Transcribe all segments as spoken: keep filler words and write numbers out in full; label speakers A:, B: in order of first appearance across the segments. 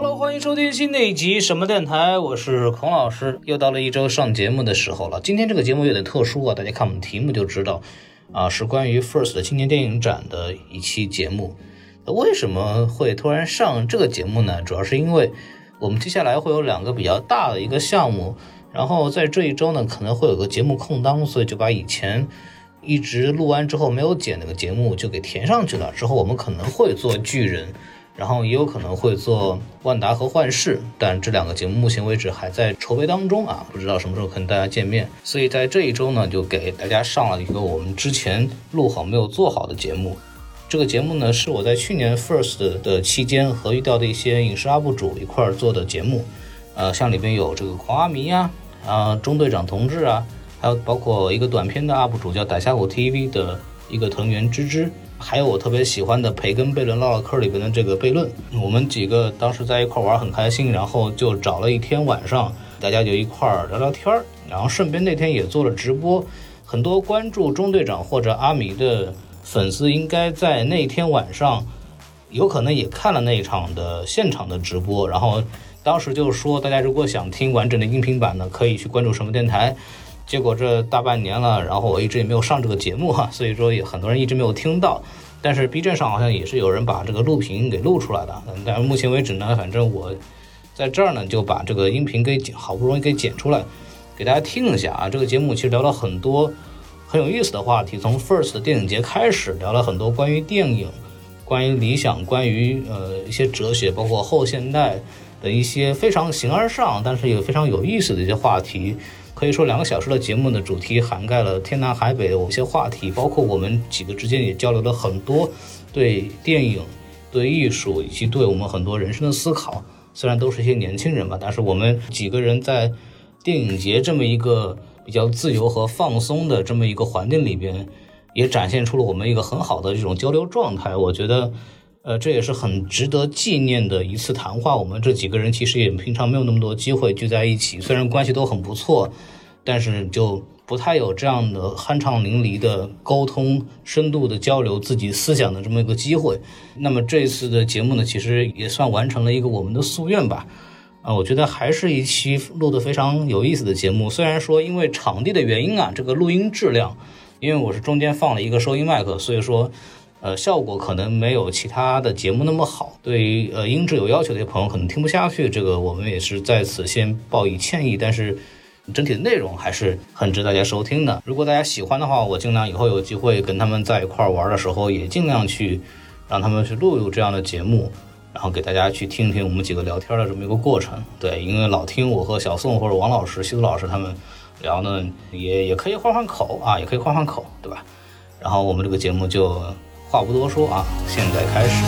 A: Hello， 欢迎收听新的一集什么电台，我是孔老师。又到了一周上节目的时候了。今天这个节目有点特殊啊，大家看我们题目就知道啊，是关于 First 的青年电影展的一期节目。为什么会突然上这个节目呢？主要是因为我们接下来会有两个比较大的一个项目，然后在这一周呢可能会有个节目空档，所以就把以前一直录完之后没有剪那个节目就给填上去了。之后我们可能会做巨人，然后也有可能会做万达和幻视，但这两个节目目前为止还在筹备当中啊，不知道什么时候跟大家见面。所以在这一周呢，就给大家上了一个我们之前录好没有做好的节目。这个节目呢，是我在去年 First 的期间和遇到的一些影视 U P 主一块儿做的节目，呃，像里边有这个狂阿迷啊，啊，中队长同志啊，还有包括一个短片的 U P 主叫逮虾虎 T V 的一个藤原芝芝。还有我特别喜欢的培根悖论唠唠嗑里边的这个悖论，我们几个当时在一块玩很开心，然后就找了一天晚上，大家就一块聊聊天，然后顺便那天也做了直播。很多关注中队长或者阿迷的粉丝应该在那天晚上有可能也看了那一场的现场的直播，然后当时就说大家如果想听完整的音频版呢，可以去关注什么电台。结果这大半年了，然后我一直也没有上这个节目哈，所以说也很多人一直没有听到。但是 B 站上好像也是有人把这个录屏给录出来的，但是目前为止呢，反正我在这儿呢就把这个音频给剪，好不容易给剪出来，给大家听一下啊。这个节目其实聊了很多很有意思的话题，从 First 的电影节开始聊了很多关于电影、关于理想、关于呃一些哲学，包括后现代的一些非常形而上，但是也非常有意思的一些话题。可以说两个小时的节目的主题涵盖了天南海北的一些话题，包括我们几个之间也交流了很多对电影、对艺术以及对我们很多人生的思考。虽然都是一些年轻人吧，但是我们几个人在电影节这么一个比较自由和放松的这么一个环境里边，也展现出了我们一个很好的这种交流状态。我觉得呃，这也是很值得纪念的一次谈话。我们这几个人其实也平常没有那么多机会聚在一起，虽然关系都很不错，但是就不太有这样的酣畅淋漓的沟通、深度的交流自己思想的这么一个机会。那么这次的节目呢，其实也算完成了一个我们的夙愿吧。啊，我觉得还是一期录得非常有意思的节目。虽然说因为场地的原因啊，这个录音质量，因为我是中间放了一个收音麦克，所以说呃，效果可能没有其他的节目那么好，对于呃音质有要求的朋友可能听不下去，这个我们也是在此先报以歉意。但是整体的内容还是很值大家收听的。如果大家喜欢的话，我尽量以后有机会跟他们在一块玩的时候，也尽量去让他们去录入这样的节目，然后给大家去听听我们几个聊天的这么一个过程。对，因为老听我和小宋或者王老师、西子老师他们聊呢，也也可以换换口啊，也可以换换口，对吧？然后我们这个节目就话不多说啊，现在开始。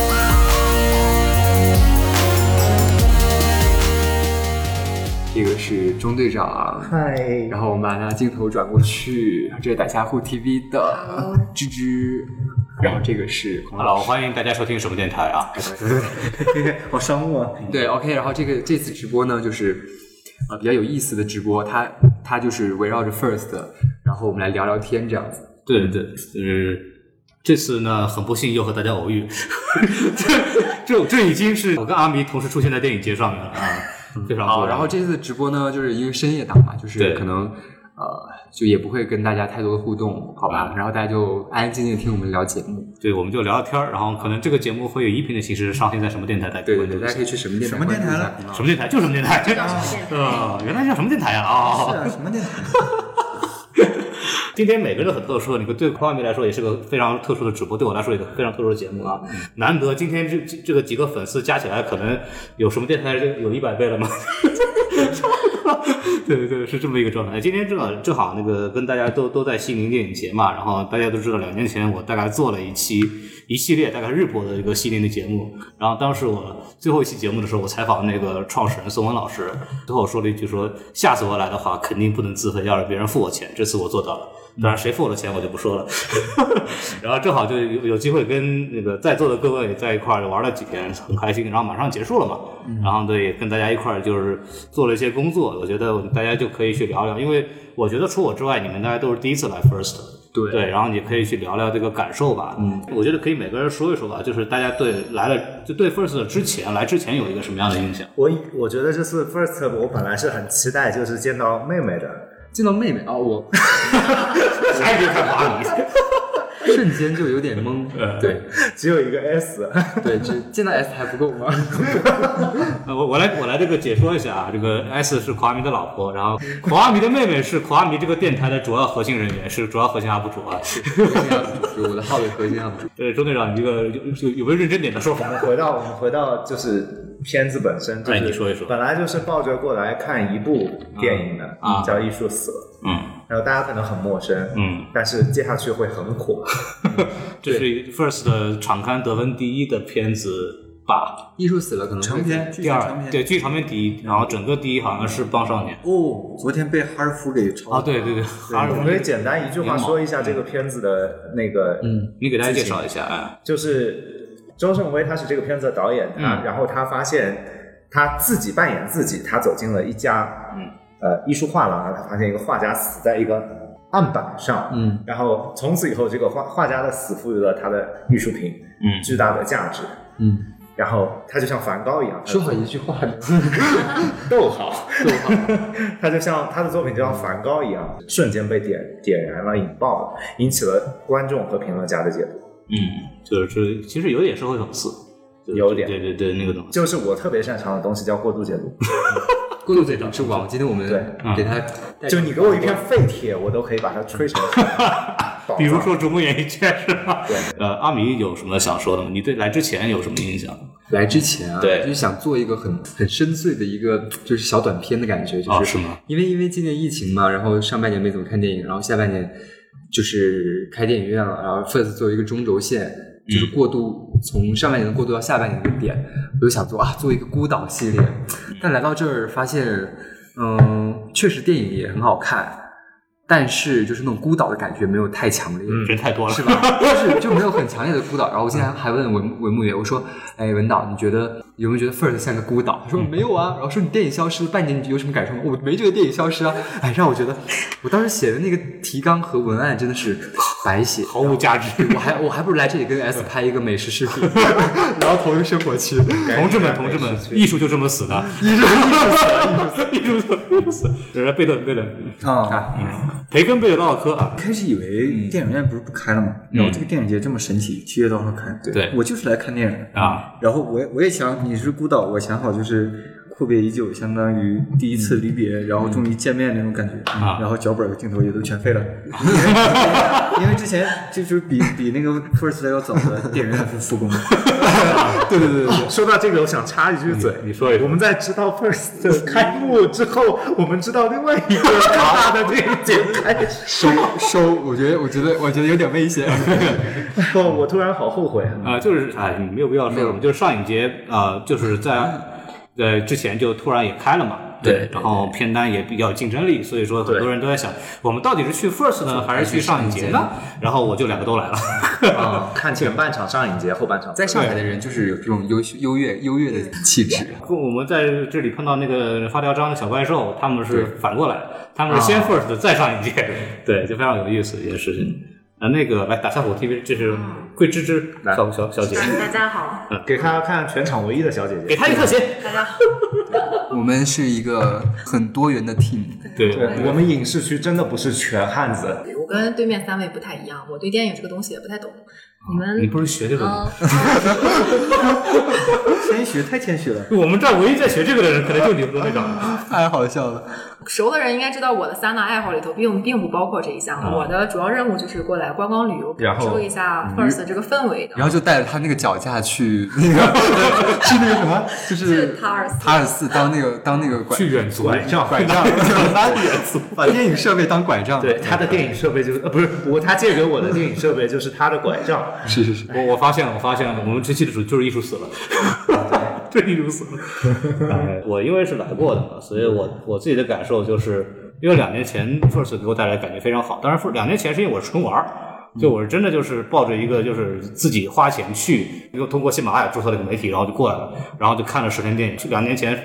B: 这个是中队长，
C: 嗨，
B: 然后我们把那镜头转过去，这是逮虾虎 T V 的芝芝，然后这个是孔老师。
A: 欢迎大家收听什么电台啊？
C: 好商务啊！
B: 对 ，OK， 然后这个这次直播呢，就是呃比较有意思的直播，它它就是围绕着 First， 然后我们来聊聊天这样子。
A: 对对对，就是这次呢，很不幸又和大家偶遇，这这这已经是我跟阿迷同时出现在电影节上面了啊，非常好。
B: 然后这次直播呢，就是因为深夜档嘛，就是可能呃就也不会跟大家太多的互动，好吧？然后大家就安安静静听我们聊节目。
A: 对，我们就聊聊天，然后可能这个节目会有音频的形式上线在什么电台？大家
B: 对对对，大家可以去什么电台？
C: 什么电台呢？
A: 什么电台？就什么电台？啊，原来叫什么电台啊？啊，
C: 是啊，什么电台？
A: 今天每个人都很特殊，你对夸米来说也是个非常特殊的直播，对我来说也是非常特殊的节目啊。难得今天这这个几个粉丝加起来，可能有什么电台有一百倍了吗？对对对，是这么一个状态。今天正好正好那个跟大家都都在西宁电影节嘛，然后大家都知道两年前我大概做了一期一系列大概日播的一个西宁的节目，然后当时我最后一期节目的时候，我采访那个创始人宋文老师，最后说了一句说，下次我来的话肯定不能自费，要让别人付我钱，这次我做到了。当然谁付我的钱我就不说了然后正好就有有机会跟那个在座的各位在一块儿玩了几天，很开心，然后马上结束了嘛，嗯、然后对跟大家一块儿就是做了一些工作，我觉得大家就可以去聊聊，因为我觉得除我之外你们大家都是第一次来 First，
B: 对
A: 对，然后你可以去聊聊这个感受吧。嗯，我觉得可以每个人说一说吧，就是大家对来了就对 First 之前来之前有一个什么样的印象？
C: 我我觉得这次 First 我本来是很期待，就是见到妹妹的，
B: 见到妹妹啊，我
A: 还得看华米。
B: 瞬间就有点懵，对，
C: 只有一个 S，
B: 对，只见到 S 还不够吗？
A: 我我来我来这个解说一下啊，这个 S 是夸米的老婆，然后夸米的妹妹是夸米这个电台的主要核心人员，是主要核心 U P 主啊，
B: 是我的号的核心 U P 主。
A: 对，周队长，你这个有有有没有认真点的说法？
C: 我们回到我们回到就是片子本身，就是
A: 你说一说，
C: 本来就是抱着过来看一部电影的，
A: 啊、
C: 叫《艺术死了》，
A: 嗯，
C: 然后大家可能很陌生，
A: 嗯，
C: 但是接下去会很火。
A: 这是 First 的场刊得分第一的片子吧？
B: 艺术死了可能
D: 长篇，
A: 第二，对，剧长篇第一，然后整个第一好像是《棒少年》。
D: 哦，昨天被哈尔夫给超了。
A: 啊，对对对，哈尔夫。
C: 我可以简单一句话说一下这个片子的那个，
A: 嗯，你给大家介绍一下啊，
C: 就是周胜威他是这个片子的导演，他、嗯、然后他发现他自己扮演自己，他走进了一家嗯呃艺术画廊，他发现一个画家死在一个案板上，嗯，然后从此以后，这个画画家的死赋予了他的艺术品嗯巨大的价值，嗯，然后他就像梵高一样，
B: 说好一句话，
C: 逗号，
B: 逗号，
C: 他就像他的作品就像梵高一样，瞬间被点点燃了、引爆了，引起了观众和评论家的解读。
A: 嗯，就是其实有点社会讽刺，
C: 有点，
A: 对对对，那个东西，
C: 就是我特别擅长的东西叫过度解读。
B: 过度解读是网，今天我们给他，
C: 就你给我一篇废帖，我都可以把它吹成。
A: 比如说《逐梦演艺圈》是吧？
C: 对。
A: 呃，阿米有什么想说的吗？你对来之前有什么印象？
B: 来之前啊，
A: 对，
B: 就是想做一个很很深邃的一个就是小短片的感觉，就是、
A: 哦、是吗？
B: 因为因为今年疫情嘛，然后上半年没怎么看电影，然后下半年就是开电影院了，然后 First 作为一个中轴线。就是过渡，从上半年的过渡到下半年的点，我就想做啊，做一个孤岛系列。但来到这儿发现，嗯，确实电影也很好看，但是就是那种孤岛的感觉没有太强烈，
A: 嗯，人太多了，
B: 是吧？就是就没有很强烈的孤岛。然后我今天还问文文牧野，我说，哎，文导，你觉得有没有觉得 First 像个孤岛？他说没有啊。然后说你电影消失半年，你有什么感受吗？我没觉得电影消失啊。哎，让我觉得，我当时写的那个提纲和文案真的是白写，
A: 毫无价值。
B: 我还我还不如来这里跟 S 拍一个美食视频，然后投一个生活区。
A: 同志们，同志们，艺术就这么死的，
B: 艺术艺术死，
A: 艺术死，艺术死。这是贝顿，贝顿
D: 啊，
A: 培根贝顿奥科啊。
D: 开始以为电影院不是不开了吗？然后这个电影节这么神奇，七月多号开？
A: 对，
D: 我就是来看电影的
A: 啊。
D: 然后我我也想，你是孤岛，我想好就是阔别已久，相当于第一次离别，然后终于见面那种感觉。啊。然后脚本和镜头也都全废了，因为之前就是比比那个 First 要早的电影院是复工的。
C: 对对对对，说到这个，我想插一句嘴，
A: 你说一说。
C: 我们在知道 First 开幕之后，我们知道另外一个更大的电影节开
B: 收收，我觉得我觉得我觉得有点危险。
C: 哦，我突然好后悔啊！
A: 啊，就是哎，你没有必要说什么，就是上影节啊，就是在呃之前就突然也开了嘛。对，然后片单也比较有竞争力，所以说很多人都在想，我们到底是去 First 呢，还是去上影节呢？然后我就两个都来了。
C: 啊，看前半场上影节，后半场
B: 在上海的人就是有这种优优越优越的气质。
A: 我们在这里碰到那个发条章的小怪兽，他们是反过来，他们是先 First 再上影节，对，就非常有意思一件事情。啊，那个来打下火 T V， 这是桂芝芝小小小姐姐，
E: 大家好，
C: 给她看全场唯一的小姐姐，
A: 给她一个特写。
E: 大家好，
B: 我们是一个很多元的 team，
A: 对，
C: 对，我们影视区真的不是全汉子。
E: 我跟对面三位不太一样，我对电影这个东西也不太懂。你们
A: 你不是学这个的？
D: 谦虚，太谦虚了。
A: 我们这儿唯一在学这个的人，可能就你们队长，
B: 太好笑了。
E: 熟的人应该知道，我的三大爱好里头并并不包括这一项。啊、我的主要任务就是过来观光旅游，感受一下 First 这个氛围的。
B: 然后就带着他那个脚架去那个是那个什么，就是
E: 塔尔寺，
B: 塔尔寺当那个当那个拐
A: 去远足
C: 拐杖，
B: 拐杖，拉远足，把电影设备当拐杖。
C: 对，他的电影设备就是呃不是我他借给我的电影设备就是他的拐杖。
B: 是是是，
A: 我我发现了，我发现了，我们这期的主就是艺术死了。这艺术死了。呃、我因为是来过的嘛，所以我我自己的感受就是，因为两年前 First 给我带来的感觉非常好。当然，两年前是因为我是纯玩，就我是真的就是抱着一个就是自己花钱去，又通过喜马拉雅注册了个媒体，然后就过来了，然后就看了十天电影。两年前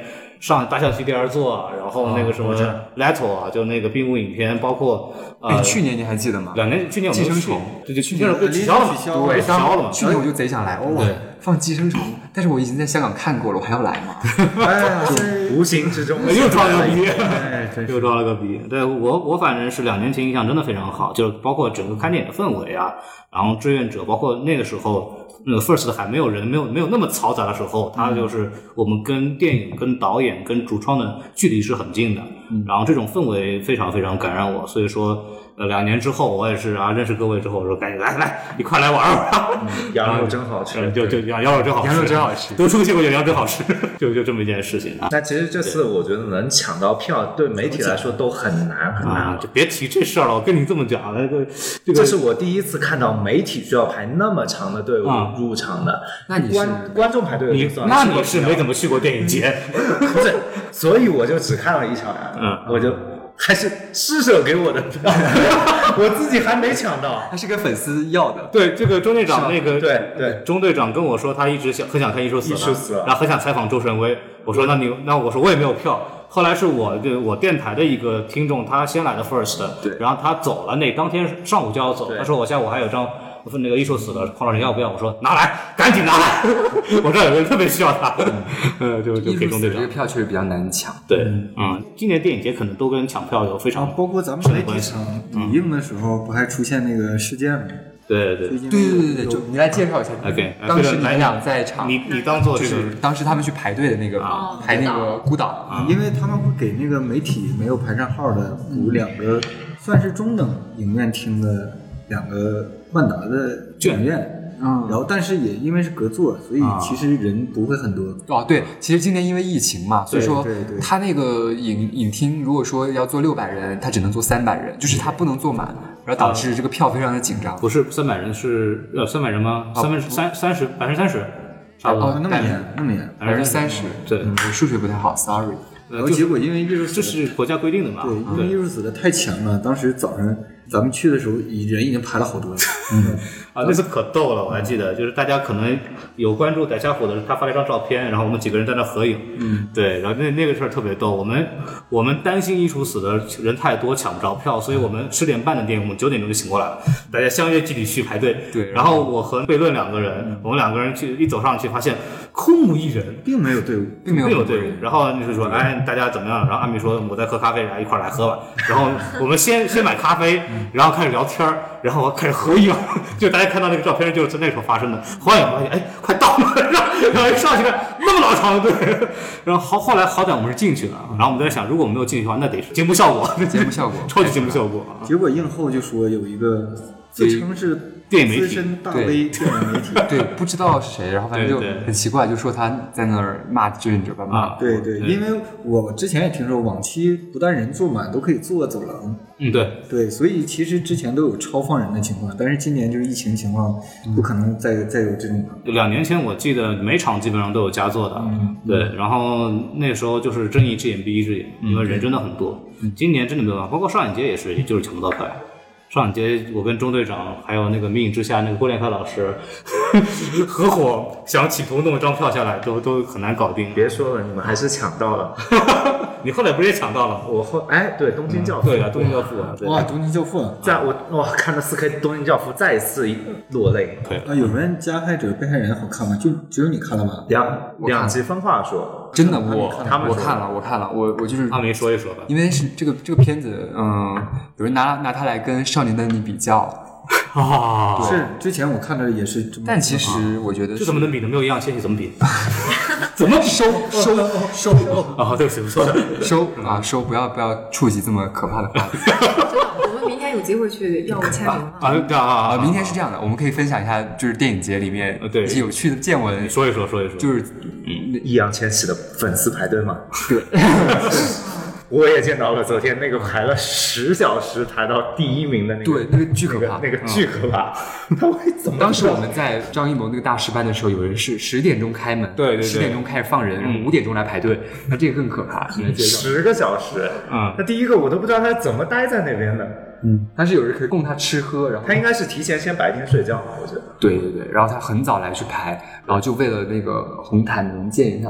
A: 上大象席地而坐，然后那个什么 Leto 啊，就那个闭幕影片，包括呃
F: 去年你还记得吗？
A: 两年去年我们
F: 寄生虫，
A: 对对，去年被取消了嘛，
D: 对
A: 取消了嘛。
F: 去年我就贼想来，哦，放寄生虫，但是我已经在香港看过了，我还要来吗？
C: 哎呀，无形之中
A: 又装了个逼，
D: 哎，
A: 又装了个逼。对我我反正是两年前印象真的非常好，就是包括整个看电影的氛围啊，然后志愿者，包括那个时候。那个 First 还没有人，没有没有那么嘈杂的时候，它就是我们跟电影、跟导演、跟主创的距离是很近的，嗯、然后这种氛围非常非常感染我，所以说，呃，两年之后我也是啊，认识各位之后，我说赶紧来来一块来玩玩，
C: 嗯、羊肉真好吃，
A: 就就羊羊肉真好吃，
F: 羊肉真好吃，
A: 都出去过羊肉真好吃，就就这么一件事情啊。
C: 那其实这次我觉得能抢到票，对媒体来说都很难很难、
A: 啊，就别提这事儿了，我跟你这么讲，那个这个
C: 这是我第一次看到媒体需要排那么长的队伍入场的。啊
F: 那你是
C: 观观众排队
A: 你那你是没怎么去过电影节，
C: 不是？所以我就只看了一场呀，嗯，我就还是施舍给我的票，我自己还没抢到，
F: 他是跟粉丝要的。
A: 对，这个中队长那个
C: 对对，
A: 中队长跟我说他一直想很想看《艺术死了》，
C: 死了，
A: 然后很想采访周神威。我说那你那我说我也没有票。后来是我就我电台的一个听众，他先来的 First，
C: 对，
A: 然后他走了，那当天上午就要走，他说我下午还有张。我说那个艺术死了，黄老师要不要？我说拿来，赶紧拿来！我这儿有人特别需要他，呃，就就给中队长。
F: 这个票确实比较难抢。
A: 对，嗯，今年电影节可能都跟抢票有非常
D: 包括咱们媒体场抵映的时候，不还出现那个事件吗？
A: 对对
F: 对对对对对，就你来介绍一下。
A: OK，
F: 当时你们俩在场，
A: 你你当做
F: 就是当时他们去排队的那个排那个孤岛，
D: 因为他们会给那个媒体没有排上号的补两个算是中等影院厅的两个万达的影院。嗯，然后但是也因为是隔座，所以其实人不会很多。
F: 哦，对，其实今年因为疫情嘛，所以说他那个影影厅如果说要坐六百人，他只能坐三百人，就是他不能坐满，然后导致这个票非常的紧张。
A: 不是三百人是呃三百人吗？三分三三十百分之三十，差不多。
D: 哦，那么严，那么严，
F: 百分之三十。
A: 对，
F: 我数学不太好 ，sorry。
D: 然后结果因为艺术
A: 这是国家规定的嘛？
D: 对，因为艺术死的太强了，当时早上咱们去的时候，人已经排了好多了。嗯，
A: 啊，那次可逗了，我还记得，就是大家可能有关注逮夏虎的，他发了一张照片，然后我们几个人在那合影。嗯，对，然后那那个事儿特别逗，我们我们担心艺术死的人太多抢不着票，所以我们十点半的电影，我们九点钟就醒过来了，大家相约集体去排队。
F: 对，
A: 然后我和悖论两个人，我们两个人去一走上去，发现空无一人，
D: 并没有队伍，
F: 并没有
A: 并没有队伍。然后就是说，哎，大家怎么样？然后阿米说我在喝咖啡，然后一块来喝吧。然后我们先先买咖啡，然后开始聊天，然后开始合影。就大家看到那个照片，就是那时候发生的。后来发现，哎，快到了，然后然后一上去看那么老长的队，然后好后来好歹我们是进去了。然后我们在想，如果我们没有进去的话，那得是节目效果，
F: 节目效果，
A: 超级节目效果。
D: 结果映后就说有一个自称是
A: 电影媒体
D: 资深大 V 电影媒体，
F: 对，不知道是谁，然后反正就很奇怪，就说他在那儿骂志愿者吧骂。
D: 对对，因为我之前也听说，往期不但人坐满，都可以坐走廊。
A: 嗯，对
D: 对，所以其实之前都有超放人的情况，但是今年就是疫情情况，不可能再再有这种。
A: 两年前我记得每场基本上都有加座的，
D: 嗯，
A: 对，然后那时候就是睁一只眼闭一只眼，因为人真的很多。今年真的没有办法，包括上影节也是，也就是抢不到票。上影节，我跟中队长还有那个明影之下那个郭连开老师合伙想企图弄一张票下来，都都很难搞定。
C: 别说了，你们还是抢到了。
A: 你后来不是也抢到了？
C: 我后哎，对，东京教父，
A: 对啊，东京教父啊，对
D: 哇，东京教父，
C: 在我哇看了四 K 东京教父，再次落泪。
A: 对
D: 啊，有人加害者被害人好看吗？就只有你看了吗？
C: 两两极分化说，
F: 真的，我
C: 他们
F: 我看了，我看了，我我就是
A: 阿梅说一说吧，
F: 因为是这个这个片子，嗯，有人拿拿它来跟《少年的你》比较。
A: 啊，
D: 是之前我看的也是这么，
F: 但其实我觉得
A: 这怎么能比呢？没有易烊千玺怎么比？
F: 怎么收收收
A: 啊？对不起，我说的
F: 收啊收，不要不要触及这么可怕的话题。
E: 我们明天有机会去要签名
A: 啊啊啊！
F: 明天是这样的，我们可以分享一下，就是电影节里面一些有趣的见闻。
A: 说一说，说一说，
F: 就是
C: 易烊千玺的粉丝排队嘛。
F: 对。
C: 我也见到了，昨天那个排了十小时排到第一名的那个，
F: 对，那个巨可怕，
C: 那个巨可怕。他会怎么？
F: 当时我们在张艺谋那个大师班的时候，有人是十点钟开门，
A: 对对对，
F: 十点钟开始放人，然后五点钟来排队，那这个更可怕。
C: 十个小时，
A: 嗯，
C: 那第一个我都不知道他怎么待在那边的，
F: 嗯，但是有人可以供他吃喝，然后
C: 他应该是提前先白天睡觉，我觉得。
F: 对对对，然后他很早来去排，然后就为了那个红毯能见一下了。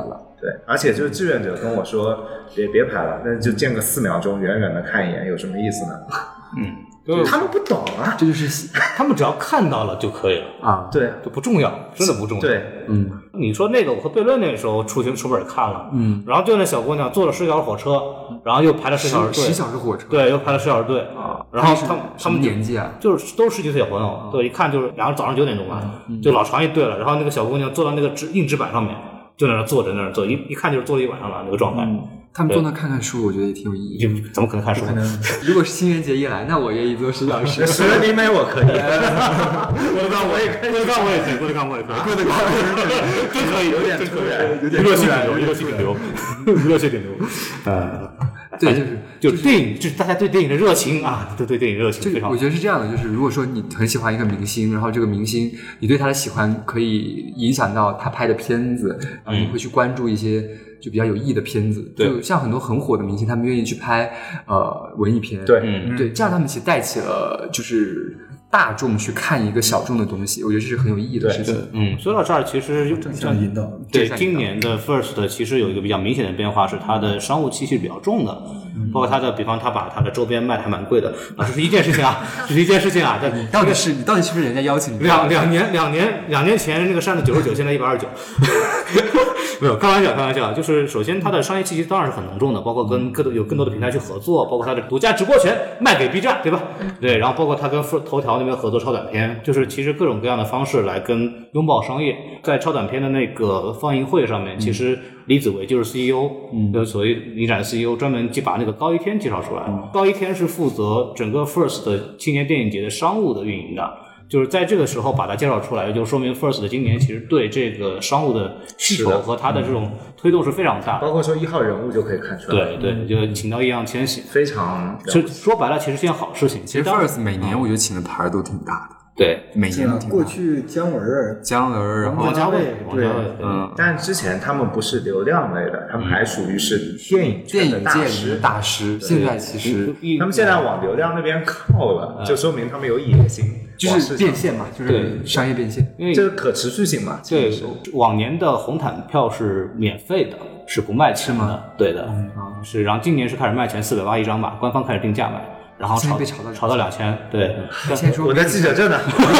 C: 对，而且就是志愿者跟我说别别拍了，那就见个四秒钟，远远的看一眼，有什么意思呢？
A: 嗯，
C: 他们不懂啊，
F: 这就是
A: 他们只要看到了就可以了
F: 啊，
C: 对，
A: 就不重要，真的不重要。
C: 对，
F: 嗯，
A: 你说那个我和悖论那个时候出行书本看了，
F: 嗯，
A: 然后就那小姑娘坐了十小时火车，然后又排了十小时队，
F: 十小时火车，
A: 对，又排了十小时队
F: 啊，
A: 然后他们他们
F: 年纪啊，
A: 就是都是十几岁小朋友，对，一看就是然后早上九点钟吧，就老长一队了，然后那个小姑娘坐到那个纸硬纸板上面，就在那坐着那儿坐，一一看就是坐了一晚上了那个状态。
F: 他们坐那看看书，我觉得也挺有意义。
A: 你怎么可能看书？
F: 如果是新垣结衣来，那我愿意坐十小时。
C: 十厘米我可以，
A: 郭德纲我也可以，郭德纲我也可以，郭德纲我也可以，郭德纲真可以，有点突然，有点娱乐性顶流，娱乐性顶流，娱乐性顶流。呃，
F: 对，就是
A: 就是电影，就是大家对电影的热情啊，都对电影热情非常。
F: 我觉得是这样的，就是如果说你很喜欢一个明星，然后这个明星你对他的喜欢可以影响到他拍的片子，然后你会去关注一些就比较有意义的片子，就像很多很火的明星，他们愿意去拍呃文艺片，
C: 对，
A: 嗯，
F: 对，这样他们其实带起了就是大众去看一个小众的东西，我觉得这是很有意义的事情。
A: 嗯，说到这儿，其实
D: 正向引导。
A: 对今年的 First 其实有一个比较明显的变化，是它的商务气息比较重的，包括它的，比方它把它的周边卖的还蛮贵的啊，这是一件事情啊，这是一件事情啊。
F: 你到底是你到底是不是人家邀请你？
A: 两两年两年两年前那个扇子九十九，现在一百二十九。没有，开玩笑，开玩笑。就是首先它的商业气息当然是很浓重的，包括跟更多有更多的平台去合作，包括它的独家直播权卖给 B 站，对吧？对，然后包括它跟头条那边合作超短片，就是其实各种各样的方式来跟拥抱商业。在超短片的那个放映会上面，其实李子维就是 C E O， 嗯，就所谓影展 C E O 专门就把那个高一天介绍出来。嗯、高一天是负责整个 First 的青年电影节的商务的运营的。就是在这个时候把它介绍出来，就说明 First 的今年其实对这个商务的需求和它的这种推动是非常大的，
C: 包括说一号人物就可以看出来。
A: 对对，就请到易烊千玺，
C: 非常。
A: 其实说白了，其实是件好事情。
F: 其实 First 每年我觉得请的牌都挺大的。
A: 对，
F: 每年都挺大。
D: 过去姜文儿、
F: 姜文，然后
A: 王家卫，
C: 对，
A: 嗯。
C: 但之前他们不是流量类的，他们还属于是电影
F: 电影界
C: 里
F: 的大师。现在其实
C: 他们现在往流量那边靠了，就说明他们有野心，
F: 就是变现嘛，就是商业变现，
A: 因为
C: 这个可持续性嘛。
A: 对，往年的红毯票是免费的，是不卖钱的，对的，是。然后今年是开始卖钱，四百八一张吧，官方开始定价卖。然后炒
F: 被炒到
A: 炒到两千，对。
F: 先说
C: 我的记者证呢？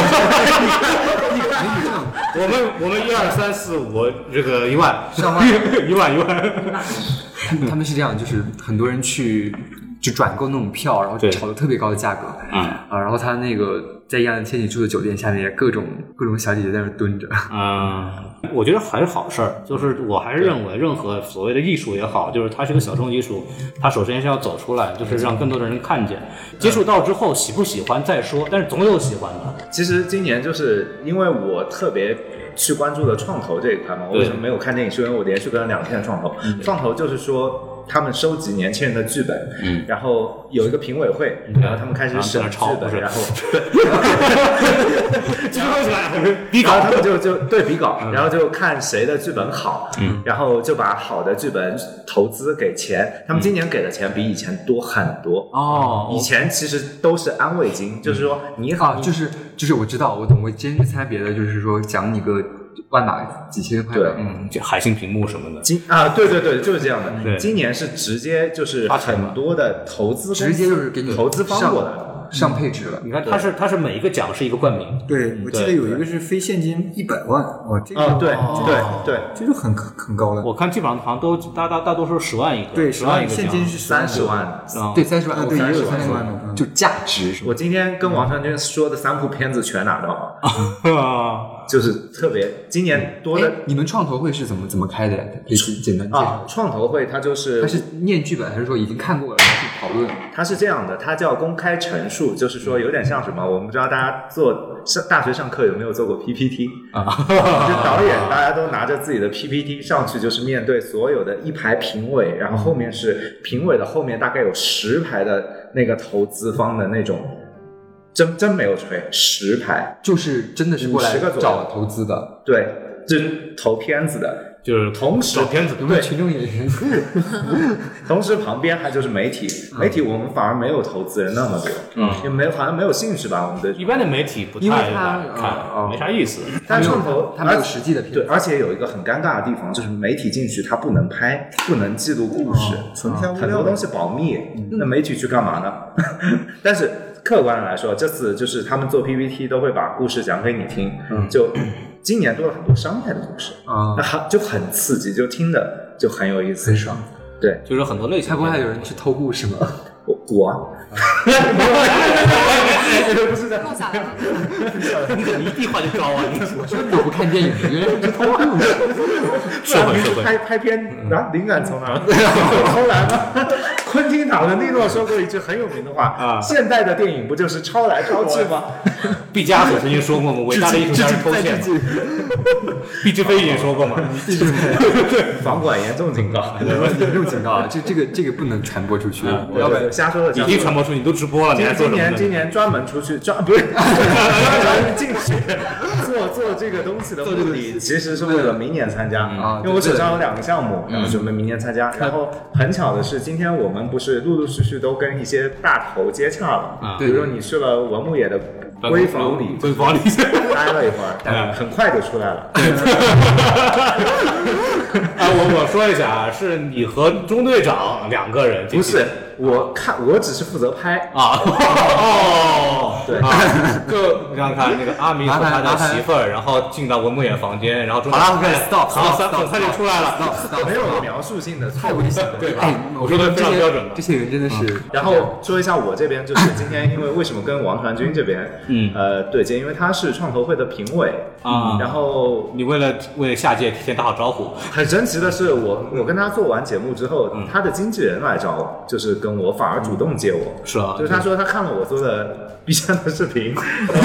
A: 我们我们一二三四五这个一万
F: 上万
A: 一万一万。
F: 他们是这样，就是很多人去就转购那种票，然后炒的特别高的价格，
A: 嗯
F: 啊，然后他那个在易烊千玺住的酒店下面，各种各种小姐姐在那蹲着。
A: 嗯，我觉得还是好事儿，就是我还是认为任何所谓的艺术也好，就是它是个小众艺术，它首先是要走出来，就是让更多的人看见，接触到之后喜不喜欢再说，但是总有喜欢的。
C: 其实今年就是因为我特别去关注了创投这一块嘛，我为什么没有看电影？是因为我连续跟了两天的创投，创投就是说。他们收集年轻人的剧本，嗯，然后有一个评委会，嗯、然后他们开始审剧本，然后比稿，他们就就对比稿，嗯、然后就看谁的剧本好，嗯，然后就把好的剧本投资给钱。他们今年给的钱比以前多很多
A: 哦，
C: 以前其实都是安慰金，嗯、就是说你好，
F: 啊，就是就是我知道，我懂，我之前去参加别的，就是说奖你个。万把几千块的，
A: 嗯，就海信屏幕什么的。
C: 今啊，对对对，就是这样的。
A: 对，
C: 今年是直接就是很多的投资，
F: 直接就是给你
C: 投资方过来
F: 上配置了。
A: 你看，它是它是每一个奖是一个冠名。
D: 对，我记得有一个是非现金一百万，哇，这个
C: 啊，对对对，
D: 这就很很高了。
A: 我看基本上好像都大大大多数十万一个，
D: 对，
A: 十万一个
D: 现金是
C: 三十万，
F: 对，三十万，
D: 对，也有
C: 三
D: 十万的，
F: 就价值。
C: 我今天跟王传君说的三部片子全拿到了。就是特别，今年多的。
F: 你们创投会是怎么怎么开的呀？可以简单介绍。
C: 啊，创投会它就是
F: 它是念剧本，还是说已经看过了然后去讨论？
C: 它是这样的，它叫公开陈述，就是说有点像什么？我们不知道大家做上大学上课有没有做过 P P T 啊？就导演大家都拿着自己的 P P T 上去，就是面对所有的一排评委，然后后面是评委的后面大概有十排的那个投资方的那种。真真没有吹，十排
F: 就是真的是过来找投资的，
C: 对，真投片子的。
A: 就是
C: 同时
A: 找片子
F: 有没有群众演员？
C: 同时旁边还就是媒体，媒体我们反而没有投资人那么多，嗯，也没有好像没有兴趣吧，我们的
A: 一般的媒体不太
F: 因为他
A: 敢看，
F: 呃
A: 没啥意思。
C: 但创投
F: 他没有实际的片子
C: 对，而且有一个很尴尬的地方，就是媒体进去他不能拍，不能记录故事，
D: 纯偏无
C: 很多东西保密，那媒体去干嘛呢？但是客观的来说，这次就是他们做 P P T 都会把故事讲给你听，就今年多了很多商业的故事，
F: 啊
C: 那很就很刺激，就听的就很有意思，
F: 很爽。
C: 对，
A: 就是很多类型。
F: 他不会还有人去偷故事吗？
C: 我我不是的，
E: 录下来了。
A: 你怎么一句话就高啊？你
F: 我说我不看电影，原来是偷故事。
A: 社会社会
C: 拍拍片啊，灵感从哪儿偷来吗？昆汀塔伦蒂诺说过一句很有名的话
A: 啊
C: 现代的电影不就是抄来抄去吗？
A: 毕加索曾经说过嘛，伟大的艺术家是偷窃嘛。毕志飞已经说过嘛。
C: 房管严重警告，
F: 严重警告啊！这这个这个不能传播出去，
C: 要不然瞎说的。
A: 已经传播出去，你都直播了，你还做什么呢？
C: 今年今年专门出去专不是专门进去做做这个东西的目的，其实是为了明年参加。因为我手上有两个项目，然后准备明年参加。然后很巧的是，今天我们不是陆陆续续都跟一些大头接洽了，比如说你去了文牧野的闺房里，
A: 闺房里
C: 待了一会儿，但很快就出来了。
A: 啊，我我说一下啊，是你和中队长两个人，
C: 不是，我看我只是负责拍
A: 啊。哦，
C: 对
A: 啊，就你想看那个阿明和他的媳妇儿，然后进到文牧野房间，然后中队长
F: ，stop，
A: 好，三很快就出来了，
C: 没有描述性的，太危险了，
A: 对吧？
F: 哎，
A: 我说的非常标准吧？
F: 这些人真的是。
C: 然后说一下我这边，就是今天因为为什么跟王传君这边，嗯，呃，对接，因为他是创投会的评委
A: 啊，
C: 然后
A: 你为了为下届提前打好招呼，
C: 很神奇的是，我我跟他做完节目之后，他的经纪人来找我，就是跟我反而主动接我，
A: 是啊，
C: 就是他说他看了我做的 B 站的视频，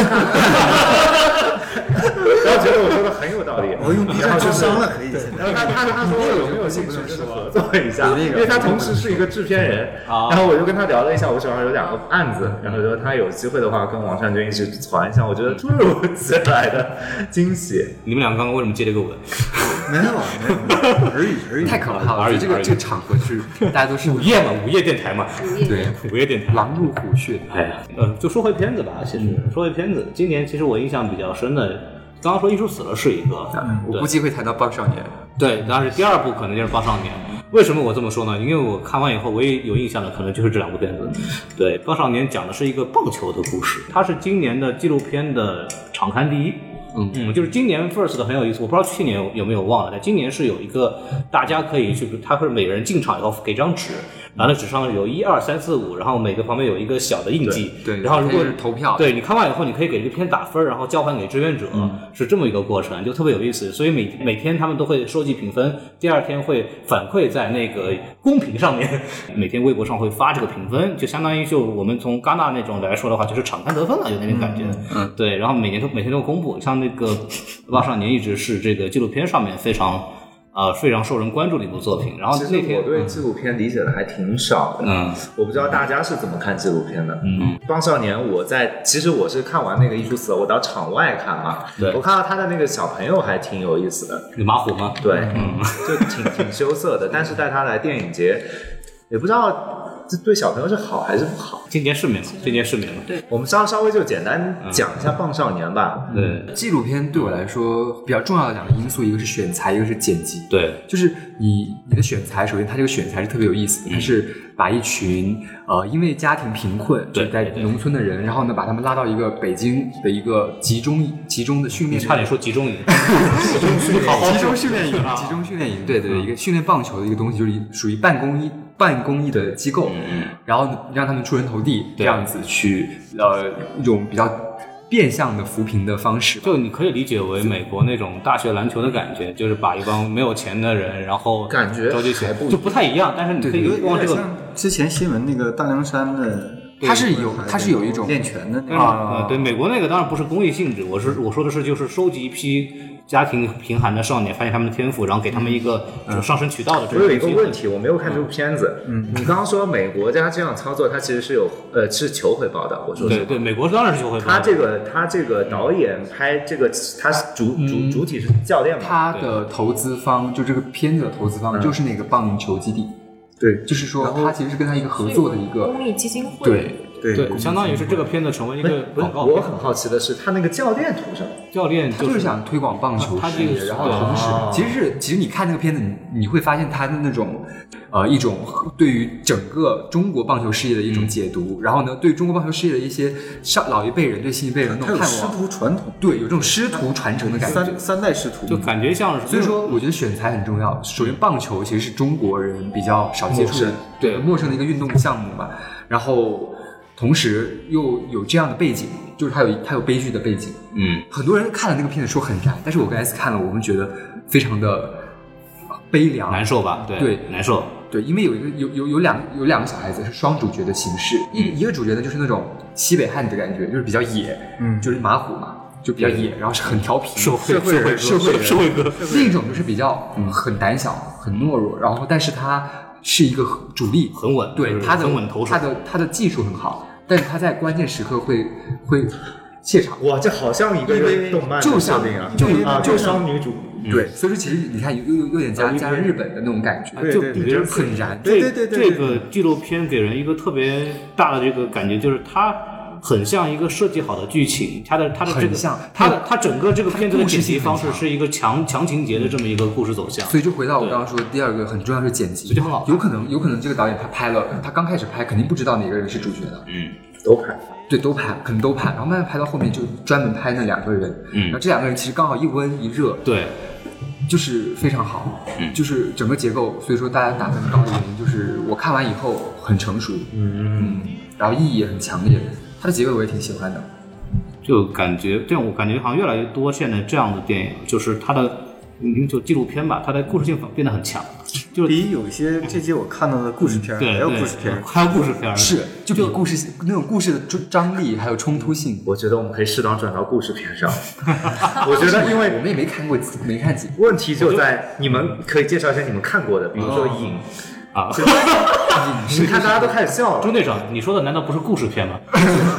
C: 然后觉得我说的很有道理，
D: 我用 B 站招商了可以。
C: 然后他他他说有没有兴趣就是合作一下，因为他同时是一个制片人，然后我就跟他聊了一下，我手上有两个案子，然后说他有机会的话跟王传君一起传一下，我觉得突如其来的惊喜。
A: 你们俩刚刚为什么接这个吻？
D: 没有，没有，耳语耳语，
F: 太可怕了！而且这个这个场合是大家都是
A: 午夜嘛，午夜电台嘛，
F: 对，
A: 午夜电台，
F: 狼入虎穴。
A: 哎，呃，就说回片子吧，其实说回片子，今年其实我印象比较深的，刚刚说艺术死了是一个，
F: 我估计会谈到棒少年。
A: 对，当然第二部可能就是棒少年。为什么我这么说呢？因为我看完以后，唯一有印象的可能就是这两部片子。对，棒少年讲的是一个棒球的故事，它是今年的纪录片的场刊第一。嗯嗯，就是今年 First 的很有意思，我不知道去年有有没有忘了，但今年是有一个大家可以去，他会每个人进场以后给张纸，然后那纸上有一二三四五，然后每个旁边有一个小的印记，
F: 对，
A: 然后如果
F: 是投票，
A: 对你看完以后，你可以给这个片打分，然后交还给志愿者，嗯、是这么一个过程，就特别有意思。所以每每天他们都会收集评分，第二天会反馈在那个公屏上面，每天微博上会发这个评分，就相当于就我们从戛纳那种来说的话，就是场刊得分了，有那种感觉。嗯，嗯对，然后每年都每天都公布，像那个棒少年一直是这个纪录片上面非常。呃，非常受人关注的一部作品。然后那天
C: 我对纪录片理解的还挺少的，嗯，我不知道大家是怎么看纪录片的。嗯，棒少年，我在其实我是看完那个艺术死了，我到场外看嘛，
A: 对，
C: 我看到他的那个小朋友还挺有意思的，
A: 有马虎吗？
C: 对，嗯，就挺挺羞涩的，但是带他来电影节，也不知道。这对小朋友是好还是不好？
A: 见见世面嘛，见见世面嘛。
E: 对，
C: 我们稍稍微就简单讲一下棒少年吧。
A: 对、
F: 嗯，纪录片对我来说比较重要的两个因素，一个是选材，一个是剪辑。
A: 对，
F: 就是你你的选材，首先它这个选材是特别有意思的，它是把一群呃因为家庭贫困就在农村的人，然后呢把他们拉到一个北京的一个集中集中的训练，
A: 差点说集中营，
F: 集中训练，集中训练营，集中训练营，对对对，一个训练棒球的一个东西，就是属于半公益。半公益的机构，嗯、然后让他们出人头地，这样子去呃一种比较变相的扶贫的方式，
A: 就你可以理解为美国那种大学篮球的感觉，就是把一帮没有钱的人，然后
C: 感觉
A: 着急起来，就不太一样，但是你可以往这个
D: 之前新闻那个大凉山的。
F: 它是有，它是有一种
D: 练拳的那
A: 个啊，对，美国那个当然不是公益性质，我是我说的是就是收集一批家庭贫寒的少年发现他们的天赋，然后给他们一个上升渠道的这
C: 我有一
A: 种机会。
C: 个问题，我没有看这部片子。嗯，你刚刚说美国家这样操作，它其实是有呃是求回报的。我说
A: 对对，美国当然是求回报的。
C: 他这个他这个导演拍这个，他主主主体是教练嘛？
F: 他的投资方就这个片子的投资方就是那个棒球基地。对，就是说他其实是跟他一个合作的一个
E: 公益基金会。
F: 对。
D: 对
A: 对，相当于是这个片子成为一个广告。
C: 我很好奇的是，他那个教练图什么？
A: 教练
F: 他就是想推广棒球事业，然后同时，其实是其实你看那个片子，你你会发现他的那种呃一种对于整个中国棒球事业的一种解读，然后呢，对中国棒球事业的一些上老一辈人对新一辈人那种盼望，
D: 师徒传统，
F: 对，有这种师徒传承的感觉，
D: 三三代师徒，
A: 就感觉像是。
F: 所以说，我觉得选材很重要。首先，棒球其实是中国人比较少接触的，对陌生的一个运动项目嘛，然后。同时又有这样的背景，就是它有它有悲剧的背景。嗯，很多人看了那个片子说很燃，但是我跟 S 看了，我们觉得非常的悲凉，
A: 难受吧？对，
F: 对，
A: 难受。
F: 对，因为有一个有有有两有两个小孩子是双主角的形式，一、嗯、一个主角呢就是那种西北汉的感觉，就是比较野，嗯，就是马虎嘛，就比较野，然后是很调皮，
A: 社会社会
F: 社会
A: 社会哥。
F: 另一种就是比较、嗯、很胆小、很懦弱，然后但是他是一个主力，
A: 很稳，
F: 对，他的
A: 很稳投手，
F: 他的他的技术很好。但是他在关键时刻会会怯场，
C: 哇，这好像一个动漫
F: 就像
C: 啊，
F: 就
C: 啊，就双女主，
F: 对，所以说其实你看有有有点加加日本的那种感觉，
A: 就比如
F: 很燃。
A: 对对对，这个纪录片给人一个特别大的这个感觉，就是它很像一个设计好的剧情，它的它的这个它的它整个这个片子的剪辑方式是一个强强情节的这么一个故事走向。
F: 所以就回到我刚刚说第二个很重要是剪辑，
A: 就很好。
F: 有可能有可能这个导演他拍了，他刚开始拍肯定不知道哪个人是主角的，
A: 嗯，
C: 都拍。
F: 对，都拍，可能都拍，然后慢慢拍到后面就专门拍那两个人，嗯，然后这两个人其实刚好一温一热，
A: 对，
F: 就是非常好，嗯，就是整个结构，所以说大家打分高的原因就是我看完以后很成熟，嗯嗯，然后意义也很强烈，它的结构我也挺喜欢的，
A: 就感觉这样，我感觉好像越来越多现在这样的电影，就是它的嗯就纪录片吧，它的故事性变得很强。就
D: 比有一些这季我看到的故事片还有故事片，
A: 还有故事片，
F: 是就比故事那种故事的张力还有冲突性，
C: 我觉得我们可以适当转到故事片上。我觉得，因为
F: 我们也没看过，没看几。
C: 问题就在你们可以介绍一下你们看过的，比如说《影》
A: 啊，
C: 你看大家都开始笑了。
A: 钟队长，你说的难道不是故事片吗？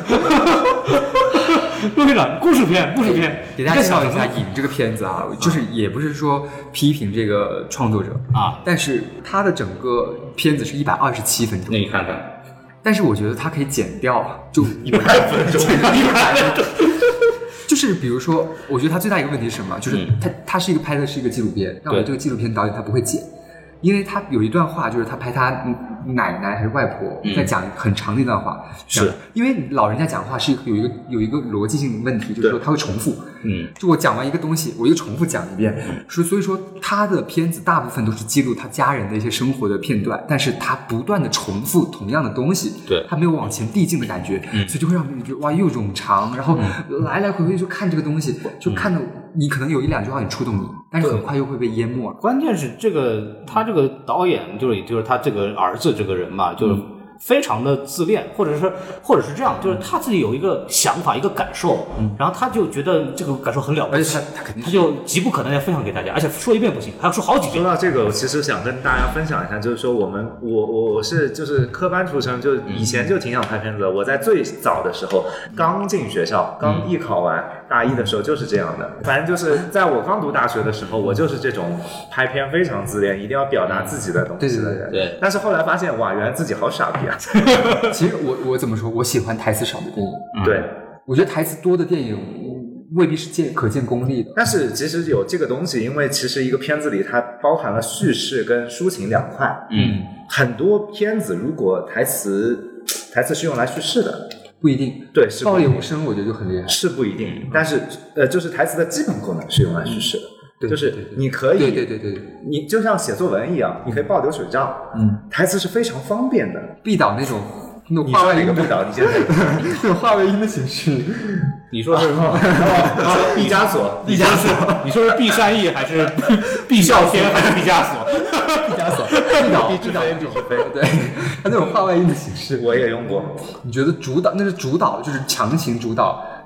A: 陆队长，故事片，故事片，
F: 给大家介绍一下《影》这个片子啊，就是也不是说批评这个创作者
A: 啊，
F: 但是他的整个片子是一百二十七分钟，
A: 那你看看，
F: 但是我觉得它可以剪掉，就
C: 一百分钟，
F: 一百分钟。就是比如说，我觉得他最大一个问题是什么？就是他他是一个拍的是一个纪录片，但我这个纪录片导演他不会剪。因为他有一段话，就是他拍他奶奶还是外婆在讲很长的一段话，
A: 是
F: 因为老人家讲话是有一个有一个逻辑性的问题，就是说他会重复，
A: 嗯，
F: 就我讲完一个东西，我又重复讲一遍，所以所以说他的片子大部分都是记录他家人的一些生活的片段，但是他不断的重复同样的东西，
A: 对，
F: 他没有往前递进的感觉，嗯，所以就会让你觉得哇又冗长，然后来来回回就看这个东西，就看到你可能有一两句话很触动你，但是很快又会被淹没。
A: 关键是这个他这个导演就是就是他这个儿子这个人嘛，就是非常的自恋，或者是或者是这样，就是他自己有一个想法一个感受，嗯，然后他就觉得这个感受很了不起，
F: 而且他他肯定
A: 他就急不可耐地分享给大家，而且说一遍不行，还要说好几遍。
C: 说到这个，我其实想跟大家分享一下，就是说我们我我我是就是科班出身，就以前就挺想拍片子的。我在最早的时候刚进学校，刚艺考完大一的时候就是这样的。反正就是在我刚读大学的时候，我就是这种拍片非常自恋，一定要表达自己的东西的人。
A: 对对对。
C: 但是后来发现，哇，原来自己好傻逼啊！
F: 其实我我怎么说？我喜欢台词少的电影。
C: 嗯、对，
F: 我觉得台词多的电影未必是见可见功力的。
C: 但是其实有这个东西，因为其实一个片子里它包含了叙事跟抒情两块。
A: 嗯，
C: 很多片子如果台词台词是用来叙事的，
F: 不一定。
C: 对，是
F: 爆裂无声，我觉得就很厉害。
C: 是不一定，但是呃，就是台词的基本功能是用来叙事的。
F: 对，
C: 就是你可以，
F: 对对对对对，
C: 你就像写作文一样，你可以报流水账，
F: 嗯，
C: 台词是非常方便的。
F: 毕导那种那种
C: 你说哪个毕导？你现在
F: 那种话外音的形式，
A: 你说是
C: 毕加索，
A: 毕加索，你说是毕善义还是毕孝天还是毕加索？
F: 毕加索，毕导，
C: 毕志飞，毕志飞，
F: 对，他那种话外音的形式，
C: 我也用过。
F: 你觉得主导那是主导，就是强行主导。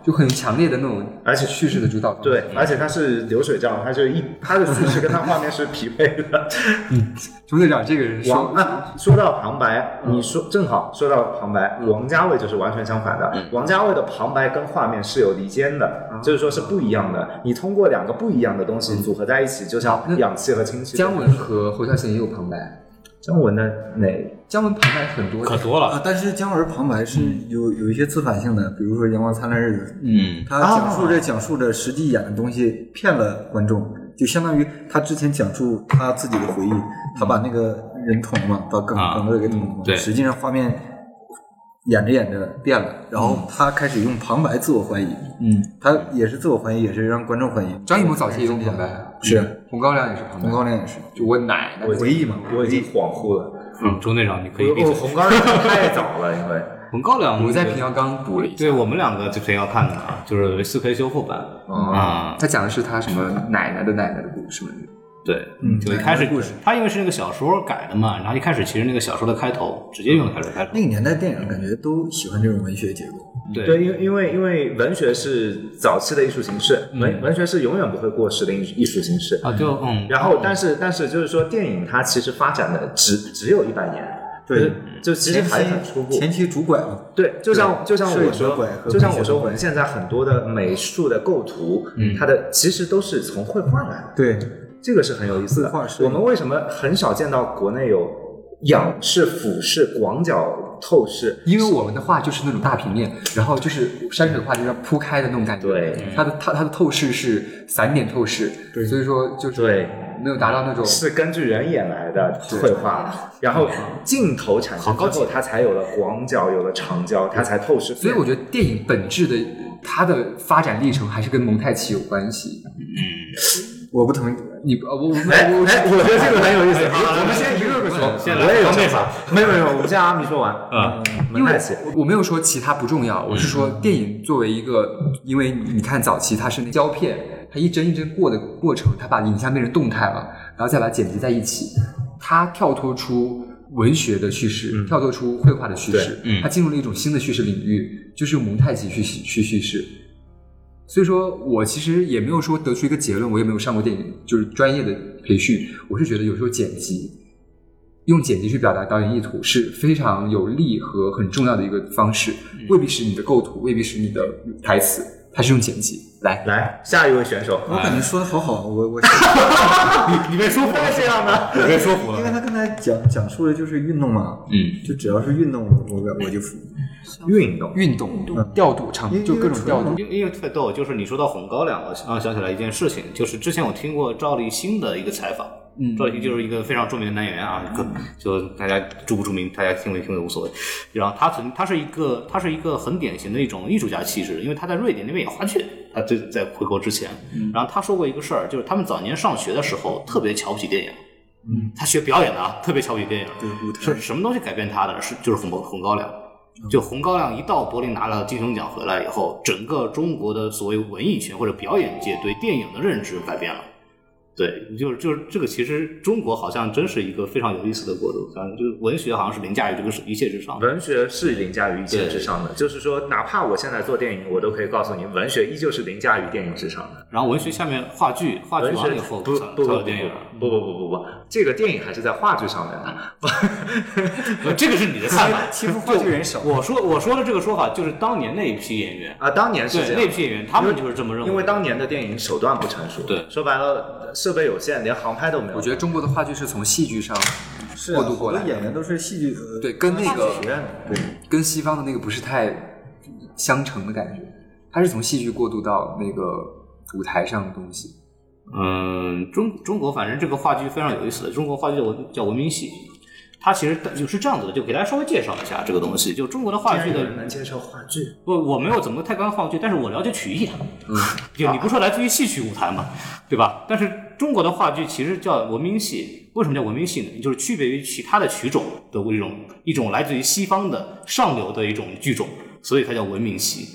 F: 就很强烈的那种，
C: 而且
F: 叙事的主导。
C: 对，而且它是流水账，它就一它的叙事跟它画面是匹配的。
F: 嗯，钟队长这个人
C: 王啊，说到旁白，你说正好说到旁白，王家卫就是完全相反的。王家卫的旁白跟画面是有离间的，就是说是不一样的。你通过两个不一样的东西组合在一起，就像氧气和氢气。
F: 姜文和侯孝贤也有旁白。
C: 姜文的哪？
F: 姜文旁白很多，
A: 可多了
D: 啊！但是姜文旁白是有有一些自反性的，比如说《阳光灿烂日子》，
A: 嗯，
D: 他讲述着讲述着实际演的东西骗了观众，就相当于他之前讲述他自己的回忆，他把那个人捅了嘛，把耿耿乐给捅了嘛，
A: 对，
D: 实际上画面演着演着变了，然后他开始用旁白自我怀疑，嗯，他也是自我怀疑，也是让观众怀疑。
F: 张艺谋早期也用旁白，
D: 是
F: 《红高粱》也是旁白，《
D: 红高粱》也是，
F: 就我奶奶
D: 回忆嘛，
C: 我已经恍惚了。
A: 嗯，钟队长，你可以闭
C: 嘴。
A: 嘴。
C: 红高粱太早了，因为
A: 红高粱，
F: 我在平遥刚补了一下。
A: 对我们两个就平遥看的啊，就是四 K 修复版啊。
F: 他讲的是他什么奶奶的奶奶的故事吗？
A: 对，嗯，就一开始他因为是那个小说改的嘛，然后一开始其实那个小说的开头直接用的开始开头。
D: 那个年代电影感觉都喜欢这种文学结构。
A: 对，
C: 对，因因为因为文学是早期的艺术形式，文、嗯、文学是永远不会过时的艺术形式
A: 啊，就嗯。
C: 然后，但是但是就是说，电影它其实发展的只只有一百年，
D: 对，
C: 就其实还很初步。
D: 前期主拐嘛，
C: 对，就像就像我说，就像我说，我们现在很多的美术的构图，嗯，它的其实都是从绘画来的，
D: 对，
C: 这个是很有意思的。我们为什么很少见到国内有仰视、俯视、广角透视？
F: 因为我们的画就是那种大平面，然后就是山水画就是铺开的那种感觉。
C: 对，
F: 它的它它的透视是散点透视，对，所以说就是
C: 对
F: 没有达到那种
C: 是根据人眼来的绘画，然后镜头产生之后，它才有了广角，有了长焦，它才透视。
F: 所以我觉得电影本质的它的发展历程还是跟蒙太奇有关系。
D: 嗯，我不同意。
F: 你我我
C: 哎我我觉得这个很有意思。我们先一个个说，我也有想法。没有没有，我们先阿米说完。
F: 嗯，因为我没有说其他不重要，我是说电影作为一个，因为你看早期它是那胶片，它一帧一帧过的过程，它把影像变成动态了，然后再把它剪辑在一起，它跳脱出文学的叙事，嗯、跳脱出绘画的叙事，嗯、它进入了一种新的叙事领域，就是用蒙太奇去去叙事。所以说我其实也没有说得出一个结论，我也没有上过电影就是专业的培训，我是觉得有时候剪辑用剪辑去表达导演意图是非常有利和很重要的一个方式，未必是你的构图，未必是你的台词，它是用剪辑。来
C: 来，下一位选手，
D: 我感觉说的好好，我我
A: 你你被说服了
C: 这样的，
A: 我被说服了，
D: 因为他刚才讲讲述的就是运动嘛，
A: 嗯，
D: 就只要是运动，我我我就服。
C: 运动
F: 运动调度长就各种调度，
A: 因为因为特别逗，就是你说到红高粱，我啊想起来一件事情，就是之前我听过赵立新的一个采访。嗯，赵立新就是一个非常著名的男演员啊，就大家著不著名，大家听没听都无所谓。然后他曾他是一个他是一个很典型的一种艺术家气质，因为他在瑞典那边演话剧，他在在回国之前，嗯、然后他说过一个事儿，就是他们早年上学的时候特别瞧不起电影。嗯，他学表演的啊，特别瞧不起电影。对，是什么东西改变他的？是就是红红高粱。就红高粱一到柏林拿了金熊奖回来以后，整个中国的所谓文艺圈或者表演界对电影的认知改变了。对，就是就是这个，其实中国好像真是一个非常有意思的国度，反正就是文学好像是凌驾于这个一切之上的。
C: 文学是凌驾于一切之上的，就是说，哪怕我现在做电影，我都可以告诉你，文学依旧是凌驾于电影之上的。
A: 然后文学下面话剧，话剧完了以后
C: 不不不电影，不不不不不，这个电影还是在话剧上面
A: 的。这个是你的看法，
D: 欺负话剧人少。
A: 我说我说的这个说法就是当年那一批演员
C: 啊，当年是这样，
A: 那批演员他们就是这么认为，
C: 因为当年的电影手段不成熟，
A: 对，
C: 说白了。设备有限，连航拍都没有。
F: 我觉得中国的话剧是从戏剧上过渡过来的，
D: 是、啊、演员都是戏剧，呃、
F: 对，跟那个
D: 学院，
F: 对，跟西方的那个不是太相承的感觉。它是从戏剧过渡到那个舞台上的东西。
A: 嗯，中中国反正这个话剧非常有意思的，中国话剧叫叫文明戏。它其实就是这样子的，就给大家稍微介绍一下这个东西。就中国的话剧的，
C: 有人能介绍话剧？
A: 不，我没有怎么太关话剧，但是我了解曲艺的。嗯，就你不说来自于戏曲舞台嘛，对吧？但是中国的话剧其实叫文明戏，为什么叫文明戏呢？就是区别于其他的曲种的一种一种来自于西方的上流的一种剧种，所以它叫文明戏。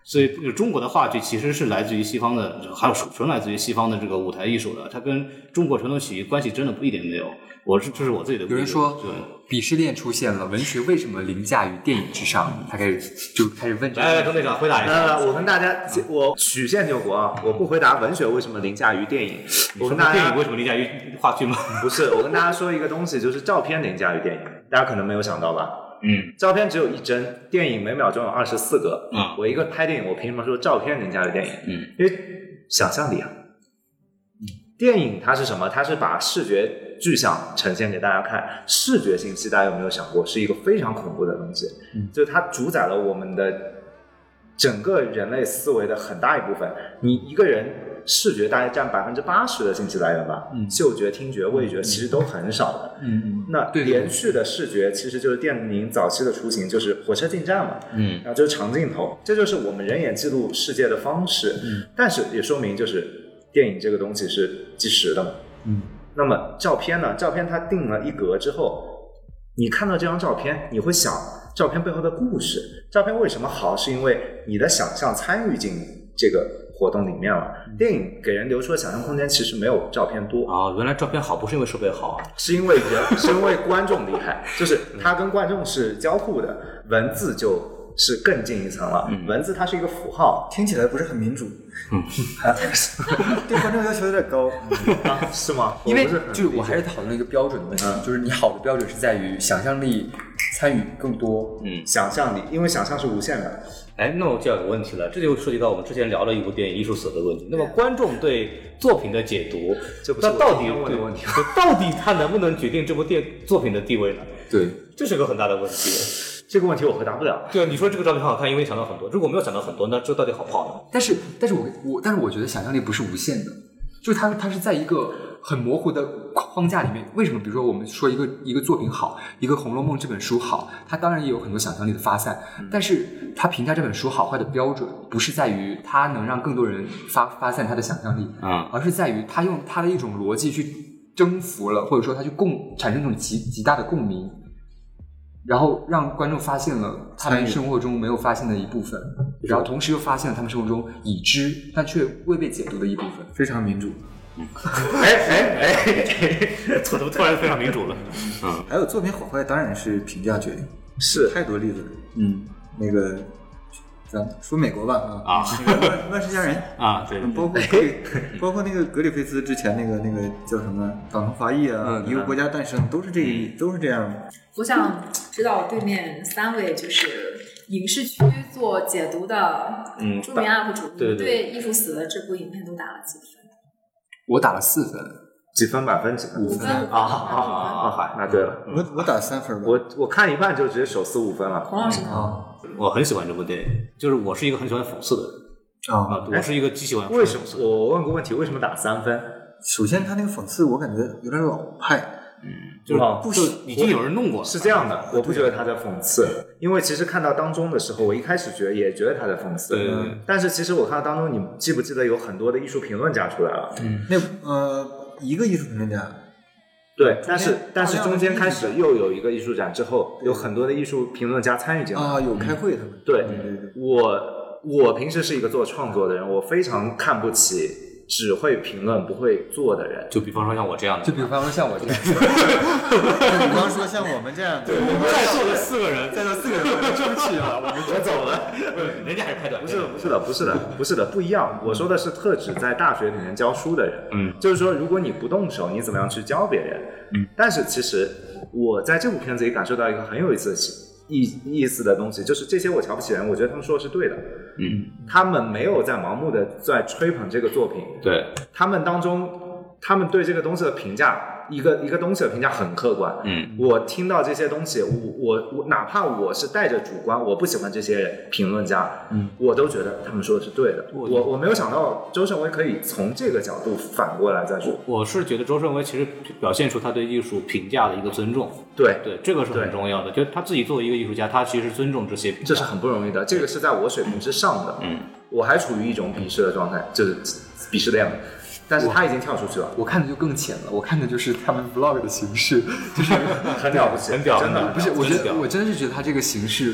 A: 所以中国的话剧其实是来自于西方的，还有纯来自于西方的这个舞台艺术的，它跟中国传统喜剧关系真的不一点没有。我是这是我自己的。
F: 有人说鄙视链出现了，文学为什么凌驾于电影之上？他开始就开始问这个。
A: 来来，钟队长回答一下。
C: 呃，我跟大家，我曲线救国啊，我不回答文学为什么凌驾于电影。我跟大家
A: 电影为什么凌驾于话剧吗？
C: 不是，我跟大家说一个东西，就是照片凌驾于电影，大家可能没有想到吧？
A: 嗯，
C: 照片只有一帧，电影每秒钟有二十四个。
A: 嗯，
C: 我一个拍电影，我凭什么说照片凌驾于电影？
A: 嗯，
C: 因为想象力啊。电影它是什么？它是把视觉具象呈现给大家看。视觉信息大家有没有想过，是一个非常恐怖的东西？嗯，就是它主宰了我们的整个人类思维的很大一部分。你一个人视觉大概占百分之八十的信息来源吧，嗯，嗅觉、听觉、味觉其实都很少的。
F: 嗯嗯，
C: 那连续的视觉其实就是电影早期的雏形，就是火车进站嘛，
A: 嗯，
C: 然后就是长镜头，这就是我们人眼记录世界的方式。嗯，但是也说明就是电影这个东西是即时的嘛。
F: 嗯，
C: 那么照片呢？照片它定了一格之后，你看到这张照片，你会想照片背后的故事。照片为什么好？是因为你的想象参与进这个活动里面了。电影给人留出的想象空间其实没有照片多
A: 啊。原来照片好不是因为设备好，
C: 是因为人，是因为观众厉害，就是他跟观众是交互的，文字就是更进一层了。嗯、文字它是一个符号，
D: 听起来不是很民主。
A: 嗯，
D: 对观众要求有点高，
C: 啊、是吗？
F: 因为就我还是讨论一个标准的问题，嗯、就是你好的标准是在于想象力参与更多。
C: 嗯，想象力，因为想象是无限的。
A: 哎，那我就有个问题了，这就涉及到我们之前聊了一部电影《艺术死》的问题。那么观众对作品的解读，
C: 这不是
A: 那到底
C: 问的问题，
A: 到底他能不能决定这部电作品的地位呢？
F: 对，
A: 这是个很大的问题。
C: 这个问题我回答不了。
A: 对，你说这个照片很好看，因为你想到很多。如果没有想到很多，那这到底好不好呢？
F: 但是，但是我我，但是我觉得想象力不是无限的，就是它它是在一个很模糊的框架里面。为什么？比如说我们说一个一个作品好，一个《红楼梦》这本书好，它当然也有很多想象力的发散，嗯、但是它评价这本书好坏的标准不是在于它能让更多人发发散他的想象力，
A: 嗯，
F: 而是在于它用它的一种逻辑去征服了，或者说它去共产生一种极极大的共鸣。然后让观众发现了他们生活中没有发现的一部分，然后同时又发现了他们生活中已知但却未被解读的一部分，
D: 非常民主。
A: 嗯，哎哎哎，怎么突然非常民主了？
D: 嗯，还有作品好坏当然是评价决定，
C: 是
D: 太多例子了。嗯，那个咱说美国吧啊
A: 啊，
D: 那个万万世佳人
A: 啊，对，
D: 包括包括那个格里菲斯之前那个那个叫什么党同伐异啊，
F: 嗯、
D: 一个国家诞生，都是这、嗯、都是这样的。
E: 我想知道对面三位就是影视区做解读的著名 U P 主，
A: 对
E: 对《艺术死》的这部影片都打了几分？
F: 我打了四分，
C: 几分满分？几分？
E: 五分
C: 啊！好好好好，那对了，
D: 我我打三分吧。
C: 我我看一半就直接手撕五分了。
E: 孔老师
D: 啊，
A: 我很喜欢这部电影，就是我是一个很喜欢讽刺的人
D: 啊、
A: 啊，我是一个极喜欢。
C: 为什么？我问个问题，为什么打三分？
D: 首先，他那个讽刺我感觉有点老派。
A: 嗯，就是不是已经有人弄过了。
C: 是这样的，我不觉得他在讽刺，因为其实看到当中的时候，我一开始觉得也觉得他在讽刺，
A: 对对对。
C: 但是其实我看到当中，你记不记得有很多的艺术评论家出来了？
D: 嗯，那呃一个艺术评论家，
C: 对，但是但是中间开始又有一个艺术展之后，有很多的艺术评论家参与进来
D: 啊，有开会他们。
C: 对，
D: 对对对，
C: 我我平时是一个做创作的人，我非常看不起只会评论不会做的人。
A: 就比方说像我这样的，
F: 就比方说像我这样，
D: 就比方说像我们这样，
A: 对，我们在座的四个人，在座四个人我生气了，我们
C: 我走了。
A: 人家还是开短
C: 不是不是的不是的不是的不一样。我说的是特指在大学里面教书的人。
A: 嗯，
C: 就是说如果你不动手，你怎么样去教别人？嗯，但是其实我在这部片子里感受到一个很有意思的意意思的东西，就是这些我瞧不起人，我觉得他们说的是对的。
A: 嗯，
C: 他们没有在盲目的在吹捧这个作品。
A: 对，
C: 他们当中，他们对这个东西的评价，一个一个东西的评价很客观。
A: 嗯，
C: 我听到这些东西，我我我哪怕我是带着主观，我不喜欢这些人评论家，嗯，我都觉得他们说的是对的。我我没有想到周胜威可以从这个角度反过来再说。
A: 我是觉得周胜威其实表现出他对艺术评价的一个尊重。
C: 对
A: 对，这个是很重要的。就他自己作为一个艺术家，他其实尊重这些评价，
C: 这是很不容易的。这个是在我水平之上的。
A: 嗯，
C: 我还处于一种鄙视的状态，就是鄙视链。但是他已经跳出去了。
F: 我看的就更浅了，我看的就是他们 vlog 的形式，就是
C: 很了不起，
A: 很屌，
C: 真的
F: 不是。我觉得我真的是觉得他这个形式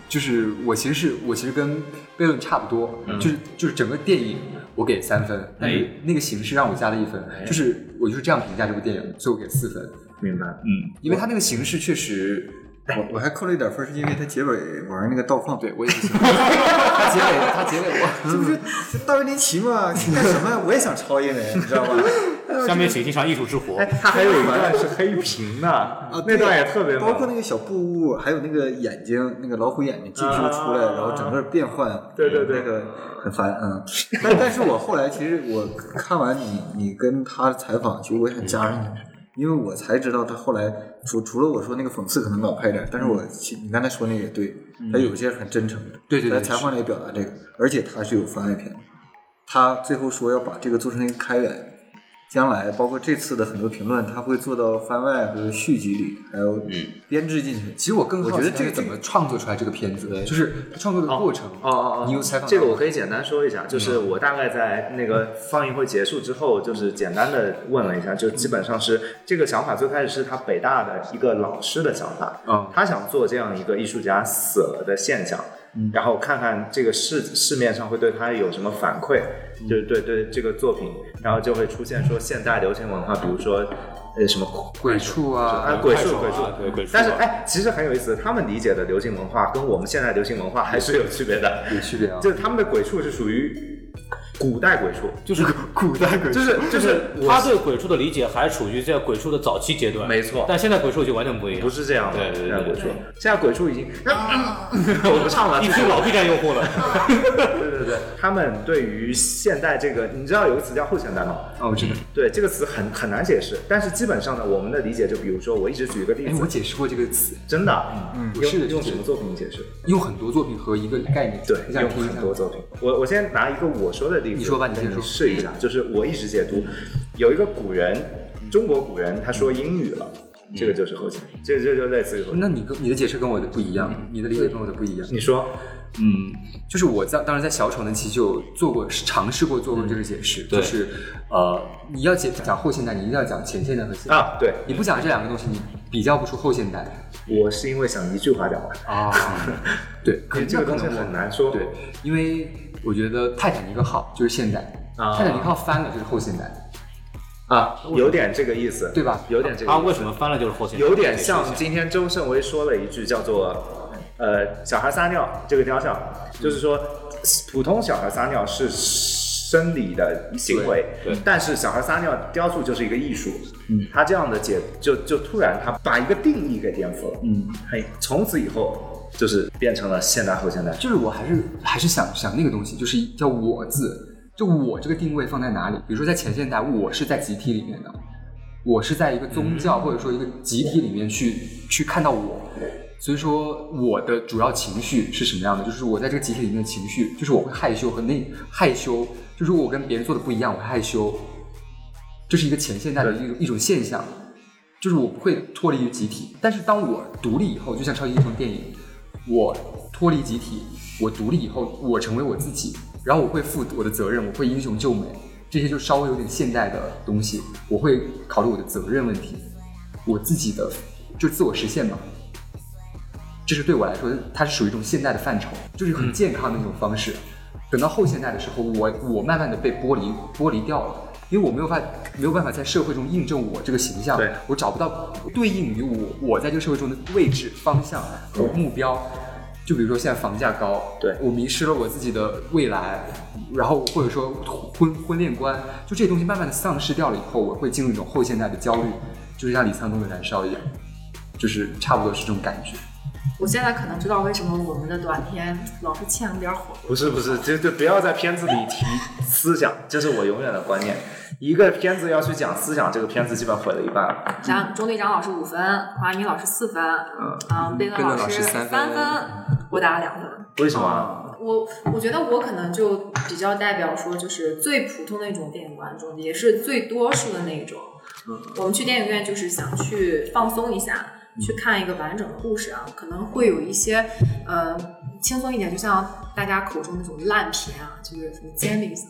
F: 就是我其实是我其实跟悖论差不多，嗯、就是就是整个电影我给三分，但是那个形式让我加了一分，哎、就是我就是这样评价这部电影，所以我给四分。
C: 明白，
F: 嗯，因为他那个形式确实。
D: 我我还扣了一点分，是因为他结尾玩那个倒放，
F: 对我也不喜欢。他结尾，他结尾我
D: 这不是大卫林奇吗？干什么？我也想抄因为你知道吧？
A: 下面请欣赏艺术之火。
C: 哎，他还有一段是黑屏的，啊，那段也特别
D: 包括那个小布屋，还有那个眼睛，那个老虎眼睛进去出来，然后整个变换，
C: 对对对，
D: 那个很烦，嗯。但但是我后来其实我看完你你跟他采访，其实我也想加上去。因为我才知道他后来除除了我说那个讽刺可能老派点，但是我你刚才说那个也对，他有些很真诚的，
F: 对对对，
D: 在采访里也表达这个，而且他是有番外篇的，他最后说要把这个做成一个开源，将来包括这次的很多评论，他会做到番外和续集里，还有编制进去。
F: 其实我更好奇这个怎么创作出来这个片子，就是他创作的过程。
C: 哦哦哦，
F: 你有采访
C: 这个我可以简单说一下，就是我大概在那个放映会结束之后，就是简单的问了一下，就基本上是这个想法最开始是他北大的一个老师的想法，
F: 嗯，
C: 他想做这样一个艺术家死了的现象。嗯、然后看看这个市市面上会对他有什么反馈，嗯、就是对对这个作品，然后就会出现说现代流行文化，比如说呃什么
F: 鬼畜啊，
C: 啊鬼畜鬼畜，
A: 对鬼畜。
C: 但是哎，其实很有意思，他们理解的流行文化跟我们现在流行文化还是有区别的，
F: 有区别啊。
C: 就是他们的鬼畜是属于古代鬼畜，
A: 就是
F: 古代鬼畜，
C: 就是就是
A: 他对鬼畜的理解还处于在鬼畜的早期阶段，
C: 没错。
A: 但现在鬼畜就完全不一样，
C: 不是这样的。
A: 对对对，
C: 鬼畜现在鬼畜已经，我不唱了，
A: 一听老 B 站用户了。
C: 对对对，他们对于现代这个，你知道有个词叫后现代吗？
F: 哦，我知道。
C: 对，这个词很很难解释，但是基本上呢，我们的理解就比如说，我一直举一个例子，
F: 哎，我解释过这个词，
C: 真的，
F: 嗯，不是
C: 用什么作品解释？
F: 用很多作品和一个概念，
C: 对，用很多作品。我我先拿一个我说的例子，
F: 你说吧，你先说。
C: 试一下，就是我一直解读，有一个古人，中国古人，他说英语了，这个就是后现代，这这就类似于后现代。
F: 那你跟你的解释跟我的不一样，你的理解跟我的不一样。
C: 你说，
F: 嗯，就是我在当时在小丑那期就做过尝试过做过这个解释，
A: 嗯、
F: 就是呃，你要解讲后现代，你一定要讲前现代和现代
C: 啊，对，
F: 你不讲这两个东西，你比较不出后现代。
C: 我是因为想一句话讲完
F: 啊，对，
C: 可这个东西很难说，
F: 对，因为我觉得泰坦尼克号就是现代。
C: 啊、
F: 泰坦尼克号翻了就是后现代，
C: 啊，有点这个意思，
F: 对吧？
C: 有点这个意思。
A: 他为什么翻了就是后现代？
C: 有点像今天周胜维说了一句叫做“呃，小孩撒尿”这个雕像，嗯、就是说普通小孩撒尿是生理的行为，
A: 对对，
C: 但是小孩撒尿雕塑就是一个艺术。
F: 嗯，
C: 他这样的解就就突然他把一个定义给颠覆了。
F: 嗯，
C: 嘿，从此以后就是变成了现代后现代。
F: 就是我还是还是想想那个东西，就是叫我字。就我这个定位放在哪里？比如说在前现代，我是在集体里面的，我是在一个宗教或者说一个集体里面去去看到我，所以说我的主要情绪是什么样的？就是我在这个集体里面的情绪，就是我会害羞和内害羞，就是我跟别人做的不一样，我会害羞，这是一个前现代的一种一种现象，就是我不会脱离于集体。但是当我独立以后，就像超级英雄电影，我脱离集体，我独立以后，我成为我自己。然后我会负我的责任，我会英雄救美，这些就稍微有点现代的东西。我会考虑我的责任问题，我自己的就自我实现吧。这是对我来说，它是属于一种现代的范畴，就是很健康的那种方式。嗯、等到后现代的时候，我我慢慢的被剥离剥离掉了，因为我没有办法没有办法在社会中印证我这个形象，
C: 对，
F: 我找不到对应于我我在这个社会中的位置、方向和目标。就比如说现在房价高，
C: 对，
F: 我迷失了我自己的未来，然后或者说婚婚恋观，就这些东西慢慢的丧失掉了以后，我会进入一种后现代的焦虑，就是像李沧东的燃烧一样，就是差不多是这种感觉。
E: 我现在可能知道为什么我们的短片老是欠了点火。
C: 不是不是，就就不要在片子里提思想，这是我永远的观念。一个片子要去讲思想，这个片子基本毁了一半了。
E: 像钟队长老师五分，华明老师四分，嗯，啊，贝勒老师三分，我打了两分。
C: 为什么？
E: 我我觉得我可能就比较代表说，就是最普通的一种电影观众，也是最多数的那一种。嗯，我们去电影院就是想去放松一下。去看一个完整的故事啊，可能会有一些呃轻松一点，就像大家口中那种烂片啊，就是什么煎饼侠、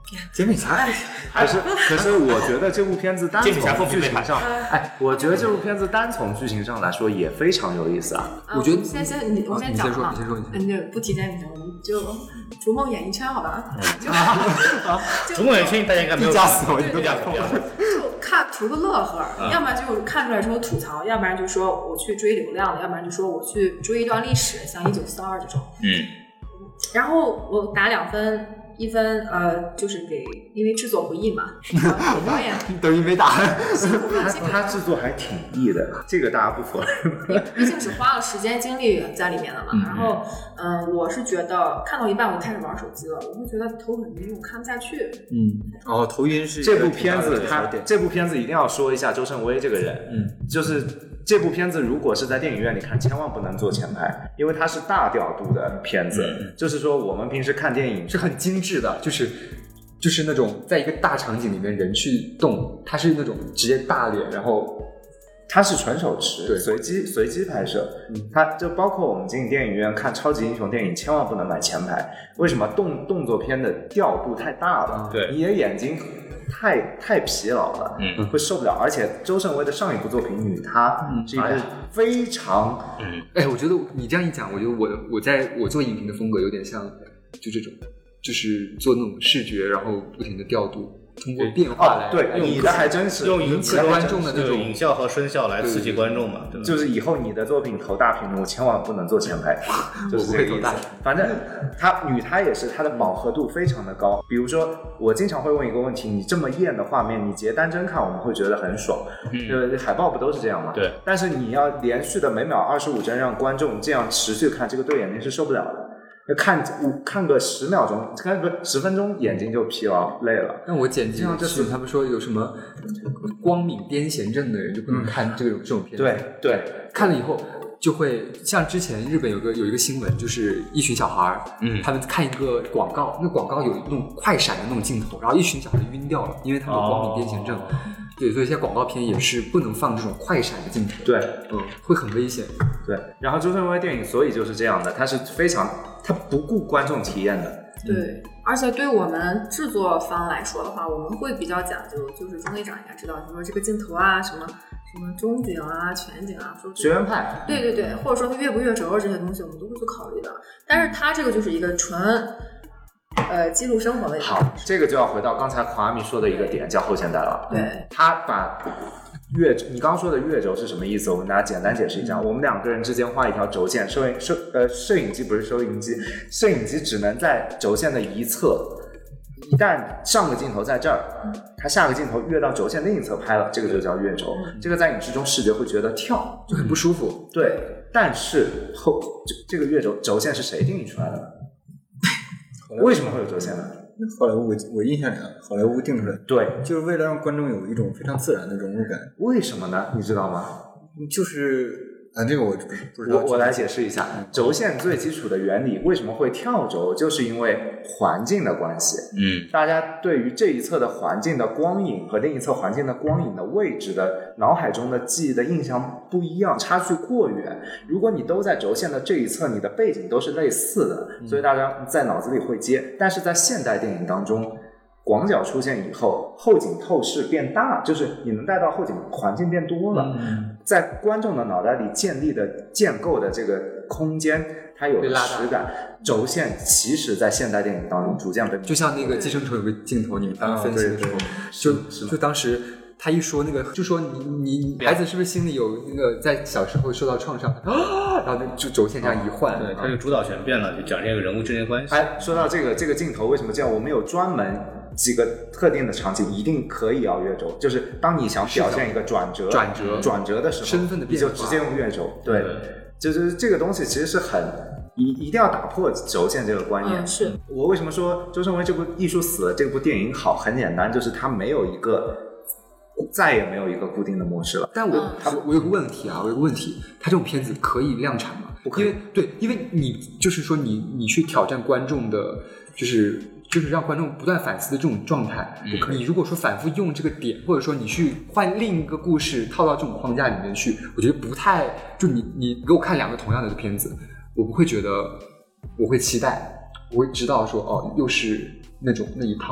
D: 煎饼侠，
C: 可是可是我觉得这部片子单
A: 煎饼侠
C: 从
A: 凤飞飞
C: 剧情上，哎，我觉得这部片子单从剧情上来说也非常有意思啊。
E: 啊
F: 我觉得
E: 们先先你我先
F: 啊你先说
E: 讲嘛，
F: 你先说你先
E: 嗯，就不提煎饼侠，我们就逐梦演艺圈好吧？就
A: 逐梦演艺圈大家应该没有
D: 吓死我
E: 对对
A: 架死我
E: 就看图个乐呵，
A: 嗯
E: 要不然就看出来之后吐槽，要不然就说我去追流量了，要不然就说我去追一段历史，像一九四二这种。
A: 嗯，
E: 然后我打两分，一分呃就是给，因为制作不易嘛，然后给导演
D: 都因为打。
E: 辛苦了，
C: 他
E: 辛苦了。
C: 他制作还挺易的，这个大家不否认。
E: 毕竟是花了时间精力在里面的嘛。
A: 嗯
E: 然后，嗯、呃，我是觉得看到一半我就开始玩手机了，我会觉得头很晕，我看不下去。
D: 嗯，哦，头晕是一
C: 这部
D: 个挺大的
C: 片子他
D: 吐槽点
C: 这部片子一定要说一下周胜威这个人，
D: 嗯，
C: 就是这部片子如果是在电影院里看，千万不能坐前排，因为它是大调度的片子，就是说我们平时看电影
F: 是很精致的，就是就是那种在一个大场景里面人去动，它是那种直接大脸，然后
C: 它是纯手持，
F: 对
C: 随机随机拍摄。它就包括我们进电影院看超级英雄电影，千万不能买前排。为什么？动动作片的调度太大了，
A: 对
C: 你的眼睛太太疲劳了，
A: 嗯，
C: 会受不了。而且周胜威的上一部作品《女她》是一部
A: 哎呀
C: 非常
A: 嗯，
F: 哎，我觉得你这样一讲，我觉得我我在我做影评的风格有点像，就这种，就是做那种视觉，然后不停的调度，通过变化来，
C: 哦，对，
F: 用
C: 你的还真是
A: 用
F: 引起观众的那种
A: 影效和声效来刺激观众嘛，对吧？
C: 就是以后你的作品投大屏幕，千万不能坐前排，就是这个意思
F: 我不会投大。
C: 反正它女她也是，她的饱和度非常的高。比如说，我经常会问一个问题：你这么艳的画面，你截单帧看，我们会觉得很爽，就是海报不都是这样吗？
A: 对。
C: 但是你要连续的每秒二十五帧，让观众这样持续看，这个对眼睛是受不了的。看看个十秒钟，看不十分钟，眼睛就疲劳累了。
F: 但我剪辑
C: 这样这
F: 是他们说有什么光敏癫痫症的人就不能看这种、这种片子，
C: 对对，
F: 看了以后就会像之前日本有个有一个新闻，就是一群小孩儿，
A: 嗯
F: 他们看一个广告，那广告有那种快闪的那种镜头，然后一群小孩晕掉了，因为他们有光敏癫痫症。
A: 哦
F: 对，所以现在广告片也是不能放这种快闪的镜头，
C: 对，
F: 嗯，会很危险。
C: 对，然后周胜威电影所以就是这样的，它是非常他不顾观众体验的。
E: 对，而且对我们制作方来说的话，我们会比较讲究，就是钟队长应该知道，就说这个镜头啊，什么什么中景啊、全景啊，说
C: 学院派，
E: 对对对，或者说它越不越轴这些东西，我们都会去考虑的。但是它这个就是一个纯呃记录生活的一个。
C: 好，这个就要回到刚才黄阿米说的一个点，叫后现代了。
E: 对，
C: 他把月，你刚刚说的月轴是什么意思？我跟大家简单解释一下。我们两个人之间画一条轴线，摄影摄呃摄影机不是收音机，摄影机只能在轴线的一侧。一旦上个镜头在这儿，它下个镜头越到轴线另一侧拍了，这个就叫月轴。这个在影视中视觉会觉得跳，
F: 就很不舒服。
C: 对。但是后这个月轴轴线是谁定义出来的呢？为什么会有轴线呢？
D: 好莱坞我我印象里啊，好莱坞定出来，
C: 对，
D: 就是为了让观众有一种非常自然的融入感。
C: 为什么呢？你知道吗？
D: 就是啊，这个我不是不知道。
C: 我我来解释一下，轴线最基础的原理为什么会跳轴，就是因为环境的关系。
A: 嗯，
C: 大家对于这一侧的环境的光影和另一侧环境的光影的位置的脑海中的记忆的印象不一样，差距过远。如果你都在轴线的这一侧，你的背景都是类似的，所以大家在脑子里会接。但是在现代电影当中，广角出现以后，后景透视变大，就是你能带到后景环境变多了，
F: 嗯、
C: 在观众的脑袋里建立的建构的这个空间，它有了实感。轴线其实在现代电影当中逐渐被，
F: 就像那个寄生虫有个镜头，你们当时分析的时候，
C: 啊、
F: 就就当时他一说那个，就说你你你孩子是不是心里有那个在小时候受到创伤啊？然后就轴线这样一换，
A: 对，他就主导权变了，就讲这个人物之间关系。
C: 哎，说到这个这个镜头为什么这样？我们有专门几个特定的场景一定可以要月轴，就是当你想表现一个转折、
F: 转折、
C: 转折的时候，
F: 身份的变化，
C: 你就直接用月轴。对，对就是这个东西其实是很一一定要打破轴线这个观念。
E: 嗯，是
C: 我为什么说周胜威这部《艺术死了》这部电影好？很简单，就是它没有一个。再也没有一个固定的模式了。
F: 但我、嗯、我我有个问题啊，我有个问题，它这种片子可以量产吗？
C: 不可以。
F: 因为对，因为你就是说你你去挑战观众的，就是就是让观众不断反思的这种状态。
C: 不可以。
F: 你如果说反复用这个点，或者说你去换另一个故事套到这种框架里面去，我觉得不太就你你给我看两个同样的片子，我不会觉得我会期待，我会知道说哦又是那种那一套。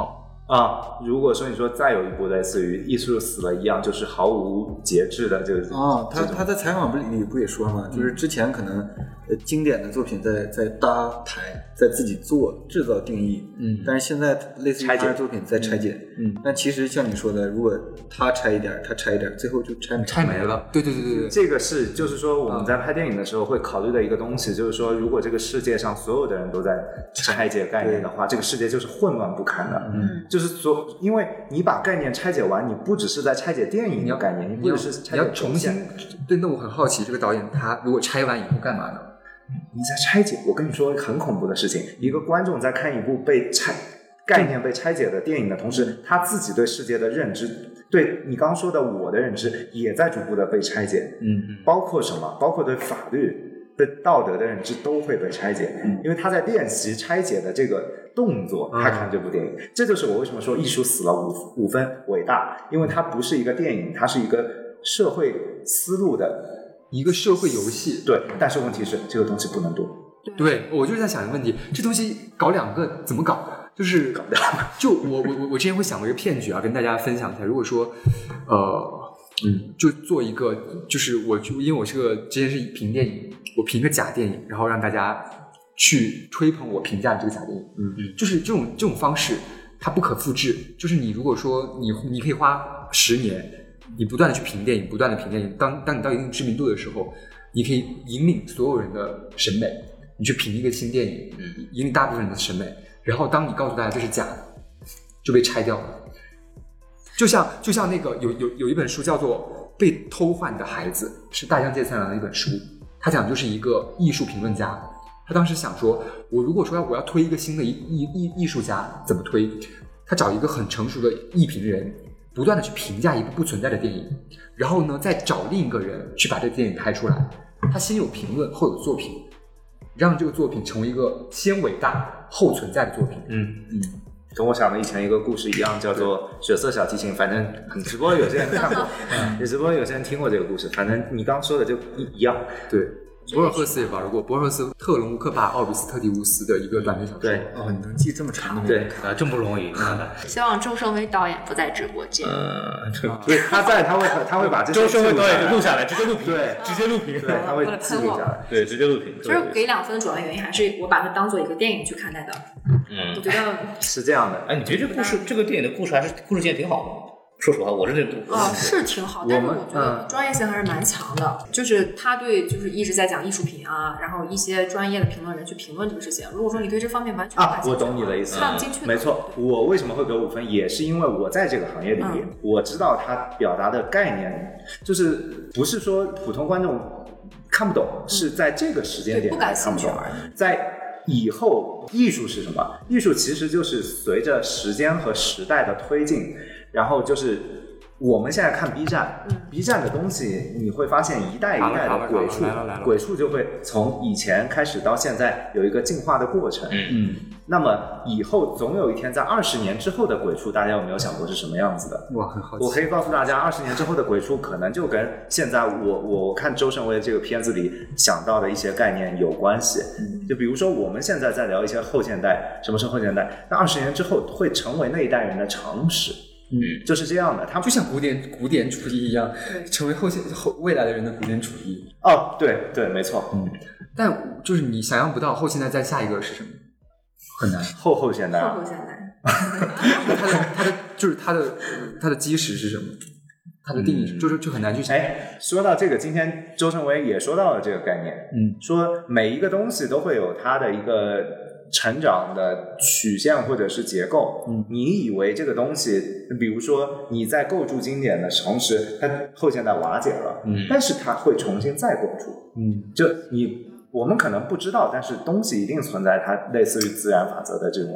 C: 啊，如果说你说再有一部类似于艺术死了一样，就是毫无节制的这个
D: 哦，他他在采访里不也说了吗？嗯、就是之前可能呃经典的作品在在搭台，在自己做制造定义，嗯，但是现在类似于他的作品在拆解，嗯，但其实像你说的，如果他拆一点，他拆一点，最后就拆没
F: 拆没了。对对对对对，
C: 这个是就是说我们在拍电影的时候会考虑的一个东西，就是说如果这个世界上所有的人都在拆解概念的话，这个世界就是混乱不堪的，嗯，就是说，因为你把概念拆解完，你不只是在拆解电影的概念，你不只是拆解
F: 你要重新。对，那我很好奇，这个导演他如果拆完以后干嘛呢？
C: 你在拆解，我跟你说很恐怖的事情，一个观众在看一部被拆概念被拆解的电影的同时，他自己对世界的认知，对你刚刚说的我的认知，也在逐步的被拆解。嗯，包括什么？包括对法律、对道德的认知都会被拆解，嗯、因为他在练习拆解的这个动作，他看这部电影，嗯、这就是我为什么说艺术死了五五分伟大，因为它不是一个电影，它是一个社会思路的。
F: 一个社会游戏，
C: 对，但是问题是这个东西不能多。
F: 对，我就是在想一个问题，这东西搞两个怎么搞？就是搞两个，就我我我我之前会想过一个骗局啊，跟大家分享一下。如果说，呃，嗯，就做一个，就是我就因为我是个之前是评电影，我评个假电影，然后让大家去吹捧我评价这个假电影，嗯嗯，就是这种这种方式，它不可复制。就是你如果说你你可以花十年。你不断的去评电影，不断的评电影，当当你到一定知名度的时候，你可以引领所有人的审美，你去评一个新电影，引领大部分人的审美，然后当你告诉大家这是假的，就被拆掉了。就像就像那个有有有一本书叫做《被偷换的孩子》，是大江健三郎的一本书，他讲就是一个艺术评论家，他当时想说，我如果说我要推一个新的艺艺艺术家，怎么推？他找一个很成熟的艺评人。不断的去评价一部不存在的电影，然后呢，再找另一个人去把这个电影拍出来。他先有评论，后有作品，让这个作品成为一个先伟大后存在的作品。嗯
C: 嗯，跟我想的以前一个故事一样，叫做《血色小提琴》。反正很直播有些人看过，也直播有些人听过这个故事。反正你刚说的就一一样。
F: 对。博尔赫斯也玩过，博尔赫斯特伦乌克巴奥比斯特迪乌斯的一个短篇小说。
C: 对，
D: 哦，你能记这么长的？
C: 对，
A: 啊，真不容易。
E: 希望周胜威导演不在直播间。
C: 呃，对，他在，他会，他会把这
A: 周胜威导演录下来，直接录屏，
C: 对，
A: 直接录屏，
C: 对，他会记录下来，对，直接录屏。
E: 就是给两分的主要原因还是我把它当做一个电影去看待的。嗯，我觉得
C: 是这样的。
A: 哎，你觉得这个故事，这个电影的故事还是故事线挺好的？说实话，我是这种
E: 啊，是挺好，但是我觉得专业性还是蛮强的。嗯、就是他对，就是一直在讲艺术品啊，然后一些专业的评论人去评论这个事情。如果说你对这方面完全
C: 啊，我懂你的意思，
E: 看不进去。
C: 没错，我为什么会给五分，也是因为我在这个行业里面，嗯、我知道他表达的概念，就是不是说普通观众看不懂，嗯、是在这个时间点看不懂，在。以后艺术是什么？艺术其实就是随着时间和时代的推进，然后就是我们现在看 B 站、嗯、B 站的东西，你会发现一代一代的鬼畜，鬼畜就会从以前开始到现在有一个进化的过程。嗯，那么以后总有一天，在二十年之后的鬼畜，大家有没有想过是什么样子的？
D: 哇，很好奇。
C: 我可以告诉大家，二十年之后的鬼畜可能就跟现在我我看周胜威这个片子里想到的一些概念有关系。嗯，就比如说我们现在在聊一些后现代，什么是后现代？那二十年之后会成为那一代人的常识。嗯，就是这样的，他们
F: 就像古典古典主义一样，成为后现后未来的人的古典主义。
C: 哦，对对，没错。
F: 嗯，但就是你想象不到后现代再下一个是什么，很难。
C: 后后现代，
E: 后后现代。
F: 它的它的就是它的它的基石是什么？它的定义、嗯、就是就很难去想。
C: 哎，说到这个，今天周胜威也说到了这个概念。嗯，说每一个东西都会有它的一个成长的曲线或者是结构。嗯，你以为这个东西，比如说你在构筑经典的同时，它后现代瓦解了，嗯，但是它会重新再构筑。嗯，就你我们可能不知道，但是东西一定存在它类似于自然法则的这种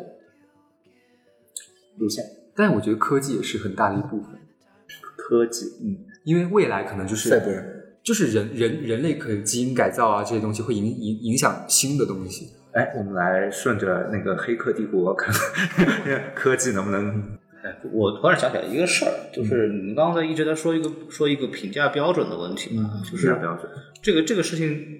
C: 路线。
F: 但我觉得科技也是很大的一部分。
C: 科技，
F: 嗯，因为未来可能就是
D: 赛博，
F: 就是人人人类可以基因改造啊，这些东西会影影影响新的东西。
C: 哎，我们来顺着那个《黑客帝国》看科技能不能？
A: 哎，我突然想起来一个事儿，就是你刚才一直在说一个说一个评价标准的问题嘛，嗯、就是
C: 标准
A: 这个这个事情，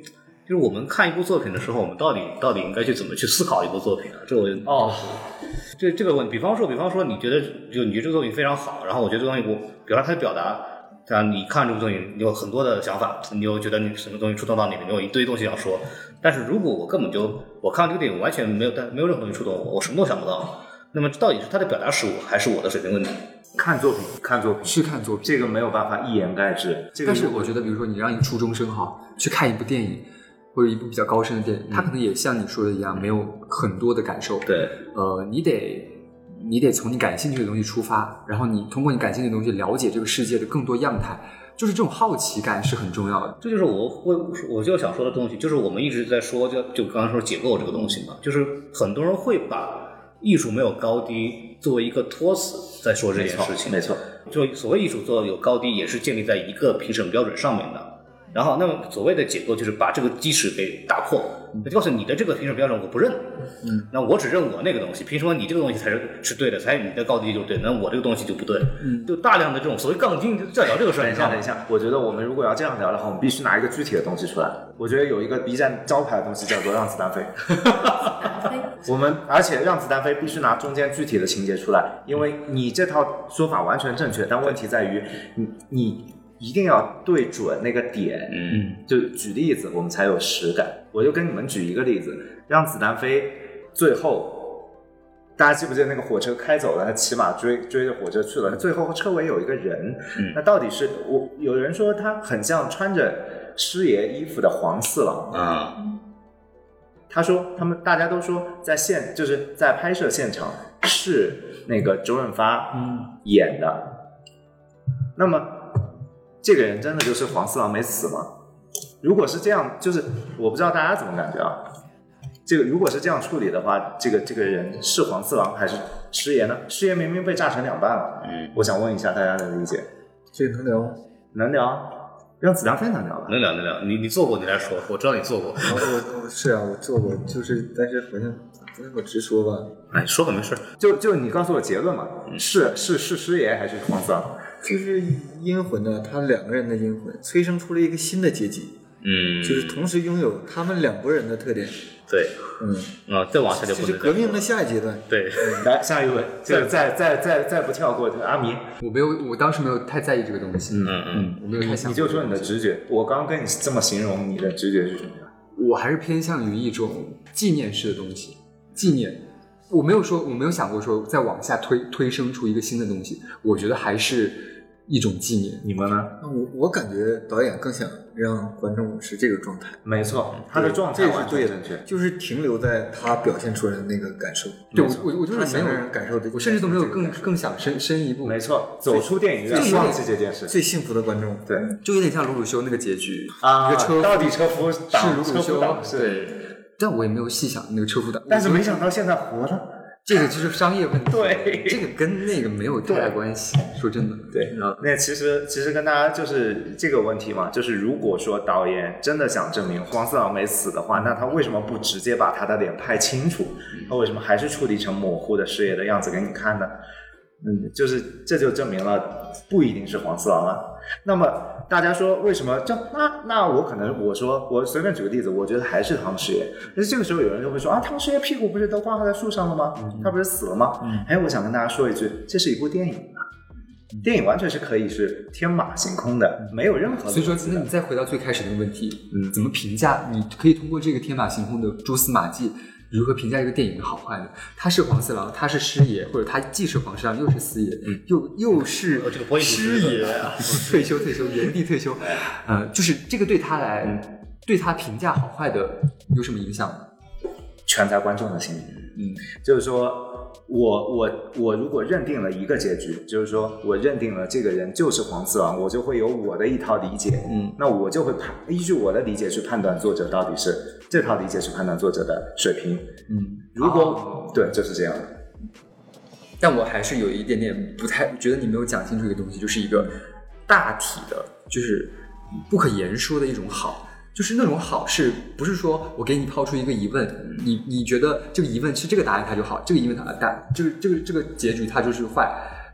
A: 就是我们看一部作品的时候，我们到底到底应该去怎么去思考一部作品啊？这我哦，这这个问题，比方说，比方说，你觉得就你觉得这个作品非常好，然后我觉得这个东西我，比方说它的表达，啊，你看这部作品，你有很多的想法，你又觉得你什么东西触动到你了，你有一堆东西想说。但是如果我根本就我看这个电影完全没有没有任何东西触动我，我什么都想不到，那么到底是它的表达失误，还是我的水平问题？
C: 看作品，看作品
F: 去看作品，
C: 这个没有办法一言盖之。这个、
F: 但是我觉得，比如说你让一个初中生哈去看一部电影，或者一部比较高深的电影，嗯、他可能也像你说的一样，没有很多的感受。
A: 对，
F: 呃，你得你得从你感兴趣的东西出发，然后你通过你感兴趣的东西了解这个世界的更多样态。就是这种好奇感是很重要的，
A: 这就是我我我就想说的东西，就是我们一直在说，就就刚刚说解构这个东西嘛，就是很多人会把艺术没有高低作为一个托词在说这件事情，
C: 没错，
A: 就所谓艺术做有高低，也是建立在一个评审标准上面的。然后，那么所谓的解构就是把这个基石给打破，就告诉你的这个评审标准我不认，嗯，那我只认我那个东西，凭什么你这个东西才是是对的，才你的高低就对，那我这个东西就不对，嗯，就大量的这种所谓杠精在聊这个事儿。
C: 等一下，等一下，我觉得我们如果要这样聊的话，我们必须拿一个具体的东西出来。我觉得有一个 B 站招牌的东西叫做让子弹飞，我们而且让子弹飞必须拿中间具体的情节出来，因为你这套说法完全正确，但问题在于你你。一定要对准那个点，嗯，就举例子，我们才有实感。我就跟你们举一个例子，让子弹飞，最后大家记不记得那个火车开走了，他骑马追追着火车去了，最后车尾有一个人，嗯，那到底是我有人说他很像穿着师爷衣服的黄四郎啊，嗯，他说他们大家都说在现就是在拍摄现场是那个周润发演的，嗯，那么。这个人真的就是黄四郎没死吗？如果是这样，就是我不知道大家怎么感觉啊。这个如果是这样处理的话，这个这个人是黄四郎还是师爷呢？师爷明明被炸成两半了。嗯，我想问一下大家的理解。
D: 这个能聊吗？
C: 能聊，让子弹飞能聊吧？
A: 能聊能聊。你你做过，你来说，我知道你做过。
D: 我我是啊，我做过，就是但是好像不那么直说吧。
A: 哎，说吧没事。
C: 就就你告诉我结论嘛，是是是师爷还是黄四郎？
D: 就是阴魂呢，他两个人的阴魂催生出了一个新的阶级，
A: 嗯，
D: 就是同时拥有他们两拨人的特点。
A: 对，
D: 嗯，
A: 啊，再往下就不能。
D: 就是革命的下一阶段。
A: 对，
C: 来下一位，再再再再再不跳过阿弥，
F: 我没有，我当时没有太在意这个东西。
A: 嗯嗯，
F: 我没有太想。
C: 你就说你的直觉，我刚刚跟你这么形容，你的直觉是什么样？
F: 我还是偏向于一种纪念式的东西，纪念。我没有说，我没有想过说再往下推推生出一个新的东西。我觉得还是一种纪念。
C: 你们呢？
D: 我我感觉导演更想让观众是这个状态。
C: 没错，他的状态完全正确，
D: 就是停留在他表现出来的那个感受。
F: 对，我我我就是没有
D: 人感受的，
F: 我甚至都没有更更想深深一步。
C: 没错，走出电影院忘记这件事，
D: 最幸福的观众。
C: 对，
F: 就有点像鲁鲁修那个结局
C: 啊，
F: 一个车
C: 到底车夫
F: 是鲁鲁修，
C: 对，
F: 但我也没有细想那个车夫党，
C: 但是没想到现在活了。
F: 这个就是商业问题，
C: 对，
F: 这个跟那个没有太大关系。说真的，
C: 对，那其实其实跟大家就是这个问题嘛，就是如果说导演真的想证明黄四郎没死的话，那他为什么不直接把他的脸拍清楚？他为什么还是处理成模糊的师爷的样子给你看呢？嗯，就是这就证明了不一定是黄四郎了。那么大家说为什么这那那我可能我说我随便举个例子，我觉得还是汤师爷。但是这个时候有人就会说啊，汤师爷屁股不是都挂在树上了吗？嗯、他不是死了吗？嗯、哎，我想跟大家说一句，这是一部电影啊，电影完全是可以是天马行空的，没有任何。
F: 所以说，那你再回到最开始那个问题，嗯，怎么评价？你可以通过这个天马行空的蛛丝马迹。如何评价一个电影的好坏呢？他是黄四郎，他是师爷，或者他既是黄四郎又是四爷，嗯、又又是师爷，退休退休原地退休，呃，就是这个对他来，嗯、对他评价好坏的有什么影响呢？
C: 全在观众的心里。嗯，就是说我我我如果认定了一个结局，就是说我认定了这个人就是黄四郎，我就会有我的一套理解。嗯，那我就会判依据我的理解去判断作者到底是这套理解去判断作者的水平。嗯，如果、哦、对就是这样的。
F: 但我还是有一点点不太觉得你没有讲清楚一个东西，就是一个大体的，就是不可言说的一种好。就是那种好，是不是说我给你抛出一个疑问，你你觉得这个疑问是这个答案它就好，这个疑问它答这个这个这个结局它就是坏，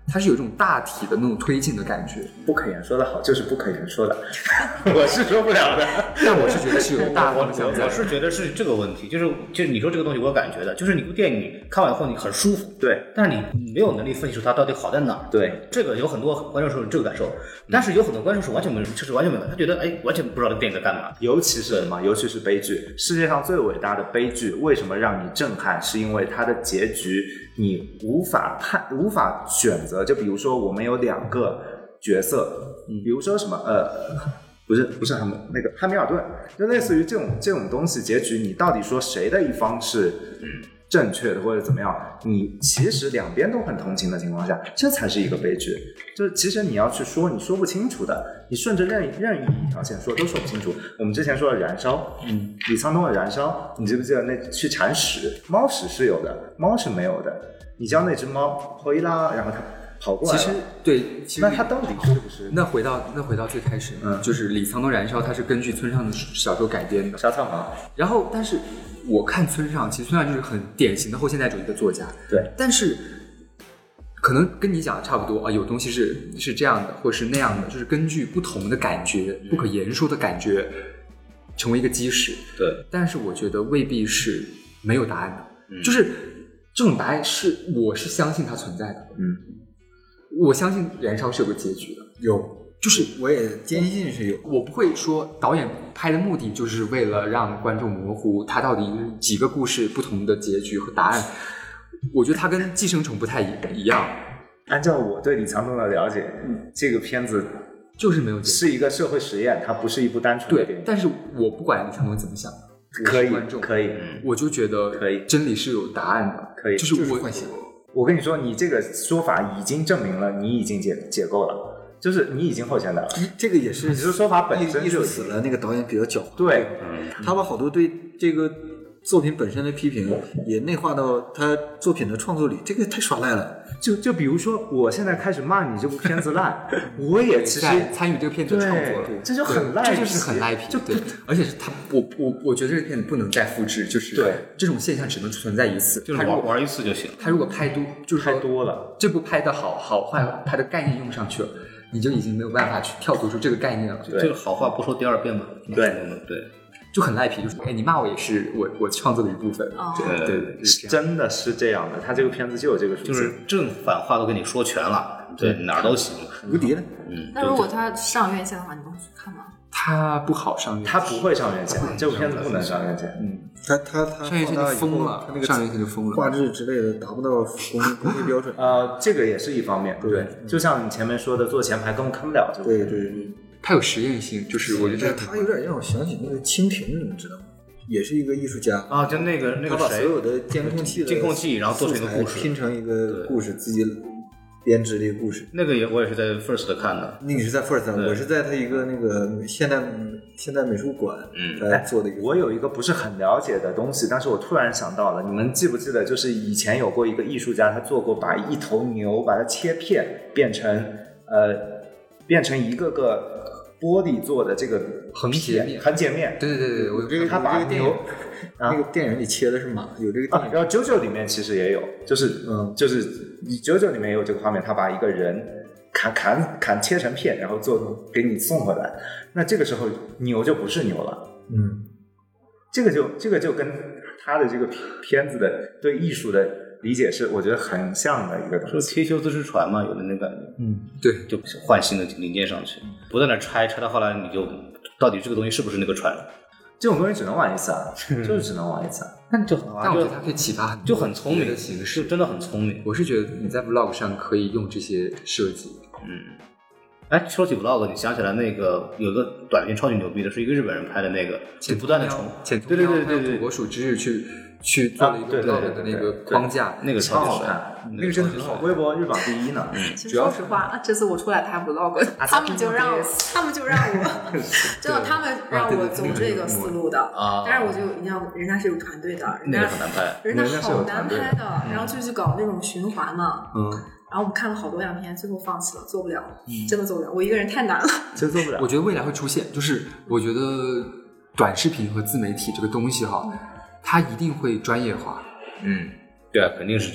F: 它是有一种大体的那种推进的感觉。
C: 不可言说的好，就是不可言说的，我是说不了的。
F: 但我是觉得是有大方向在。
A: 我是觉得是这个问题，就是就是你说这个东西我有感觉的，就是你部电影你看完以后你很舒服，
C: 对，
A: 但是你没有能力分析出它到底好在哪儿。
C: 对，
A: 这个有很多观众是有这个感受，但是有很多观众是完全没有，就是完全没有，他觉得哎，完全不知道这个电影在干嘛。
C: 尤其是什么？尤其是悲剧。世界上最伟大的悲剧，为什么让你震撼？是因为它的结局你无法判，无法选择。就比如说，我们有两个角色，比如说什么呃。不是不是汉那个汉密尔顿，就类似于这种这种东西，结局你到底说谁的一方是正确的或者怎么样？你其实两边都很同情的情况下，这才是一个悲剧。就是其实你要去说，你说不清楚的，你顺着任任意一条线说都说不清楚。我们之前说的燃烧，嗯，李沧东的燃烧，你记不记得那去铲屎，猫屎是有的，猫是没有的。你教那只猫吼一拉，然后它跑过来了。
F: 其实对，其实
C: 那它到底是不是？
F: 那回到那回到最开始，嗯，就是李沧东燃烧，它是根据村上的小说改编的。
C: 沙仓房。
F: 然后，但是我看村上，其实村上就是很典型的后现代主义的作家。
C: 对。
F: 但是可能跟你讲的差不多啊，有东西是是这样的，或是那样的，就是根据不同的感觉，不可言说的感觉，成为一个基石。
A: 对。
F: 但是我觉得未必是没有答案的，
A: 嗯、
F: 就是这种答案是我是相信它存在的。
C: 嗯。
F: 我相信燃烧是有个结局的，
D: 有，
F: 就是
D: 我也坚信是有。
F: 我不会说导演拍的目的就是为了让观众模糊他到底几个故事不同的结局和答案。我觉得他跟《寄生虫》不太一样。
C: 按照我对李沧东的了解，这个片子
F: 就是没有结局，
C: 是一个社会实验，它不是一部单纯的电影。
F: 对，但是我不管李沧东怎么想，
C: 可以，
F: 观众
C: 可以，
F: 我就觉得
C: 可以，
F: 真理是有答案的，
C: 可以，
F: 就是我。
D: 幻想。
C: 我跟你说，你这个说法已经证明了你已经解解构了，就是你已经后现代了。
D: 这个也是，
C: 你这说法本身
D: 艺术死了，那个导演比较狡猾。
C: 对，
D: 嗯，他把好多对这个作品本身的批评也内化到他作品的创作里，这个太耍赖了。
C: 就就比如说，我现在开始骂你这部片子烂，我也其实
F: 参与这个片子的创作了，
C: 这就很赖皮，
F: 这就是很赖皮。对，而且是他，我我我觉得这个片子不能再复制，就是
C: 对
F: 这种现象只能存在一次，
A: 就是玩玩一次就行。
F: 他如果拍多，就是
C: 太多了，
F: 这部拍的好好坏，他的概念用上去了，你就已经没有办法去跳脱出这个概念了。
A: 这个好话不说第二遍嘛。
C: 对
A: 对。
F: 就很赖皮，就是哎，你骂我也是我我创作的一部分，
E: 哦、
F: 对对对，
C: 真的是这样的。他这个片子就有这个属性，
A: 就是正反话都跟你说全了，对，哪儿都行，
D: 无敌了。
A: 嗯，
E: 那如果他上院线的话，你们会去看吗？
F: 他不好上院线，
C: 他不会上院线，这部片子不能上院线。
D: 嗯，他他他
F: 上院线就疯了，
D: 他那个
F: 上院线就疯了，
D: 画质之类的达不到工工业标准。
C: 呃，这个也是一方面，对，就像你前面说的，做前排根本看不了这个。
D: 对对对，
F: 它有实验性，就是我觉得
D: 他有点让我想起那个蜻蜓，你们知道吗？也是一个艺术家
A: 啊，就那个那个
D: 他把所有的监控器的
A: 监控器，然后做成一个故事，
D: 拼成一个故事，自己编织的一个故事。
A: 那个也我也是在 First 看的，
D: 那你是在 First， 我是在他一个那个现代现代美术馆
A: 嗯
D: 来做的一个。
C: 我有一个不是很了解的东西，但是我突然想到了，你们记不记得，就是以前有过一个艺术家，他做过把一头牛把它切片，变成呃变成一个个玻璃做的这个
F: 横截面，
C: 横截面。
F: 对对对对，我
D: 这个
C: 他把牛。
D: 那个电影里切的是马，有这个电影。
C: 啊、然后《九九》里面其实也有，就是嗯，就是《九九》里面也有这个画面，他把一个人砍砍砍切成片，然后做给你送回来。那这个时候牛就不是牛了，
D: 嗯，
C: 这个就这个就跟他的这个片子的对艺术的理解是，我觉得很像的一个东西。
A: 说切修斯之船嘛，有的那感觉，
F: 嗯，对，
A: 就换新的零件上去，不断的拆，拆到后来你就到底这个东西是不是那个船？
C: 这种东西只能玩一次啊，就是只能玩一次啊。
A: 那就很，
F: 但我觉得它可以启发很多，
A: 就很聪明
F: 的形式，
A: 就真的很聪明。
F: 我是觉得你在 vlog 上可以用这些设计。
A: 嗯，哎，说起 vlog， 你想起来那个有个短片超级牛逼的，是一个日本人拍的那个，就不断的重，
F: 对
A: 对对对对对，
F: 土拨鼠之日去去做了一个 vlog 的那个框架，
A: 那个超好看，
C: 那个真的很好，微博日榜第一呢。
E: 其实说实话，这次我出来拍 vlog， 他们就让我，他们就让我，真的他们让我走这个思路的啊。但是我就一定要，人家是有团队的，人家
A: 很难拍，
E: 人家好难拍的，然后就去搞那种循环嘛，
F: 嗯。
E: 然后我们看了好多样片，最后放弃了，做不了，真的做不了，我一个人太难了，
C: 真做不了。
F: 我觉得未来会出现，就是我觉得短视频和自媒体这个东西哈，它一定会专业化。
A: 嗯，对啊，肯定是这样。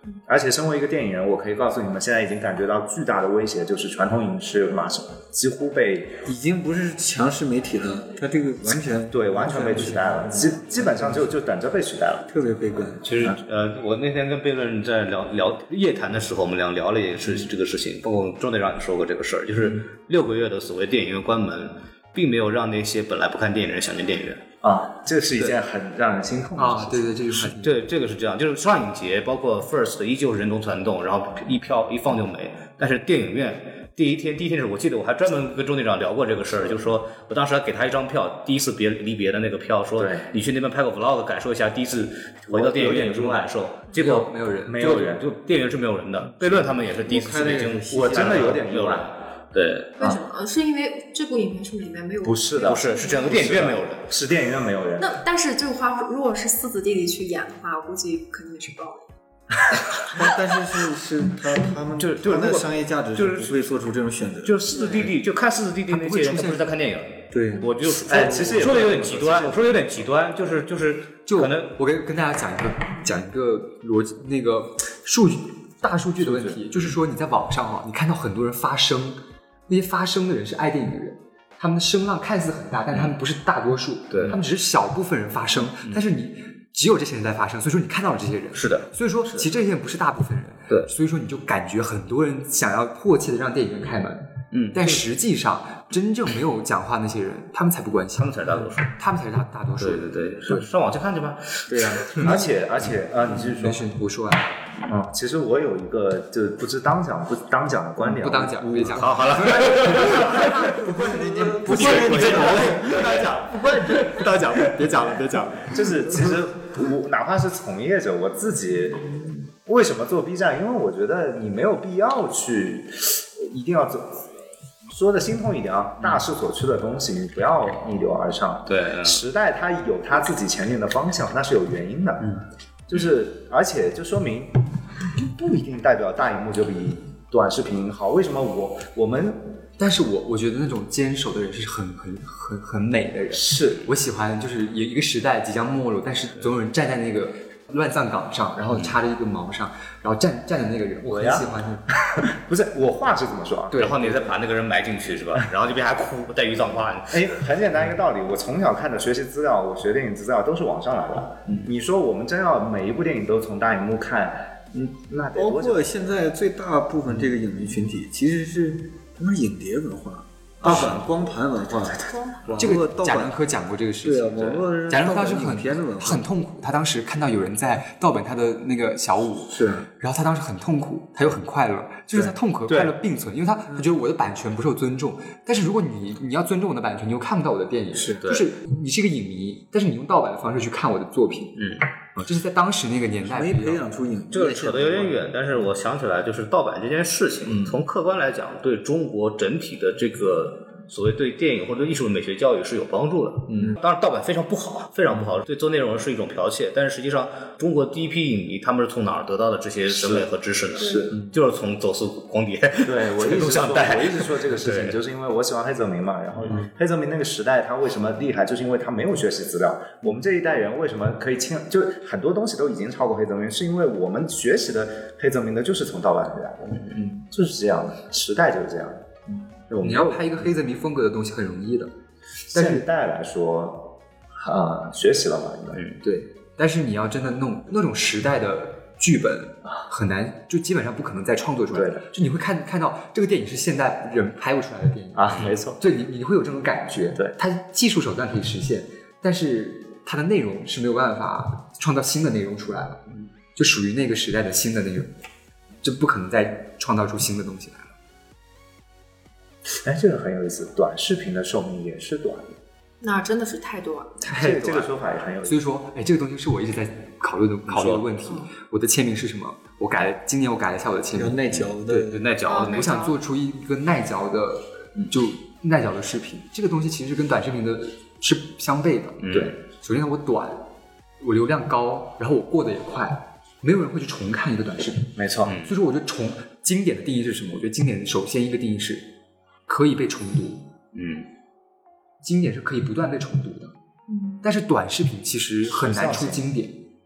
C: 而且身为一个电影人，我可以告诉你们，现在已经感觉到巨大的威胁，就是传统影视马上几乎被
D: 已经不是强势媒体了，它这个完全
C: 对完全被取代了，基基本上就就等着被取代了，
D: 特别悲观。
A: 其实呃，我那天跟悖论在聊聊夜谈的时候，我们俩聊了也是这个事情，包括钟队长也说过这个事儿，就是六个月的所谓电影院关门，并没有让那些本来不看电影的人想进电影院。
C: 啊，这是一件很让人心痛的事情。
F: 啊，对对，这就是很
A: 对，这个是这样，就是上影节包括 First 依旧是人头攒动，然后一票一放就没。但是电影院第一天，第一天是我记得我还专门跟钟队长聊过这个事儿，就是说我当时还给他一张票，第一次别离别的那个票，说你去那边拍个 vlog 感受一下第一次回到电影院有什么感受。结果
F: 没有人，
C: 没有人，
A: 就电影院是没有人的。悖论他们也是第一次去北京，
C: 我真的有点意外。
A: 对，
E: 为什么？是因为这部影片是里面没有？
C: 不是的，
A: 不是，是整个电影院没有人，
C: 是电影院没有人。
E: 那但是这个话，如果是四子弟弟去演的话，我估计肯定也是爆的。
D: 但是是是他他们
A: 就是就是
D: 他的商业价值
A: 就是
D: 不会做出这种选择，
A: 就是四子弟弟，就看四子弟弟那些人，他不是在看电影。
D: 对，
A: 我就
C: 哎，其实
A: 我说的有点极端，我说的有点极端，就是就是
F: 就
A: 可能
F: 我跟跟大家讲一个讲一个逻辑那个数据大数据的问题，就是说你在网上啊，你看到很多人发声，那些发声的人是爱电影的人。他们的声浪看似很大，但是他们不是大多数，
A: 对，
F: 他们只是小部分人发声，嗯、但是你只有这些人在发声，所以说你看到了这些人，
A: 是的，
F: 所以说其实这些人不是大部分人，
A: 对，
F: 所以说你就感觉很多人想要迫切的让电影院开门，
A: 嗯，
F: 但实际上真正没有讲话那些人，他们才不关心，
A: 他们才是大多数，
F: 他们才是大大多数，
A: 对对对，上上网去看去吧，
C: 对呀、啊，而且而且啊，你继续说，
F: 没事，我说完。
C: 啊、嗯，其实我有一个就不知当讲不当讲的观点，
F: 不当讲，别讲。
A: 好，好了，
D: 不关你不关你这种，
C: 不当讲，不关你不当讲，别讲了，别讲了。就是其实我哪怕是从业者，我自己为什么做 B 站？因为我觉得你没有必要去一定要做。说的心痛一点啊，大势所趋的东西，你不要逆流而上。
A: 对，
C: 嗯、时代它有它自己前进的方向，那是有原因的。
D: 嗯。
C: 就是，而且就说明，不一定代表大荧幕就比短视频好。为什么我我们？
F: 但是我我觉得那种坚守的人是很很很很美的人。
C: 是
F: 我喜欢，就是一个时代即将没落，但是总有人站在那个乱葬岗上，然后插着一个毛上，然后站站的那个人，我很喜欢他。
C: 不是，我话是这么说啊。
A: 对，然后你再把那个人埋进去是吧？然后这边还哭，带鱼葬花。
C: 哎，很简单一个道理，我从小看的学习资料，我学电影资料都是网上来的。嗯，你说我们真要每一部电影都从大荧幕看，嗯，那得多久？
D: 包括现在最大部分这个影迷群体其实是他们影碟文化。盗版光盘文化，
F: 这个贾樟柯讲过这个事情。
D: 对啊，网络
F: 贾樟柯当时很
D: 片的文化
F: 很痛苦，他当时看到有人在盗版他的那个小五，
D: 是，
F: 然后他当时很痛苦，他又很快乐，就是他痛苦和快乐并存，因为他他觉得我的版权不受尊重。但是如果你你要尊重我的版权，你又看不到我的电影，
A: 是，
F: 就是你是一个影迷，但是你用盗版的方式去看我的作品，
A: 嗯，
F: 这是在当时那个年代
D: 没培养出影。
A: 这个扯得有点远，但是我想起来，就是盗版这件事情，从客观来讲，对中国整体的这个。所谓对电影或者艺术美学教育是有帮助的，嗯，当然盗版非常不好，非常不好，对做内容是一种剽窃。但是实际上，中国第一批影迷他们是从哪儿得到的这些审美和知识呢？
C: 是，
A: 就是从走私光碟，
C: 对我一直说，我一直说这个事情，
A: 对
C: 就是因为我喜欢黑泽明嘛。然后黑泽明那个时代他为什么厉害，就是因为他没有学习资料。我们这一代人为什么可以轻，就很多东西都已经超过黑泽明，是因为我们学习的黑泽明的就是从盗版里来的，嗯，就是这样的，时代就是这样的。
F: 你要拍一个黑泽明风格的东西很容易的，但是
C: 现代来说，啊、呃，学习了嘛，应该、
F: 嗯、对。但是你要真的弄那种时代的剧本，很难，就基本上不可能再创作出来。
C: 对的，
F: 就你会看看到这个电影是现代人拍不出来的电影
C: 啊，没错。
F: 对，你你会有这种感觉。
C: 对，
F: 它技术手段可以实现，但是它的内容是没有办法创造新的内容出来了，嗯，就属于那个时代的新的内容，就不可能再创造出新的东西来了。
C: 哎，这个很有意思，短视频的寿命也是短的，
E: 那真的是太短了。
F: 太短
C: 这个说法也很有意思。
F: 所以说，哎，这个东西是我一直在考虑的考虑的问题。我的签名是什么？我改了，今年我改了一下我的签名，
D: 要耐嚼的，
F: 对，
A: 耐嚼的。
F: 我想做出一个耐嚼的，就耐嚼的视频。这个东西其实跟短视频的是相悖的。
A: 嗯、
F: 对，首先我短，我流量高，然后我过得也快，没有人会去重看一个短视频。
C: 没错。
F: 所以说，我觉得重经典的定义是什么？我觉得经典首先一个定义是可以被重读。
A: 嗯，
F: 经典是可以不断被重读的。嗯，但是短视频其实很难出经典。嗯，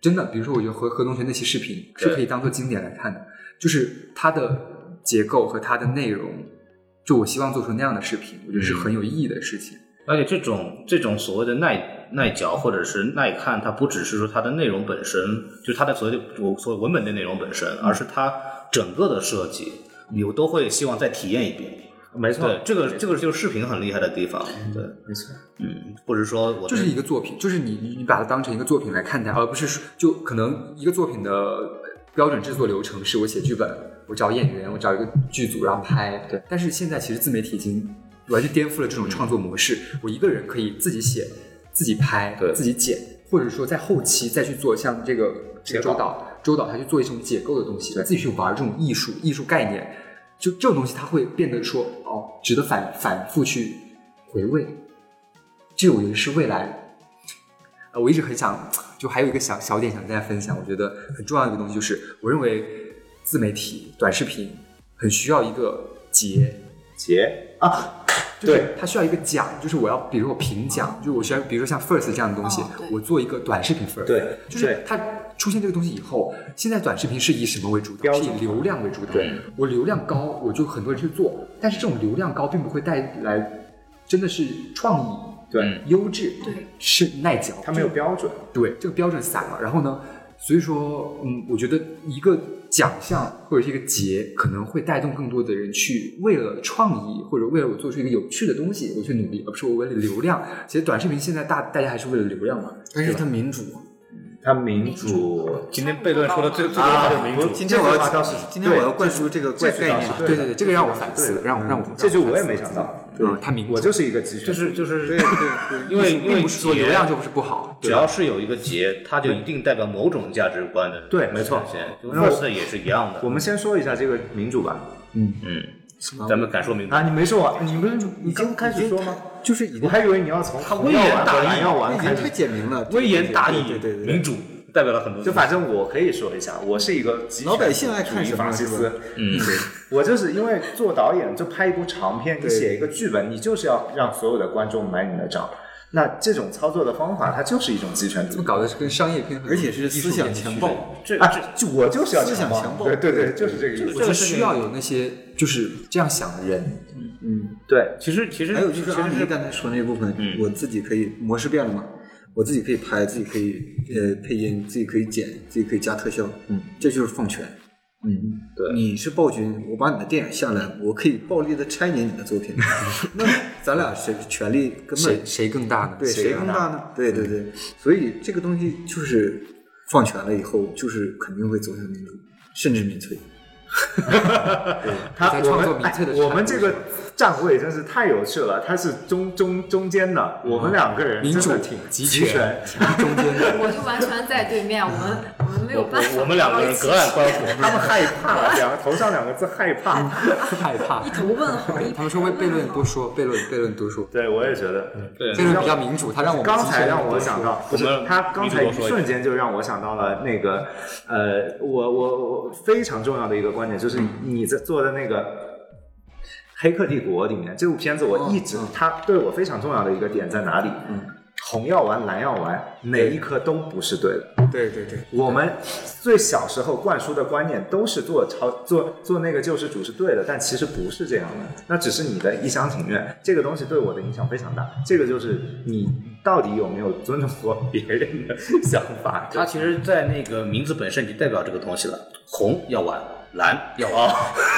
F: 真的，比如说我觉得何何同学那期视频是可以当做经典来看的，就是它的结构和它的内容，就我希望做出那样的视频，我觉得是很有意义的事情。
A: 而且这种这种所谓的耐耐嚼或者是耐看，它不只是说它的内容本身，就是它的所谓的我所谓文本的内容本身，而是它整个的设计，你都会希望再体验一遍。
C: 没错，
A: 对，这个这个就是视频很厉害的地方。对，
C: 没错，
A: 嗯，或者说我
F: 就是一个作品，就是你你你把它当成一个作品来看待，而不是就可能一个作品的标准制作流程是我写剧本，我找演员，我找一个剧组然后拍。对，但是现在其实自媒体已经完全颠覆了这种创作模式，我一个人可以自己写、自己拍、自己剪，或者说在后期再去做像这个这个周导，周导他去做一种解构的东西，自己去玩这种艺术艺术概念，就这种东西它会变得说哦，值得反反复去回味。这我觉得是未来，呃，我一直很想，就还有一个小小点想跟大家分享，我觉得很重要的一个东西就是，我认为自媒体短视频很需要一个节
C: 节啊。
F: 对，它需要一个奖，就是我要，比如我评奖，就是我需要，比如说像 First 这样的东西，
E: 哦、
F: 我做一个短视频 First，
C: 对，
F: 就是它出现这个东西以后，现在短视频是以什么为主导？是以流量为主导。
C: 对，
F: 我流量高，我就很多人去做，但是这种流量高并不会带来真的是创意，
C: 对，
F: 优质，
E: 对，
F: 是耐嚼，
C: 它没有标准，
F: 对，这个标准散了，然后呢？所以说，嗯，我觉得一个奖项或者是一个节，可能会带动更多的人去为了创意或者为了我做出一个有趣的东西，我去努力，而不是我为了流量。其实短视频现在大大家还是为了流量嘛，
D: 但是它民主，
C: 它民主。
A: 今天悖论说的最最多的民主。
D: 今天我要今天我要灌输这个概念，
F: 对对对，这个让我反思，让我让我
C: 这句我也没想到。
F: 嗯，他民主，
C: 我就是一个集权，
A: 就是就是
D: 对对对，
A: 因为因为
F: 不是说流量就不是不好，
A: 只要是有一个节，它就一定代表某种价值观的。
C: 对，没错。
A: First 也是一样的。
C: 我们先说一下这个民主吧。
F: 嗯
A: 嗯，咱们敢说民主
C: 啊？你没说完，你不是你刚开始说吗？
D: 就是
C: 我还以为你要从
A: 他微言大义，
C: 要完开始，
D: 太简明了。
A: 微言大义，
D: 对对对，
A: 民主代表了很多。
C: 就反正我可以说一下，我是一个
D: 老百姓爱看什么
C: 法西斯。
A: 嗯，
C: 我就是因为做导演，就拍一部长片，你写一个剧本，你就是要让所有的观众买你的账。那这种操作的方法，它就是一种集权主义，
F: 这么搞的是跟商业片，
D: 而且是思想强暴。
A: 这
C: 啊，就我就是要
D: 思想强暴，
C: 对对对，就是这个意思。
F: 这个需要有那些就是这样想的人。
C: 嗯，对。
A: 其实其实
D: 还有就是阿迪刚才说那部分，我自己可以模式变了嘛，我自己可以拍，自己可以呃配音，自己可以剪，自己可以加特效，嗯，这就是放权。
C: 嗯，对，
D: 你是暴君，我把你的电影下来，我可以暴力的拆碾你的作品。那咱俩谁权力根本
F: 谁谁更大呢？
D: 对，谁更大呢？对对对，所以这个东西就是放权了以后，就是肯定会走向民主，甚至民粹。
C: 对，他
F: 在创作民粹的
C: 我们这个站位真是太有趣了，他是中中中间的，我们两个人
F: 民主
C: 挺
F: 集
C: 权
F: 中间的，
E: 我就完全在对面，我们我们没有办法，
A: 我们两个人隔岸观火，
C: 他们害怕，两个头上两个字害怕，
F: 害怕，
E: 一头问号。
F: 他们说为悖论多说，悖论悖论多说，
C: 对我也觉得，
A: 对，
F: 悖论比较民主，他让我们
C: 刚才让我想到，不是他刚才一瞬间就让我想到了那个呃，我我我非常重要的一个观点就是你在做的那个。黑客帝国里面这部片子，我一直、哦、它对我非常重要的一个点在哪里？嗯，红药丸、蓝药丸，哪一颗都不是对的。
D: 对对对，
C: 我们最小时候灌输的观念都是做超做做那个救世主是对的，但其实不是这样的，那只是你的一厢情愿。这个东西对我的影响非常大，这个就是你到底有没有尊重过别人的想法。
A: 它其实，在那个名字本身已经代表这个东西了，红药丸。蓝药丸，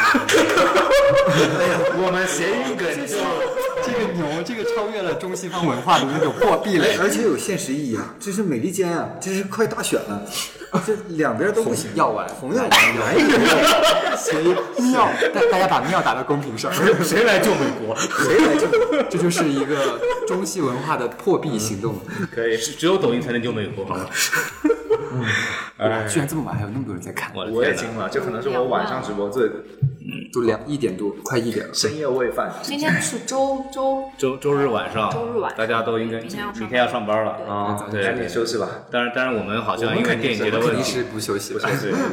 C: 哎呀，我们谐音梗就
F: 这个牛，这个超越了中西方文化的那种破壁垒，
D: 而且有现实意义啊！这是美利坚啊，这是快大选了，这两边都不行。
F: 药丸，
D: 红药丸，蓝药，
F: 谁尿？大大家把尿打到公屏上，
A: 谁来救美国？
F: 谁来救？这就是一个中西文化的破壁行动。
A: 可以，只有抖音才能救美国，好吗？
F: 嗯，哎，居然这么晚还有那么多人在看，
C: 我也惊了，这可能是我晚上直播最，
F: 嗯，都两一点多，快一点了，
C: 深夜喂饭。
E: 今天是周周
A: 周周日晚上，
E: 周日晚上，
A: 大家都应该明天要上班了啊，
C: 对，赶紧休息吧。
A: 当然，当然我们好像因为电影节的问题，
F: 肯定是不休息，
C: 不休息。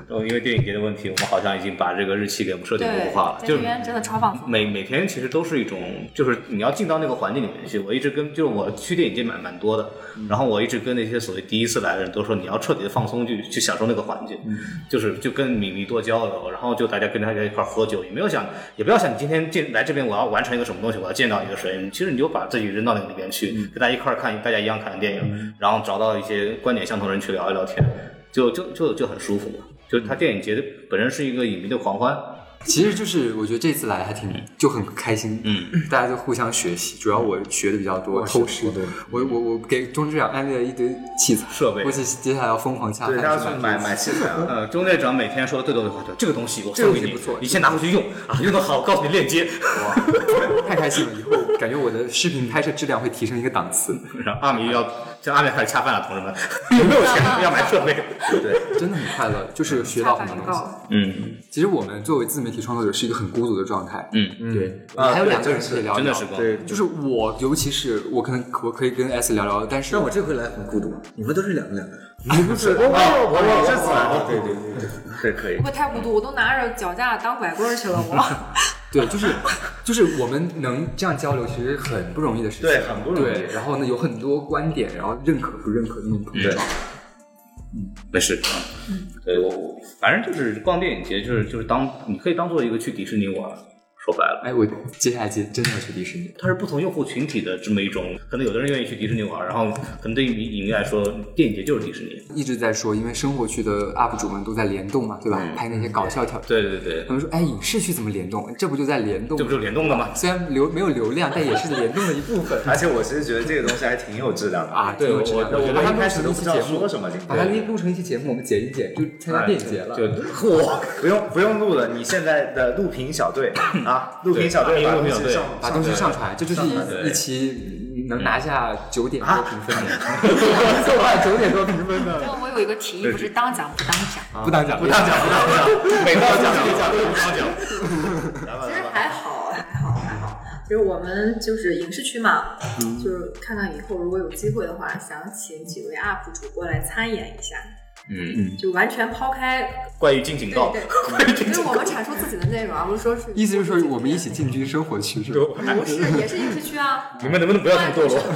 A: 哦，因为电影节的问题，我们好像已经把这个日期给我们设定模糊化了。
E: 在
A: 就
E: 这边真的超放松。
A: 每每天其实都是一种，就是你要进到那个环境里面去。我一直跟就是我去电影节蛮蛮多的，嗯、然后我一直跟那些所谓第一次来的人都说，你要彻底的放松去去享受那个环境，嗯、就是就跟米米多交流，然后就大家跟大家一块喝酒，也没有想也不要想你今天进来这边我要完成一个什么东西，我要见到一个谁，其实你就把自己扔到那个里面去，嗯、跟大家一块看大家一样看的电影，嗯、然后找到一些观点相同的人去聊一聊天，就就就就很舒服嘛。就是它电影节本身是一个影迷的狂欢。
F: 其实就是我觉得这次来还挺就很开心，嗯，大家就互相学习，主要我学的比较多，偷师，我我我给钟队长安利了一堆器材设备，估计接下来要疯狂下饭，
C: 对，他要去买买器材啊。
A: 呃，钟队长每天说的对对对对，这个东西我送给你，不错，你先拿回去用啊，用的好，告诉你链接，
F: 哇，太开心了，以后感觉我的视频拍摄质量会提升一个档次。
A: 然后阿米要像阿米开始恰饭了，同志们，有没有钱要买设备？
F: 对，真的很快乐，就是学到很多东西。嗯，其实我们作为自媒体创作者是一个很孤独的状态。嗯嗯，对，还有两个人可以聊聊，
A: 真的是
F: 对，就是我，尤其是我可能我可以跟 S 聊聊，但是
D: 但我这回来很孤独，你们都是两个两个。
C: 你不是我我我这次来，对对对对，这可以。
E: 不太孤独，我都拿着脚架当拐棍去了，我。
F: 对，就是就是我们能这样交流，其实很不容易的事情。
C: 对，很不容易。
F: 对，然后呢，有很多观点，然后认可不认可的那种碰撞。
A: 嗯，没事。嗯，对我反正就是逛电影节，就是就是当你可以当做一个去迪士尼玩。说白了，
F: 哎，我接下来接真的要去迪士尼。
A: 它是不同用户群体的这么一种，可能有的人愿意去迪士尼玩，然后可能对于影迷来说，电影节就是迪士尼。
F: 一直在说，因为生活区的 U P 主们都在联动嘛，对吧？嗯、拍那些搞笑条。
A: 对对对。
F: 他们说，哎，影视区怎么联动？这不就在联动？
A: 这不就联动了吗？
F: 虽然流没有流量，但也是联动的一部分。
C: 而且我其实觉得这个东西还挺有质量的
F: 啊！对，我
C: 我我们一开始都不知道说什么，
F: 把它录成一期节目，我们剪一剪，就参加电影节了。
C: 就嚯，不用不用录了，你现在的录屏小队啊，录屏小队。
A: 把东西
F: 上把东西上传，这就是一期能拿下九点多评分的，就拿九点多评分的。
E: 我有一个提议，不是当奖不当奖，
F: 不当奖
C: 不当奖不当奖，每到奖这奖都不当奖。
E: 其实还好还好还好，就是我们就是影视区嘛，就是看看以后如果有机会的话，想请几位 U P 主播来参演一下。嗯，就完全抛开
A: 怪异进警告，
E: 对对，就是我们阐述自己的内容，而不是说是
F: 意思就是说我们一起进军生活区，是吧？
E: 不是，也是影视区啊。
A: 你们能不能不要这么堕落？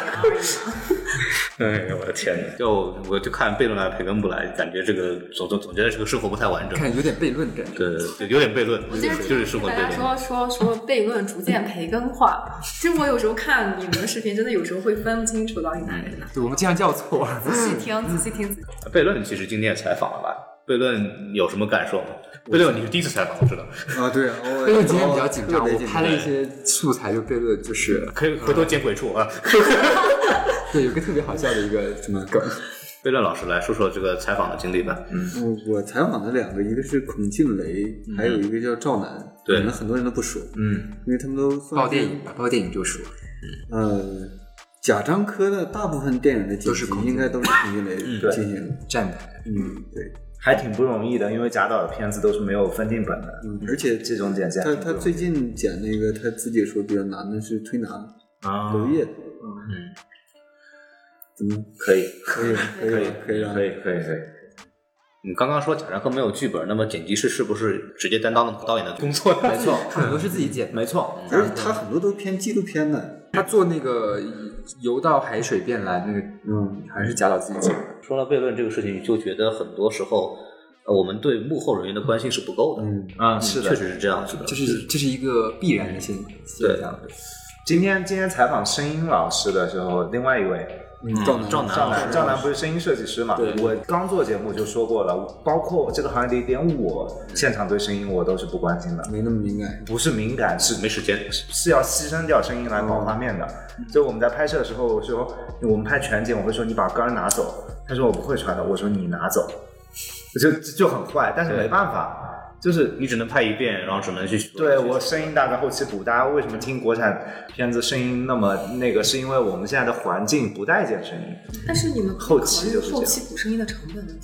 E: 哎
A: 呀，我的天哪！就我就看悖论来，培根不来，感觉这个总总总觉得这个生活不太完整，
F: 看有点悖论的感觉。
A: 对对，有点悖论。
E: 我就是就是生活悖论。大家说说说悖论逐渐培根化。其实我有时候看你们的视频，真的有时候会分不清楚到底哪个是哪。
F: 对，我们经常叫错。
E: 仔细听，仔细听，仔细听。
A: 悖论其实今天也采访了吧？悖论有什么感受吗？悖论你是第一次采访，我知道。
D: 啊，对啊，
F: 悖论今天比较紧张，我拍了一些素材，就悖论就是
A: 可以回头见鬼处啊。
F: 对，有个特别好笑的一个什么梗。
A: 悖论老师来说说这个采访的经历吧。
D: 嗯，我我采访的两个，一个是孔庆雷，嗯、还有一个叫赵楠，
A: 对，
D: 可能很多人都不熟，
A: 嗯，
D: 因为他们都
F: 报电影吧，报电影就熟。
D: 嗯，呃，贾樟柯的大部分电影的剪辑应该都是孔庆雷进行
F: 站台。
D: 嗯，对。
C: 还挺不容易的，因为贾导的片子都是没有分镜本的，
D: 嗯，而且
C: 这种剪辑，
D: 他他最近剪那个，他自己说比较难的是推拿
C: 啊，
D: 娄烨，
A: 嗯，
D: 怎么
C: 可以
D: 可以可以可以
C: 可以可以可以。
A: 你刚刚说贾樟柯没有剧本，那么剪辑师是不是直接担当了导演的工作？
C: 没错，
F: 很多是自己剪，
C: 没错，
D: 而且他很多都偏纪录片的。
F: 他做那个游到海水变蓝那个，嗯，还是贾导自己剪的。
A: 说到悖论这个事情，就觉得很多时候，呃，我们对幕后人员的关心是不够的。
C: 嗯啊，是的，
A: 确实是这样子的，
F: 这是这是一个必然的现现象。
C: 今天今天采访声音老师的时候，另外一位。
F: 嗯，
A: 赵楠，
C: 赵楠，赵楠不是声音设计师嘛？对，我刚做节目就说过了，包括这个行业里，连我现场对声音我都是不关心的，
D: 没那么敏感，
C: 不是敏感，是
A: 没时间，
C: 是要牺牲掉声音来搞画面的。嗯、就我们在拍摄的时候，我说我们拍全景，我会说你把杆拿走，他说我不会传的，我说你拿走，就就很坏，但是没办法。就是
A: 你只能拍一遍，然后只能去
C: 对我声音大概后期补。大家为什么听国产片子声音那么那个？是因为我们现在的环境不待见声音。
E: 但是你们
C: 后期就是
E: 后期补声音的成本问题吗？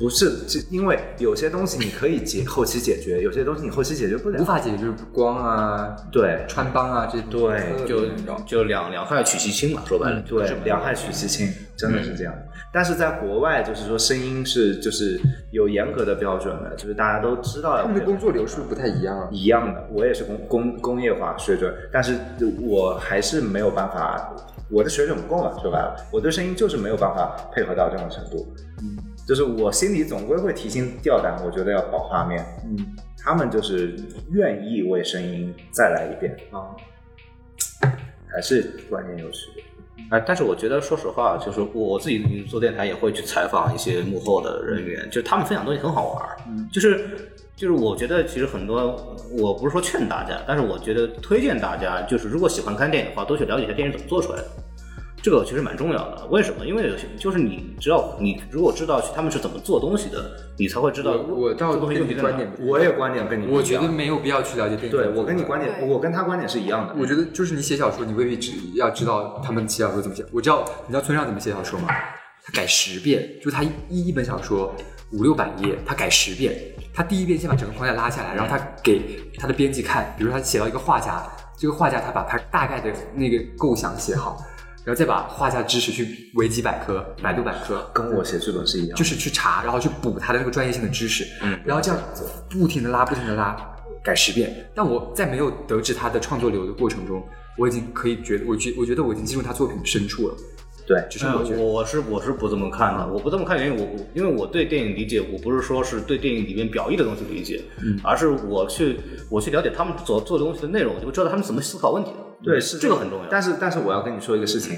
C: 不是，因为有些东西你可以解后期解决，有些东西你后期解决不了，
F: 无法解决，就是光啊，
C: 对，
F: 穿帮啊这些，
C: 对，
A: 就就两两害取其轻嘛，说白了，
C: 对，两害取其轻，真的是这样。嗯、但是在国外，就是说声音是就是有严格的标准的，就是大家都知道。
F: 他们的工作流是不是不太一样啊？
C: 一样的，我也是工工工业化水准，但是我还是没有办法，我的水准不够嘛，说白了，我对声音就是没有办法配合到这种程度。嗯。就是我心里总归会提心吊胆，我觉得要跑画面，嗯，他们就是愿意为声音再来一遍啊，还是观念有区别。
A: 哎，但是我觉得，说实话，就是我自己做电台也会去采访一些幕后的人员，就是他们分享的东西很好玩，嗯，就是就是我觉得其实很多，我不是说劝大家，但是我觉得推荐大家，就是如果喜欢看电影的话，多去了解一下电影怎么做出来的。这个其实蛮重要的，为什么？因为就是你只要你如果知道他们是怎么做东西的，你才会知道
F: 我我倒跟你观点，
C: 我也观点跟你不一样，
F: 我觉得没有必要去了解电影。
C: 对，我跟你观点，我跟他观点是一样的。
F: 我觉得就是你写小说，你未必只要知道他们写小说怎么写。我知道，你知道村上怎么写小说吗？他改十遍，就是他一一本小说五六百页，他改十遍。他第一遍先把整个框架拉下来，然后他给他的编辑看，比如说他写到一个画家，这个画家他把他大概的那个构想写好。然后再把画家知识去维基百科、百度百科，
C: 跟我写剧本是一样，
F: 就是去查，然后去补他的那个专业性的知识，嗯，然后这样不停的拉、不停的拉，改十遍。但我在没有得知他的创作流的过程中，我已经可以觉得，我觉我觉得我已经进入他作品的深处了。
C: 对，
A: 就是我觉得、嗯、我是我是不这么看的，我不这么看，因为我因为我对电影理解，我不是说是对电影里面表意的东西理解，嗯，而是我去我去了解他们所做的东西的内容，我就会知道他们怎么思考问题的。
C: 对，是
A: 这个很重要。
C: 但是但是我要跟你说一个事情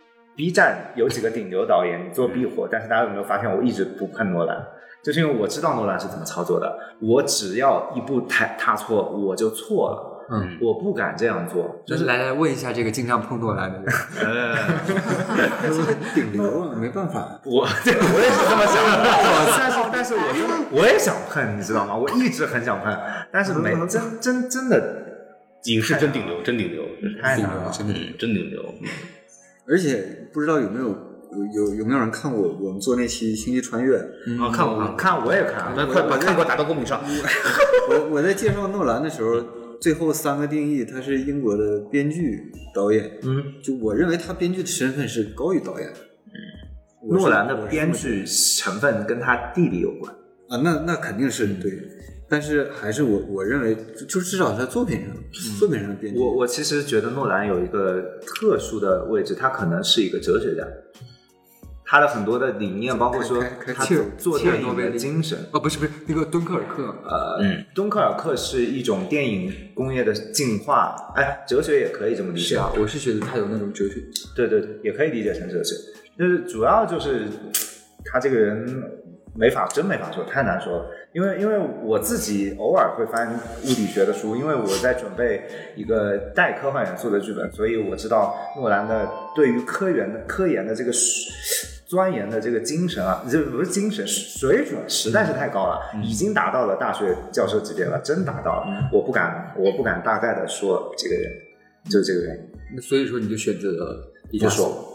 C: ，B 站有几个顶流导演，你做必火，但是大家有没有发现，我一直不喷诺兰，就是因为我知道诺兰是怎么操作的，我只要一步踏踏错，我就错了。嗯，我不敢这样做。
F: 就是来来问一下这个经常碰诺兰的人，
D: 呃，顶流啊，没办法。
C: 我我也是这么想的，但是但是我真的我也想碰，你知道吗？我一直很想碰，但是没真真真的。
A: 影视真顶流，真顶流，
C: 太难了，
A: 真的真顶流。
D: 而且不知道有没有有有没有人看过我们做那期《星际穿越》？
A: 嗯、啊，看过看
C: 看，我也看。
A: 那快把看过打到公屏上。
D: 我我在介绍诺兰的时候，最后三个定义，他是英国的编剧导演。嗯，就我认为他编剧的身份是高于导演的。
C: 嗯，诺兰的编剧成分跟他弟弟有关
D: 啊，那那肯定是对。但是还是我我认为，就至少在作品上，嗯、作品上的编剧，
C: 我我其实觉得诺兰有一个特殊的位置，他可能是一个哲学家，他的很多的理念，包括说他做电影的精神。
F: 哦，不是不是，那个敦刻尔克，
C: 呃，嗯，敦刻尔克是一种电影工业的进化，哎，哲学也可以这么理解。
F: 是啊，我是觉得他有那种哲学。
C: 对对对，也可以理解成哲学，就是主要就是他这个人没法真没法说，太难说了。因为因为我自己偶尔会翻物理学的书，因为我在准备一个带科幻元素的剧本，所以我知道诺兰的对于科研的科研的这个钻研的这个精神啊，这不是精神水准实在是太高了，嗯、已经达到了大学教授级别了，真达到了。嗯、我不敢我不敢大概的说这个人就是这个原因。
F: 所以说你就选择了毕加索。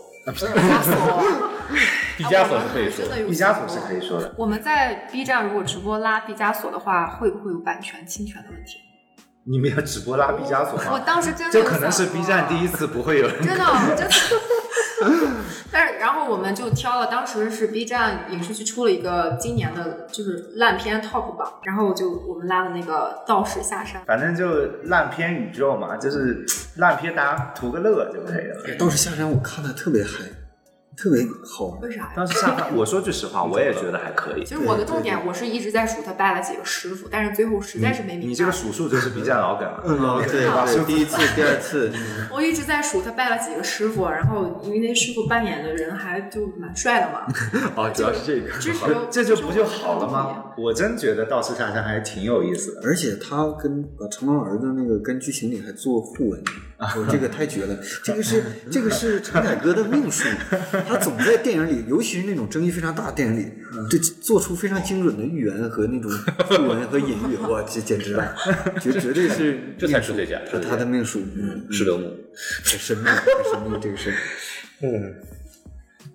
A: 毕加索是可以说的，
C: 毕加索是可以说的。
E: 我们在 B 站如果直播拉毕加索的话，会不会有版权侵权的问题？
C: 你们要直播拉毕加索吗？
E: 我当时真的
C: 这可能是 B 站第一次不会有人
E: 真的，我真的。但是然后我们就挑了，当时是 B 站影视剧出了一个今年的就是烂片 top 榜，然后就我们拉的那个道士下山，
C: 反正就烂片宇宙嘛，就是烂片大家图个乐就可以了。
D: 道士下山我看的特别嗨。特别好玩，
E: 为啥呀？
C: 当时下山，我说句实话，我也觉得还可以。
E: 其实我的重点，我是一直在数他拜了几个师傅，但是最后实在是没明白。
C: 你这个数数就是 B 站老梗了。
D: 嗯，对吧？第一次、第二次，
E: 我一直在数他拜了几个师傅，然后因为那师傅扮演的人还就蛮帅的嘛。
C: 哦，主要是这个，这就不就好了吗？我真觉得道士下山还挺有意思的，
D: 而且他跟把成龙儿子那个跟剧情里还做互文，哦，这个太绝了。这个是这个是陈凯歌的命数。他总在电影里，尤其是那种争议非常大的电影里，就做出非常精准的预言和那种互文和隐喻，哇，这简直了，绝绝对是
A: 这才是最佳，
D: 是他的命数，嗯，
A: 是的，
D: 很神秘，很神秘这个事。嗯，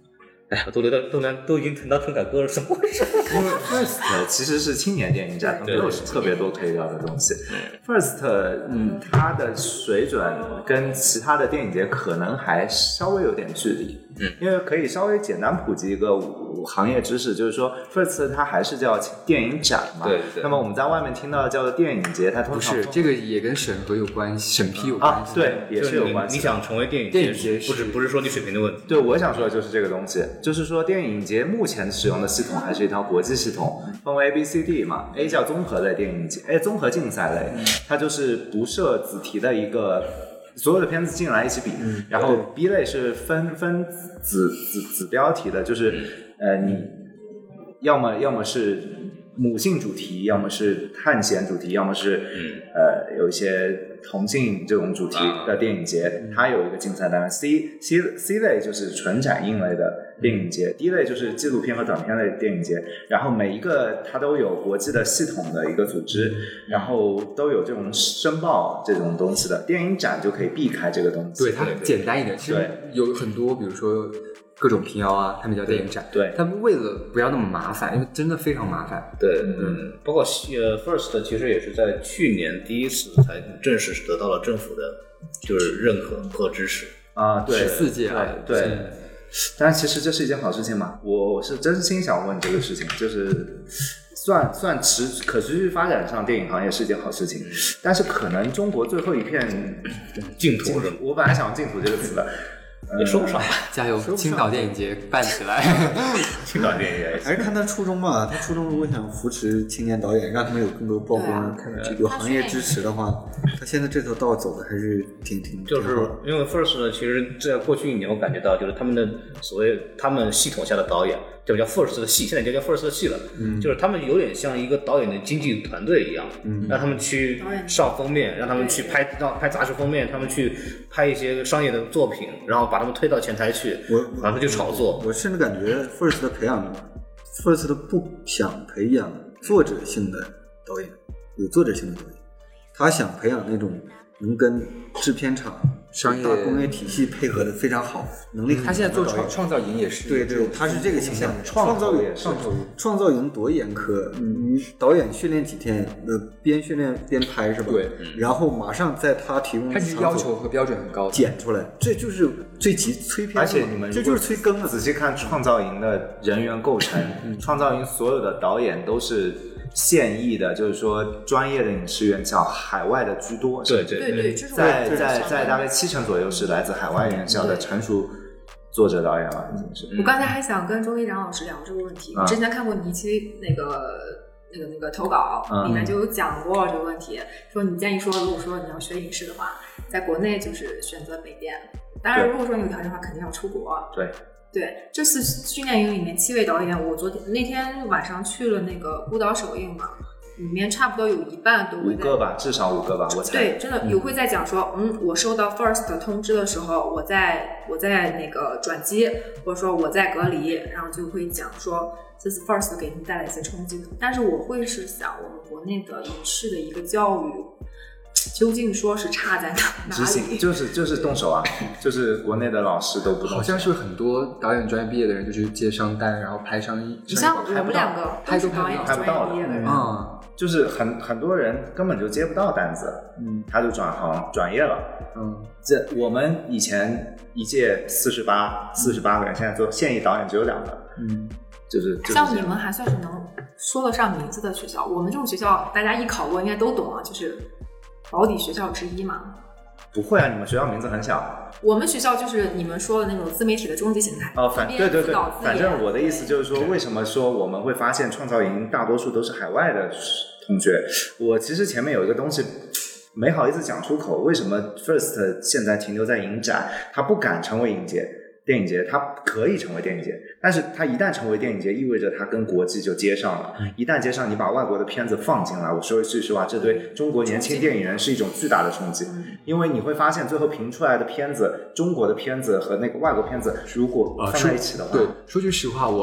A: 哎呀，都聊到都聊都已经谈到陈凯歌了，怎么回事？
C: 因为 First 其实是青年电影展，没有特别多可以聊的东西。First， 嗯，它的水准跟其他的电影节可能还稍微有点距离。嗯，因为可以稍微简单普及一个行业知识，就是说 First 它还是叫电影展嘛。
A: 对对。
C: 那么我们在外面听到的叫做电影节，它通常
F: 不是这个也跟审核有关系，审批有关系。
C: 啊，对，也是有关系。
A: 你想成为电影
F: 电影节，
A: 不是不是说你水平的问题。
C: 对，我想说的就是这个东西，就是说电影节目前使用的系统还是一套国际系统，分为 A B C D 嘛 ，A 叫综合类电影节，哎，综合竞赛类，它就是不设子题的一个。所有的片子进来一起比，嗯、然后 B 类是分分子子子标题的，就是呃，你要么要么是母性主题，要么是探险主题，要么是、嗯、呃有一些同性这种主题的电影节，嗯、它有一个竞赛单元。C C C 类就是纯展映类的电影节 ，D 类就是纪录片和短片类的电影节。然后每一个它都有国际的系统的一个组织，然后都有这种申报这种东西的。电影展就可以避开这个东西，
F: 对它简单一点。其实有很多，比如说各种平遥啊，他们叫电影展，
C: 对，
F: 他们为了不要那么麻烦，因为真的非常麻烦。
A: 对，嗯，包括呃 First 其实也是在去年第一次才正式得到了政府的就是认可和支持
C: 啊，对，
F: 十四届啊，
C: 对。对但其实这是一件好事情嘛，我是真心想问这个事情，就是算算持可持续发展上，电影行业是一件好事情，但是可能中国最后一片
A: 净土，
C: 我本来想用净土这个词的。
A: 也说不上，
F: 加油！青岛电影节办起来。
C: 青岛电影节
D: 还是看他初衷吧。他初衷如果想扶持青年导演，让他们有更多曝光，有行业支持的话，他现在这条道走的还是挺挺。
A: 就是因为 First 呢，其实在过去一年我感觉到，就是他们的所谓他们系统下的导演，这叫 First 的系，现在就叫 First 的系了。嗯，就是他们有点像一个导演的经纪团队一样，嗯，让他们去上封面，让他们去拍让拍杂志封面，他们去拍一些商业的作品，然后把他们推到前台去，
D: 我
A: 然后去炒作。
D: 我甚至感觉 First 的培养 ，First 的不想培养作者性的导演，有作者性的导演，他想培养那种能跟制片厂、
F: 商业
D: 大工业体系配合的非常好，能力很强的导演。
F: 他现在做创创造营也是，
D: 对对，他是这个倾向。
C: 创造营，
D: 创造营，创造营多严苛！嗯，导演训练几天，呃，边训练边拍是吧？
F: 对。
D: 然后马上在他提供的
F: 他其实要求和标准很高，
D: 剪出来，这就是最急催片。
C: 而且你们
D: 这就是催更啊！
C: 仔细看创造营的人员构成，创造营所有的导演都是现役的，就是说专业的影视院校，海外的居多。
A: 对对
E: 对对，
C: 在在在大概七成左右是来自海外院校的成熟作者导演了，已经是。
E: 我刚才还想跟周一良老师聊这个问题，我之前看过你一期那个那个那个投稿，里面就有讲过这个问题，说你建议说，如果说你要学影视的话，在国内就是选择北电，当然如果说你有条件的话，肯定要出国。
C: 对。
E: 对，这次训练营里面七位导演，我昨天那天晚上去了那个孤岛首映嘛，里面差不多有一半都会
C: 五个吧，至少五个吧，我猜。
E: 对，真的有会在讲说，嗯，我收到 First 通知的时候，我在我在那个转机，或者说我在隔离，然后就会讲说这次 First 给他们带来一些冲击的。但是我会是想，我们国内的影视的一个教育。究竟说是差在哪
C: 执行就是就是动手啊，就是国内的老师都不动手。
F: 好像是很多导演专业毕业的人就去接商单，然后拍商业。
E: 你像我们两个都是导演专业毕业的人
C: 啊、嗯，就是很很多人根本就接不到单子，嗯，他就转行转业了，嗯，这我们以前一届四十八四十八个人，现在做现役导演只有两个，嗯。就是、就是、
E: 像你们还算是能说得上名字的学校，我们这种学校大家一考过应该都懂啊，就是保底学校之一嘛。
C: 不会啊，你们学校名字很小。
E: 我们学校就是你们说的那种自媒体的终极形态。
C: 哦，反对对对，反正我的意思就是说，为什么说我们会发现创造营大多数都是海外的同学？我其实前面有一个东西没好意思讲出口，为什么 First 现在停留在影展，他不敢成为影节？电影节它可以成为电影节，但是它一旦成为电影节，意味着它跟国际就接上了。一旦接上，你把外国的片子放进来，我说一句实话，这对中国年轻电影人是一种巨大的冲击，因为你会发现最后评出来的片子，中国的片子和那个外国片子如果放在一起的话，
F: 呃、对，说句实话，我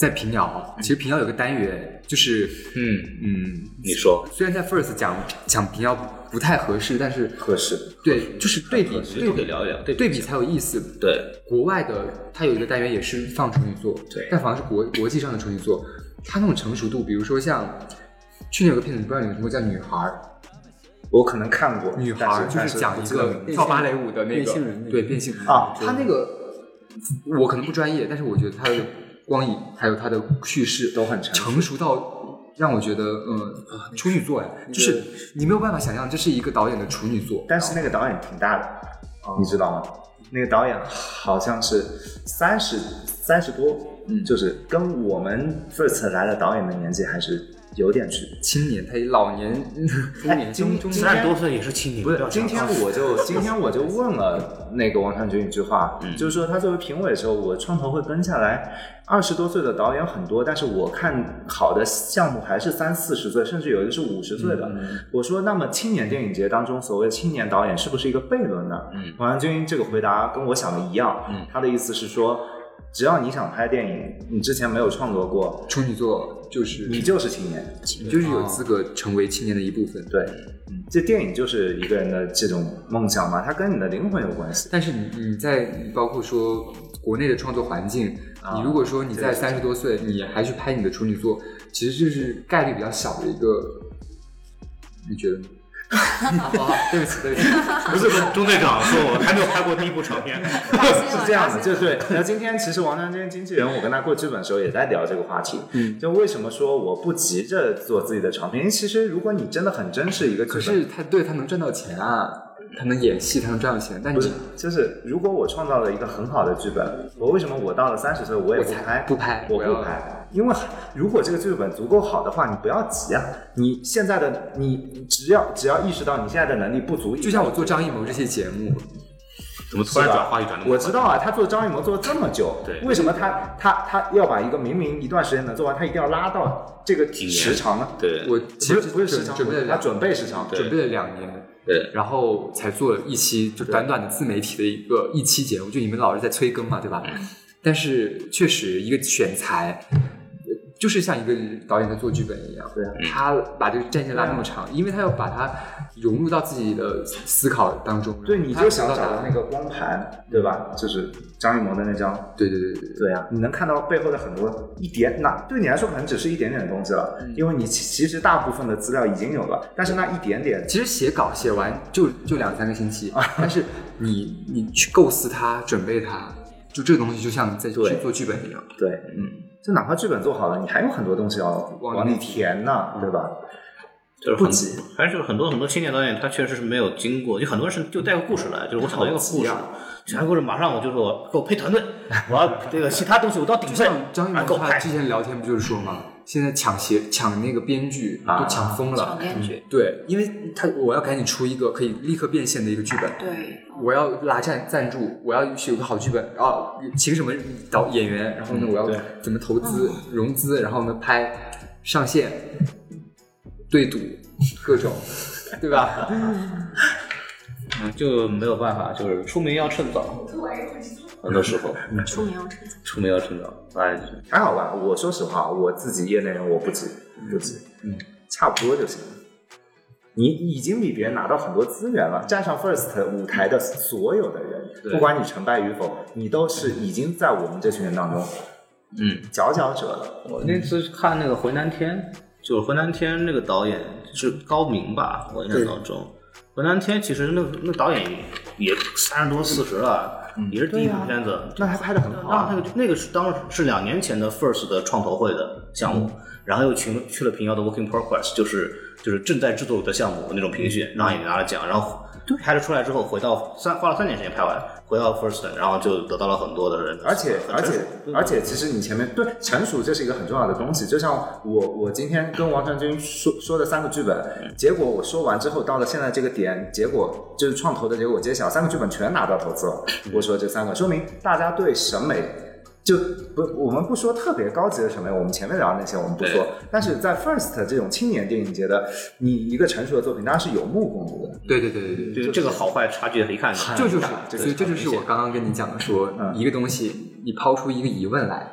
F: 在平遥，其实平遥有个单元就是
A: 嗯
F: 嗯，
A: 你说
F: 虽然在 First 讲讲平遥不太合适，但是
C: 合适，
F: 对，就是对比对
A: 都可以聊一聊，对
F: 对比才有意思。
A: 对，
F: 国外的它有一个单元也是放处女座，
A: 对
F: 但反而是国国际上的处女座，它那种成熟度，比如说像去年有个片子，你不知道你有听过叫《女孩》。
C: 我可能看过，
F: 女孩就是讲一个跳芭蕾舞的那个，对变性
C: 啊，
F: 他那个我可能不专业，但是我觉得他的光影还有他的叙事
C: 都很
F: 成熟到让我觉得，嗯，处女座呀，就是你没有办法想象这是一个导演的处女座，
C: 但是那个导演挺大的，你知道吗？那个导演好像是三十三十多，嗯，就是跟我们 First 来的导演的年纪还是有点区别。
F: 青年，他老年中年中中
A: 三十多岁也是青年。
C: 不是，今天我就今天我就问了那个王传君一句话，嗯、就是说他作为评委的时候，我创投会跟下来，二十多岁的导演很多，但是我看好的项目还是三四十岁，甚至有的是五十岁的。嗯、我说，那么青年电影节当中所谓青年导演是不是一个悖论呢？嗯，王传君这个回答跟我想的一样，嗯，他的意思是说，只要你想拍电影，你之前没有创作过，
F: 处女座就是
C: 你就是青年，
F: 你就是有资格成为青年的一部分。
C: 对，嗯，这电影就是一个人的这种梦想嘛，它跟你的灵魂有关系。
F: 但是你你在你包括说国内的创作环境，啊、你如果说你在三十多岁，你还去拍你的处女作，其实就是概率比较小的一个，你觉得呢？
C: 哦，对不起，对不起，
A: 不是中队长说我还没有拍过第一部长片，
C: 是这样的，就对。然后今天其实王传君经纪人，我跟他过剧本的时候也在聊这个话题，嗯，就为什么说我不急着做自己的长片？因为其实如果你真的很珍视一个剧本，
F: 可是他对他能赚到钱啊。他能演戏，他能赚到钱，但你
C: 不是就是如果我创造了一个很好的剧本，我为什么我到了三十岁我也不拍？
F: 不拍，
C: 我不拍，因为如果这个剧本足够好的话，你不要急啊！你现在的你只要只要意识到你现在的能力不足以，
F: 就像我做张艺谋这些节目，
A: 怎么突然转话题转那么快？
C: 我知道啊，他做张艺谋做了这么久，
A: 对，
C: 为什么他他他要把一个明明一段时间能做完，他一定要拉到这个时长呢？
A: 对，
F: 我其实
C: 不是时长，
F: 准备了
C: 他准备时长，
F: 准备了两年。
A: 对，
F: 然后才做了一期就短短的自媒体的一个一期节目，就你们老是在催更嘛，对吧？但是确实一个选材，就是像一个导演在做剧本一样，
C: 对啊，
F: 他把这个战线拉那么长，因为他要把它融入到自己的思考当中。
C: 对，你就想找到那个光盘，对吧？就是张艺谋的那张，
F: 对对对对
C: 对啊，你能看到背后的很多一点，那对你来说可能只是一点点的东西了，嗯、因为你其实大部分的资料已经有了，但是那一点点，
F: 其实写稿写完就就两三个星期，但是你你去构思它，准备它，就这个东西就像在去做剧本一样。
C: 对，嗯，就哪怕剧本做好了，你还有很多东西要往里填呢，对吧？
A: 就是不急，还是很多很多青年导演，他确实是没有经过，就很多人是就带个故事来，就是我找一个故事，讲个故事，马上我就说给我配团队，我要这个其他东西我都要顶上。
F: 张艺谋他之前聊天不就是说嘛，现在抢写抢那个编剧都抢疯了，
E: 抢编剧，
F: 对，因为他我要赶紧出一个可以立刻变现的一个剧本，
E: 对，
F: 我要拉赞赞助，我要有个好剧本，啊，请什么导演员，然后呢我要怎么投资融资，然后呢拍上线。对赌各种，对吧？
A: 嗯，就没有办法，就是出名要趁早。很多时候，
E: 出名要趁早，
A: 出名要趁早。哎，
C: 还好吧。我说实话，我自己业内人我不急，不急，嗯，差不多就行了。你已经比别人拿到很多资源了，站上 First 舞台的所有的人，不管你成败与否，你都是已经在我们这群人当中，
A: 嗯，
C: 佼佼者了。
A: 我那次看那个回南天。就是回南天那个导演是高明吧，我印象当中，回南天其实那那导演也三十多四十了，嗯、也是第一部片子，
C: 啊、那还拍得很好、啊。
A: 那个那个是当时是两年前的 First 的创投会的项目，嗯、然后又去去了平遥的 Working Progress， 就是就是正在制作的项目那种评选，然后也拿了奖，然后拍了出来之后回到三花了三年时间拍完。回到 First， 然后就得到了很多的人，
C: 而且而且而且，其实你前面对成熟这是一个很重要的东西。就像我我今天跟王传君说说的三个剧本，嗯、结果我说完之后，到了现在这个点，结果就是创投的结果揭晓，三个剧本全拿到投资了。嗯、我说这三个，说明大家对审美就不，我们不说特别高级的审美，我们前面聊的那些我们不说，但是在 First 这种青年电影节的，你一个成熟的作品，当然是有目共睹的。
F: 对对对对对，
A: 就是这个好坏差距一看，
F: 这就是，所以这就是我刚刚跟你讲的说，嗯、一个东西你抛出一个疑问来，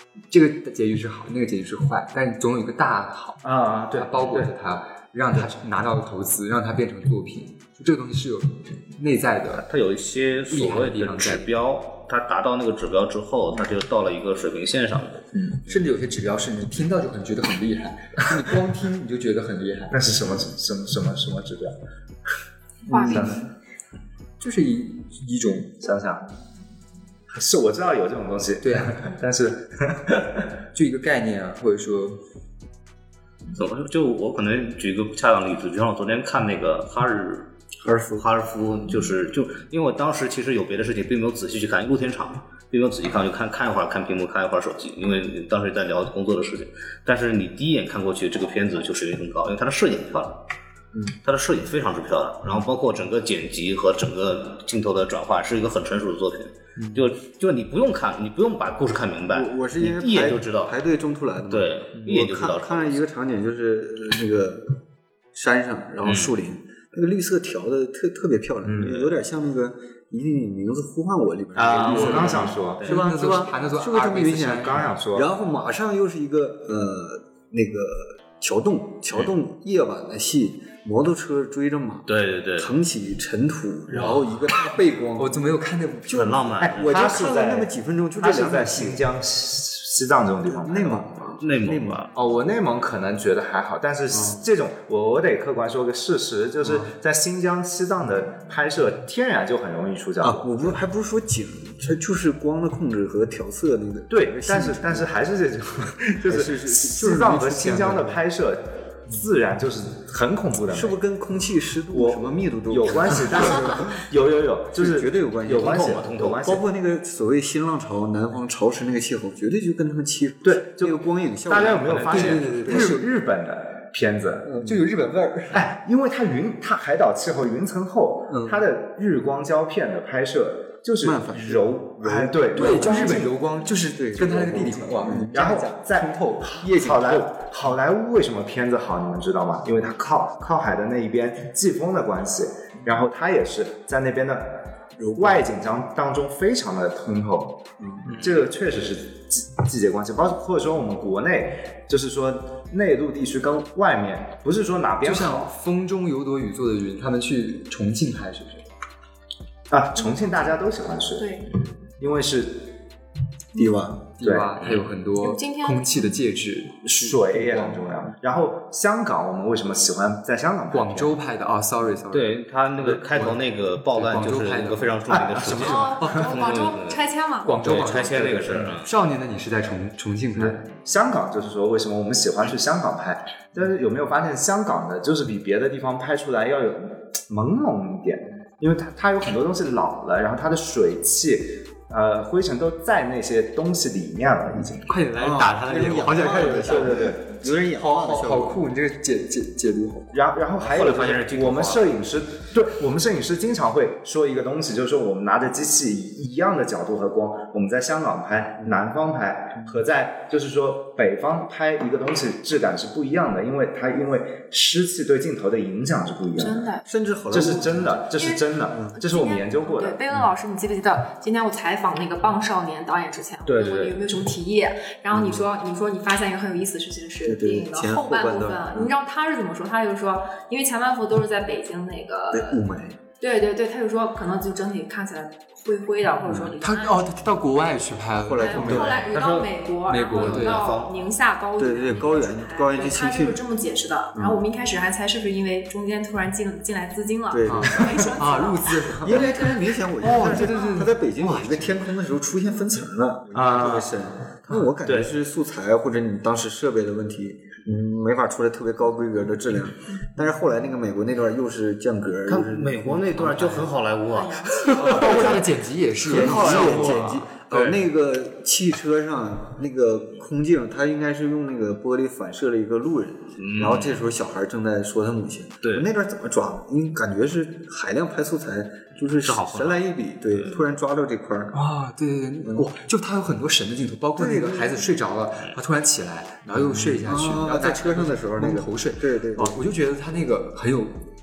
F: 这个结局是好，那个结局是坏，但总有一个大好
C: 啊，对，
F: 包裹着它，让它拿到投资，让它变成作品。就这个东西是有内在的，
A: 它有一些所谓的指标，它达到那个指标之后，它就到了一个水平线上。
F: 嗯，甚至有些指标是你听到就很觉得很厉害，你光听你就觉得很厉害。
C: 那是什么什么什么什么指标？
E: 画面。
F: 就是一一种
C: 想想，是我知道有这种东西，
F: 对啊，
C: 但是
F: 就一个概念啊，或者说
A: 怎么就我可能举一个不恰当的例子，就像我昨天看那个哈日
D: 哈尔夫
A: 哈尔夫，就是就因为我当时其实有别的事情，并没有仔细去看，露天场并没有仔细看，就看看一会儿看屏幕，看一会儿手机，因为当时在聊工作的事情。但是你第一眼看过去，这个片子就水平很高，因为它的摄影漂亮。嗯，它的摄影非常之漂亮，然后包括整个剪辑和整个镜头的转换是一个很成熟的作品。嗯、就就你不用看，你不用把故事看明白，
D: 我我是因为
A: 一眼就知道
D: 排队中途来的嘛。
A: 对，一眼就知道。
D: 看看一个场景就是那个山上，然后树林，嗯、那个绿色调的特特别漂亮，嗯、有点像那个《一定以名字呼唤我》里边
C: 啊，我刚想说，
D: 是吧？是吧？是不是这么明显？
C: 刚想说，
D: 然后马上又是一个呃那个桥洞，桥洞夜晚的戏。摩托车追着马，
A: 对对对，
D: 腾起尘土，然后一个大背光，
F: 我怎么没有看那部
A: 就很浪漫？
D: 哎，我就看了那么几分钟，就这两
C: 在新疆、西藏这种地方，
D: 内蒙，
A: 内蒙吧？
C: 哦，我内蒙可能觉得还好，但是这种我我得客观说个事实，就是在新疆、西藏的拍摄天然就很容易出角
D: 啊。我不还不是说景，它就是光的控制和调色那个。
C: 对，但是但是还是这种，就是西藏和新疆的拍摄。自然就是很恐怖的，
D: 是不是跟空气湿度、什么密度都
C: 有关系？但是有有有，就是
D: 绝对有关系，
C: 有关系，
A: 有关系。
D: 包括那个所谓新浪潮，南方潮湿那个气候，绝对就跟他们气
C: 对，
D: 这个光影效果。
C: 大家有没有发现，
D: 对对对对
C: 日日本的片子
D: 就有日本味儿？
C: 哎，因为它云，它海岛气候云层厚，它的日光胶片的拍摄。就是柔，哎，对
F: 对，就日本柔光，就是对，跟它那个地理很广。
C: 然后在好莱坞，好莱坞为什么片子好？你们知道吗？因为它靠靠海的那一边季风的关系，然后它也是在那边的外景当当中非常的通透。嗯，这个确实是季季节关系，包括或者说我们国内，就是说内陆地区跟外面，不是说哪边好。
F: 就像风中有朵雨做的云，他们去重庆拍是不是？
C: 啊，重庆大家都喜欢吃，
E: 对，
C: 因为是
D: 低洼，
F: 低洼，它有很多空气的介质，
C: 水也很重要。然后香港，我们为什么喜欢在香港拍？
F: 广州拍的啊 ，sorry sorry，
A: 对他那个开头那个暴乱就是一个非常著名的事件，
E: 哦，广州拆迁嘛，
F: 广州
A: 拆迁那个事儿。
F: 少年的你是在重重庆拍，
C: 香港就是说为什么我们喜欢去香港拍？但是有没有发现香港的就是比别的地方拍出来要有朦胧一点？因为它它有很多东西老了，然后它的水汽、呃灰尘都在那些东西里面了，已经。
F: 快点来打他的脸，好想看有的
C: 对对对，
D: 有点氧
F: 化的效果，好酷！你这个解解解读好。
C: 然后然后还有我们摄影师，对我们摄影师经常会说一个东西，就是说我们拿着机器一样的角度和光，我们在香港拍、南方拍和在就是说北方拍一个东西质感是不一样的，因为它因为湿气对镜头的影响是不一样的。
E: 真的，
D: 甚至好莱坞
C: 这是真的，这是真的，这是我们研究过的。
E: 对，贝恩老师，你记不记得今天我采访那个棒少年导演之前，
C: 对对
E: 我问你有没有什么提议？然后你说，你说你发现一个很有意思的事情是电影的后半部分，你知道他是怎么说？他就说，因为前半部都是在北京那个
D: 雾霾。
E: 对对对，他就说可能就整体看起来灰灰的，或者说你
F: 他哦，他到国外去拍了，
E: 后来后来回到美国，
F: 美国
E: 回到宁夏高原，
D: 对对高原高原地
E: 区，他就是这么解释的。然后我们一开始还猜是不是因为中间突然进进来资金了，
D: 对
E: 没生
F: 啊入资，
D: 因为特别明显，我哦对对对，他在北京有一个天空的时候出现分层了啊，特别深。那我感觉是素材或者你当时设备的问题。嗯，没法出来特别高规格的质量，但是后来那个美国那段又是降格，
A: 他美国那段就很好莱坞啊，
F: 包括他的剪辑也是
D: 剪辑
F: 也
D: 剪辑。呃，那个汽车上那个空镜，它应该是用那个玻璃反射了一个路人，嗯、然后这时候小孩正在说他母亲。
A: 对，
D: 那段怎么抓的？因为感觉是海量拍素材，就是神来一笔，对，突然抓到这块儿
F: 啊，对对对，哇，就他有很多神的镜头，包括那个孩子睡着了，他突然起来，然后又睡下去，然后
D: 在车上的时候那个
F: 头睡，
D: 对对，
F: 哦，我就觉得他那个很有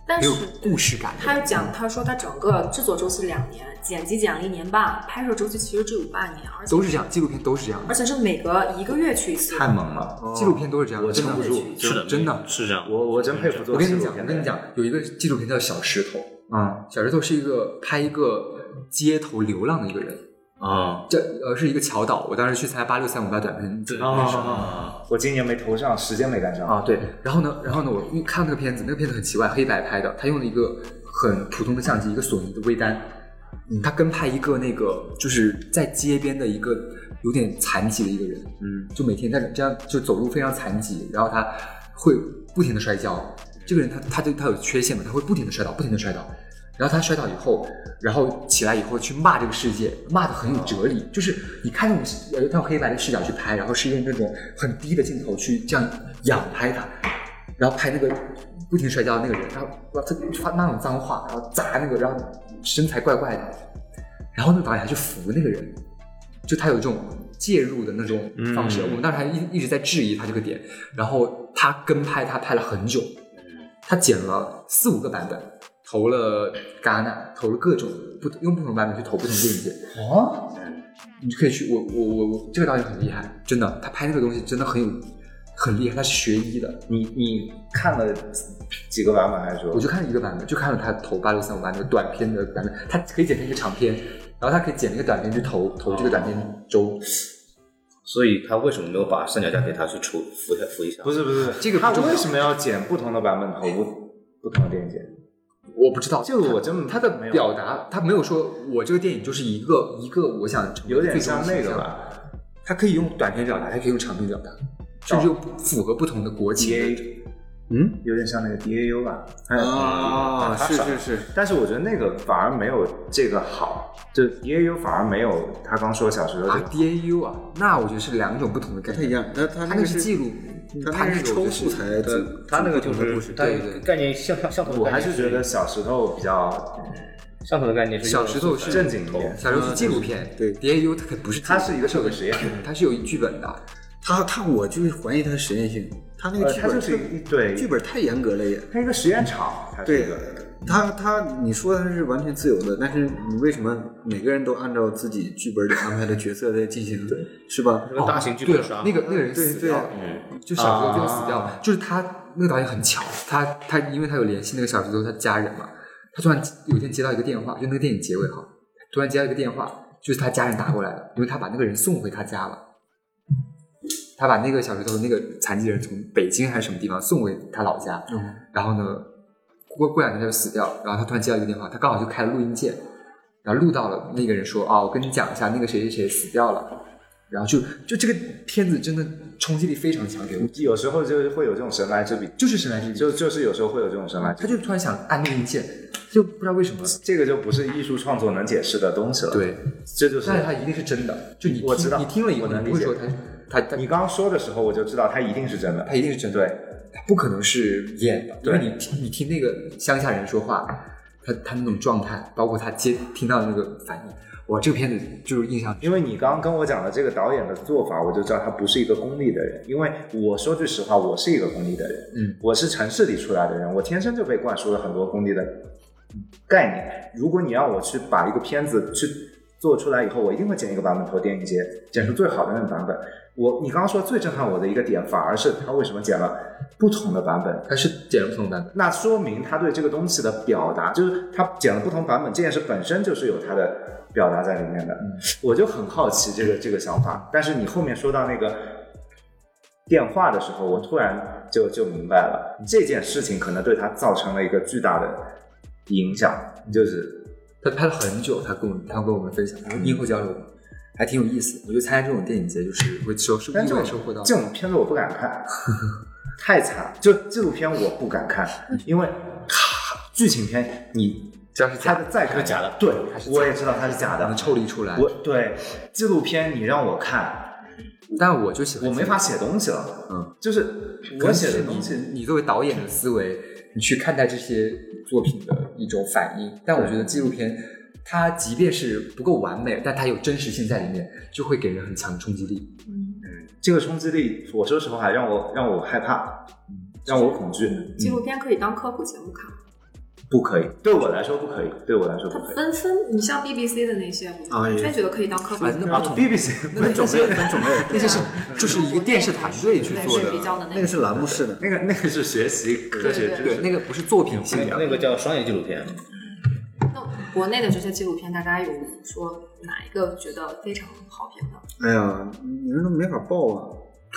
E: 但是
F: 很有故事感。
E: 他讲，他说他整个制作周期两年，剪辑剪了一年半，拍摄周期其实只有半年，而且
F: 都是这样，纪录片都是这样，
E: 而且是每隔一个月去一次。
C: 太猛了，
F: 纪录片都是这样，
C: 我
F: 真的
C: 撑不住，
A: 是的，
F: 真的
A: 是这样。
C: 我我真佩服做
F: 我跟你讲，
C: 纪录片的
F: 我跟你讲，有一个纪录片叫《小石头》，
C: 嗯
F: 小石头是一个拍一个街头流浪的一个人，
A: 啊，
F: 这呃是一个侨导，我当时去参加八六三五八短片，
A: 对
C: 啊啊！我今年没投上，时间没赶上
F: 啊，对，然后呢，然后呢，我看那个片子，那个片子很奇怪，黑白拍的，他用了一个很普通的相机，一个索尼的微单，嗯，他跟拍一个那个就是在街边的一个有点残疾的一个人，嗯，就每天在这样就走路非常残疾，然后他会不停的摔跤，这个人他他就他有缺陷嘛，他会不停的摔倒，不停的摔倒。然后他摔倒以后，然后起来以后去骂这个世界，骂得很有哲理。就是你看那种呃，他用黑白的视角去拍，然后是用那种很低的镜头去这样仰拍他，然后拍那个不停摔跤的那个人，然后他发那种脏话，然后砸那个，然后身材怪怪的，然后那个导演还去扶那个人，就他有这种介入的那种方式。嗯、我们当时还一一直在质疑他这个点，然后他跟拍他拍了很久，他剪了四五个版本。投了戛纳，投了各种不用不同版本去投不同电影节。
C: 哦，
F: 你可以去，我我我我这个导演很厉害，真的，他拍那个东西真的很有很厉害，他是学医的。
C: 你你看了几个版本还是说？
F: 我就看了一个版本，就看了他投八六三五八那个短片的版本，他可以剪成一个长片，然后他可以剪一个短片去投投这个短片周。
A: 所以他为什么没有把三脚架给他去出扶一下扶一下？
C: 不是不是，
F: 这个
C: 他为什么要剪不同的版本投不不同的电影节？
F: 我不知道，
C: 这个我真
F: 他的表达，他没有说我这个电影就是一个一个我想成为
C: 有点像那个吧，
F: 他可以用短片表达，他可以用长片表达，甚至又符合不同的国情。
C: 嗯，有点像那个 D A U 吧？
D: 啊，是是是，
C: 但是我觉得那个反而没有这个好，就 D A U 反而没有他刚说小石头
F: 啊 D A U 啊，那我觉得是两种不同的概念，
D: 不太一样。他他
F: 那个是记录。
D: 他那是抽素材的，
A: 他那个就是对对概念像像相同的。
C: 我还是觉得小石头比较
A: 相同的概念是
F: 小石头是
C: 正经一点，
F: 小石头是纪录片，对 D A U 它可不是，
C: 它是一个社会实验，
F: 它是有剧本的。
D: 他他我就是怀疑他的实验性，他那个剧本
C: 就是对
D: 剧本太严格了也，
C: 它一个实验场，
D: 对。他他，你说他是完全自由的，但是你为什么每个人都按照自己剧本里安排的角色在进行，是吧？
A: 那个大型剧本杀，
F: 那个那个人死掉了，嗯，就小石头最后死掉了，就是他那个导演很巧，他他因为他有联系那个小石头他家人嘛，他突然有一天接到一个电话，就那个电影结尾哈，突然接到一个电话，就是他家人打过来了，因为他把那个人送回他家了，他把那个小石头那个残疾人从北京还是什么地方送回他老家，嗯，然后呢。过过两天他就死掉，然后他突然接到一个电话，他刚好就开了录音键，然后录到了那个人说啊，我跟你讲一下，那个谁谁谁死掉了，然后就就这个片子真的冲击力非常强，给我
C: 有时候就会有这种神来之笔，
F: 就是神来之笔，
C: 就就是有时候会有这种神来之笔，
F: 他就突然想按录音键，就不知道为什么，
C: 这个就不是艺术创作能解释的东西了。
F: 对，
C: 这就是，
F: 但是他一定是真的，就你
C: 我知道，
F: 你听了以后，你不会说他他
C: 你刚刚说的时候，我就知道他一定是真的，
F: 他一定是真的。
C: 对。
F: 不可能是演的，因为你听你听那个乡下人说话，他他那种状态，包括他接听到的那个反应，哇，这个片子就是印象。
C: 因为你刚刚跟我讲的这个导演的做法，我就知道他不是一个功利的人。因为我说句实话，我是一个功利的人，嗯，我是城市里出来的人，我天生就被灌输了很多功利的概念。如果你让我去把一个片子去做出来以后，我一定会剪一个版本投电影节，剪出最好的那个版本。我你刚刚说最震撼我的一个点，反而是他为什么剪了不同的版本？
F: 他是剪了不同版本，
C: 那说明他对这个东西的表达，就是他剪了不同版本这件事本身就是有他的表达在里面的。嗯、我就很好奇这个这个想法，但是你后面说到那个电话的时候，我突然就就明白了，这件事情可能对他造成了一个巨大的影响，就是
F: 他拍了很久，他跟我他跟我们分享，他说映后交流。还挺有意思，我觉得参加这种电影节就是会收收意外收获到。
C: 这种片子我不敢看，太惨。就纪录片我不敢看，因为剧情片你
F: 只要是
C: 它的再看
A: 假的，
C: 对，我也知道它是假的，
F: 能抽离出来。
C: 我对纪录片你让我看，
F: 但我就喜欢，
C: 我没法写东西了。嗯，就是我写的东西，
F: 你作为导演的思维，你去看待这些作品的一种反应。但我觉得纪录片。它即便是不够完美，但它有真实性在里面，就会给人很强的冲击力。
C: 嗯，这个冲击力，我说实话，让我让我害怕，让我恐惧。
E: 纪录片可以当科普节目看。
C: 不可以，对我来说不可以，对我来说不可以。
E: 分分，你像 B B C 的那些，我完全觉得可以当课本。
B: 那
C: 啊 B B C
B: 那种类分种类，那些是就是一个电视团队去做的，
E: 比较的
D: 那个是栏目式的，
C: 那个那个是学习科学知识，
B: 对，那个不是作品性的，
A: 那个叫商业纪录片。
E: 那国内的这些纪录片，大家有说哪一个觉得非常好评的？
D: 哎呀，你这都没法报啊。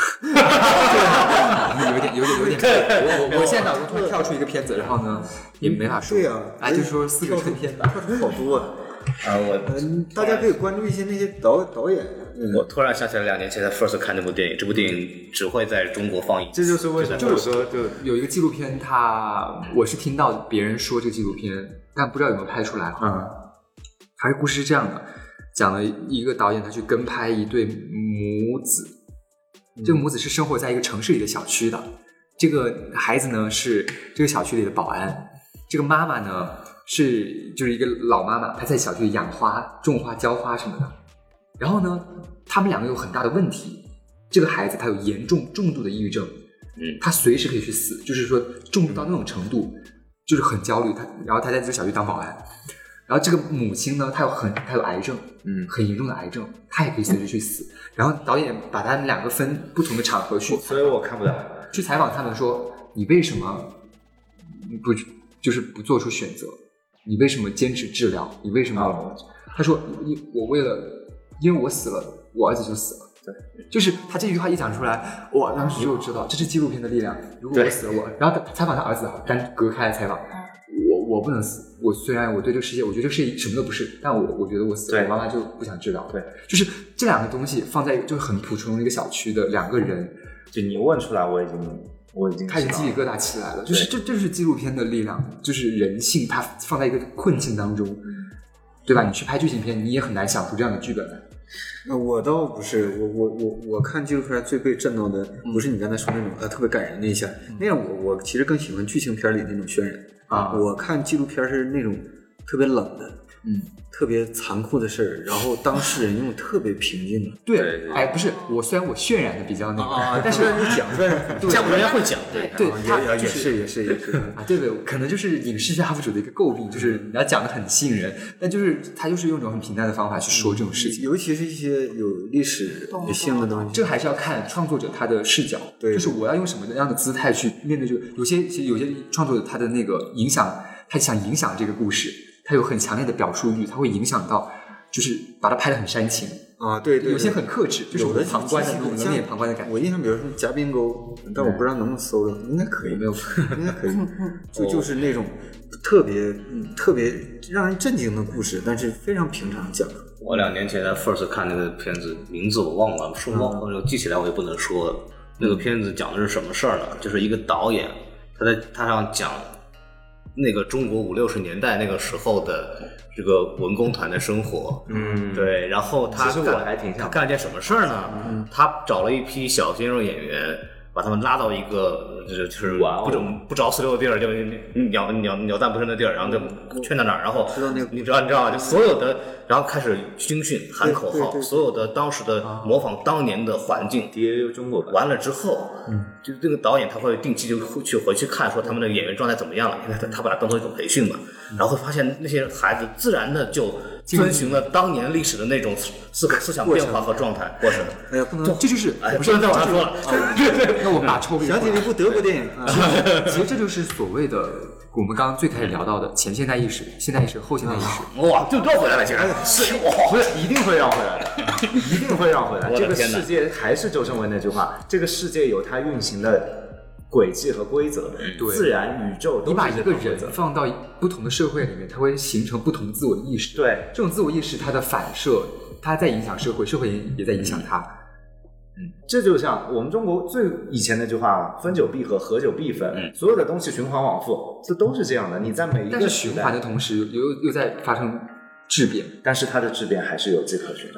B: 对，有点有点有点。我我我现在脑中突然跳出一个片子，然后呢也没法说。
D: 对呀，
B: 哎，就说四个春天吧，
D: 跳出好多啊。
A: 啊，我
D: 嗯，大家可以关注一些那些导导演。嗯、
A: 我突然想起来，两年前在 First 看那部电影，这部电影只会在中国放映。
C: 这就是为什么我说就
B: 有一个纪录片它，我是听到别人说这个纪录片，但不知道有没有拍出来。
C: 嗯，
B: 它是故事是这样的，讲了一个导演他去跟拍一对母子，这个母子是生活在一个城市里的小区的，这个孩子呢是这个小区里的保安，这个妈妈呢是就是一个老妈妈，她在小区里养花、种花、浇花什么的。然后呢，他们两个有很大的问题。这个孩子他有严重重度的抑郁症，嗯，他随时可以去死，就是说重度到那种程度，就是很焦虑。他然后他在这个小区当保安。然后这个母亲呢，她有很她有癌症，嗯，很严重的癌症，她也可以随时去死。然后导演把他们两个分不同的场合去，
C: 所以我看不了。
B: 去采访他们说，你为什么不就是不做出选择？你为什么坚持治疗？你为什么？哦、他说，我为了。因为我死了，我儿子就死了。对，就是他这句话一讲出来，我当时就知道这是纪录片的力量。如果我死了我，然后采访他儿子，单隔开来采访，我我不能死。我虽然我对这个世界，我觉得这个世界什么都不是，但我我觉得我死了，我妈妈就不想治疗。对，就是这两个东西放在就是很普通的一个小区的两个人，
C: 就你问出来，我已经我已经
B: 开始鸡皮疙瘩起来了。就是这这就是纪录片的力量，就是人性，它放在一个困境当中，对吧？你去拍剧情片，你也很难想出这样的剧本来。
D: 呃，我倒不是，我我我我看纪录片最被震到的不是你刚才说那种呃特别感人那一下，嗯、那样我我其实更喜欢剧情片里那种渲染啊。我看纪录片是那种特别冷的，嗯，特别残酷的事儿，然后当事人用特别平静的。
B: 对，哎，不是我虽然我渲染的比较那个，
D: 啊、但是你讲出来，
A: 这样人家会讲，
E: 对
B: 对，
D: 他也是也是也是
B: 啊，对对，可能就是影视剧 U P 主的一个诟病，就是你要讲的很吸引人，但就是他就是用一种很平淡的方法去说这种事情，
D: 尤其是一些有历史性的东西，
B: 这个还是要看创作者他的视角，对，就是我要用什么样的姿态去面对这个，有些有些创作者他的那个影响，他想影响这个故事，他有很强烈的表述欲，他会影响到，就是把它拍得很煽情。
D: 啊，对 对, 对，
B: 有些很克制，就是我的旁观的那种冷眼旁观的感觉。
D: 我印象比如说嘉宾沟，但我不知道能不能搜到，应该可以，
B: 没有，
D: 应该可以。就就是那种特别特别让人震惊的故事，但是非常平常讲。
A: 我两年前在 First 看那个片子，名字我忘了，说忘了，记起来我也不能说了。那个片子讲的是什么事儿呢？就是一个导演，他在他上讲那个中国五六十年代那个时候的这个文工团的生活，嗯，对，然后他
C: 其实我还挺想
A: 他干了件什么事儿呢？嗯，他找了一批小鲜肉演员，把他们拉到一个就是就是不着不着四六的地儿，就鸟鸟鸟蛋不生的地儿，然后就圈在那儿，然后你知道你知道就所有的，然后开始军训喊口号，所有的当时的模仿当年的环境
C: D A U 中国版
A: 完了之后，嗯，就这个导演他会定期就会去回去看说他们的演员状态怎么样了，因为他他把它当做一种培训嘛，然后会发现那些孩子自然的就遵循了当年历史的那种思思想变化和状态过程。
D: 哎呀，不能，
B: 这就是
A: 哎，不能再往下说了。
B: 那我把抽给你。
D: 想起了一部德国电影啊，
B: 其实这就是所谓的我们刚刚最开始聊到的前现代意识、现代意识、后现代意识。
A: 哇，就绕回来了，竟然
C: 是不是一定会绕回来的，一定会绕回来。这个世界还是周正伟那句话，这个世界有它运行的轨迹和规则，自然宇宙都是
B: 你把一个人放到不同的社会里面，它会形成不同的自我意识。
C: 对，
B: 这种自我意识它的反射，它在影响社会，社会也在影响它。
C: 嗯，这就像我们中国最以前那句话，分久必合，合久必分，嗯、所有的东西循环往复，这都是这样的。你在每一个
B: 但是循环的同时，又又在发生质变，
C: 但是它的质变还是有迹可循的。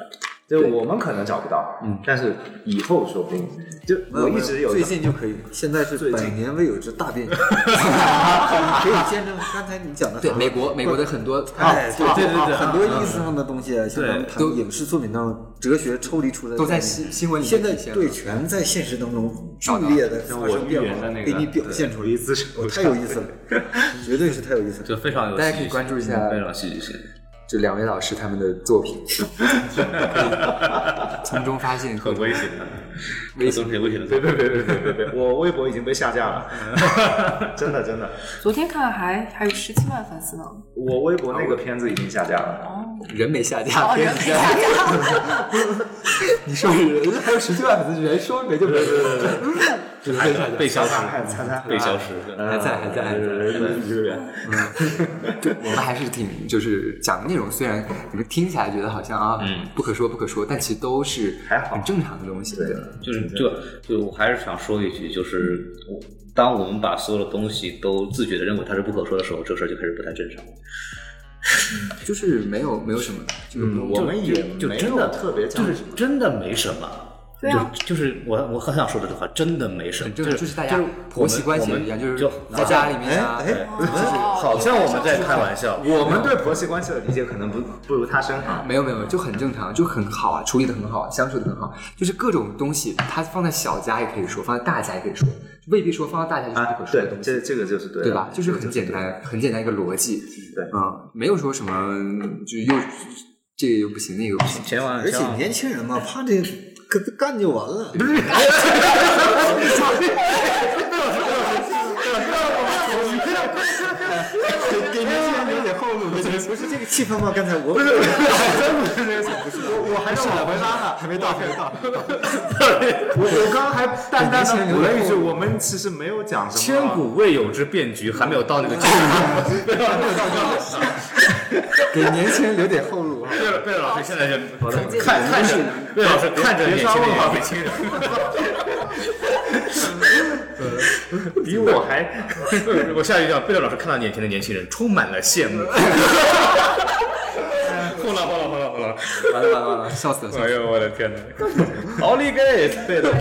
C: 就我们可能找不到，嗯，但是以后说不定，就我一直有
D: 最近就可以，现在是百年未有之大变革，可以见证刚才你讲的。
F: 对，美国美国的很多，
D: 哎，对对对对，很多意识上的东西啊，像咱们谈影视作品当中，哲学抽离出来
F: 都在新新闻里
D: 现在对全在现实当中剧烈的发生变化，给你表现出来，太有意思了，绝对是太有意思了，
A: 就非常有，
F: 大家可以关注一下，
A: 非常戏剧性。
F: 就两位老师他们的作品，从中发现
A: 很危险的，
F: 危险
A: 危险的。
C: 别别别别别别别！我微博已经被下架了，真的真的。
E: 昨天看还还有十七万粉丝呢。
C: 我微博那个片子已经下架了，
E: 哦，
F: 人没下架，
E: 哦，人没下架。
F: 你说人还有十七万粉丝，人说没就没，对对对对。
A: 就是被被消失，被消失，
F: 还在还在还在，就我们还是挺就是讲的内容，虽然你们听起来觉得好像啊，嗯，不可说不可说，但其实都是很正常的东西。对，
A: 就是就就我还是想说一句，就是当我们把所有的东西都自觉的认为它是不可说的时候，这个事儿就开始不太正常。
F: 就是没有没有什么，就是
C: 我们也
A: 就真的特别，就是真的没什么。
E: 对啊，
A: 就就是我我很想说的这话，真的没什么，
F: 就是就是大家婆媳关系一样，就是在家里面啊，
C: 哎，
A: 好像我们在开玩笑，
C: 我们对婆媳关系的理解可能不不如他深啊。
F: 没有没有，就很正常，就很好啊，处理的很好，相处的很好，就是各种东西，它放在小家也可以说，放在大家也可以说，未必说放到大家就是不可说的东西。
C: 这这个就是对，
F: 对吧？就是很简单，很简单一个逻辑。
C: 对，
F: 嗯，没有说什么就又这个又不行，那个不行。
A: 千万，
D: 而且年轻人嘛，怕这个。干就完了，不是？给年轻人留点后路，不是这个气氛吗？刚才我不是，真不是这个，不是，我我还是往回拉呢，还没到，还没到。
C: 我我刚刚还淡淡的补了一句，我们其实没有讲什么
A: 千古未有之变局，还没有到那个阶段，没有到那个。
D: 给年轻人留点后路。
A: 贝尔贝尔老师现在就看看着贝尔老师看着年轻人，年轻人，
C: 比我还，
A: 我吓一跳。贝尔老师看到眼前的年轻人，充满了羡慕。后了后了后了后了，
F: 完了完了完了，笑死了！
A: 哎呦我的天哪！奥利给！对的，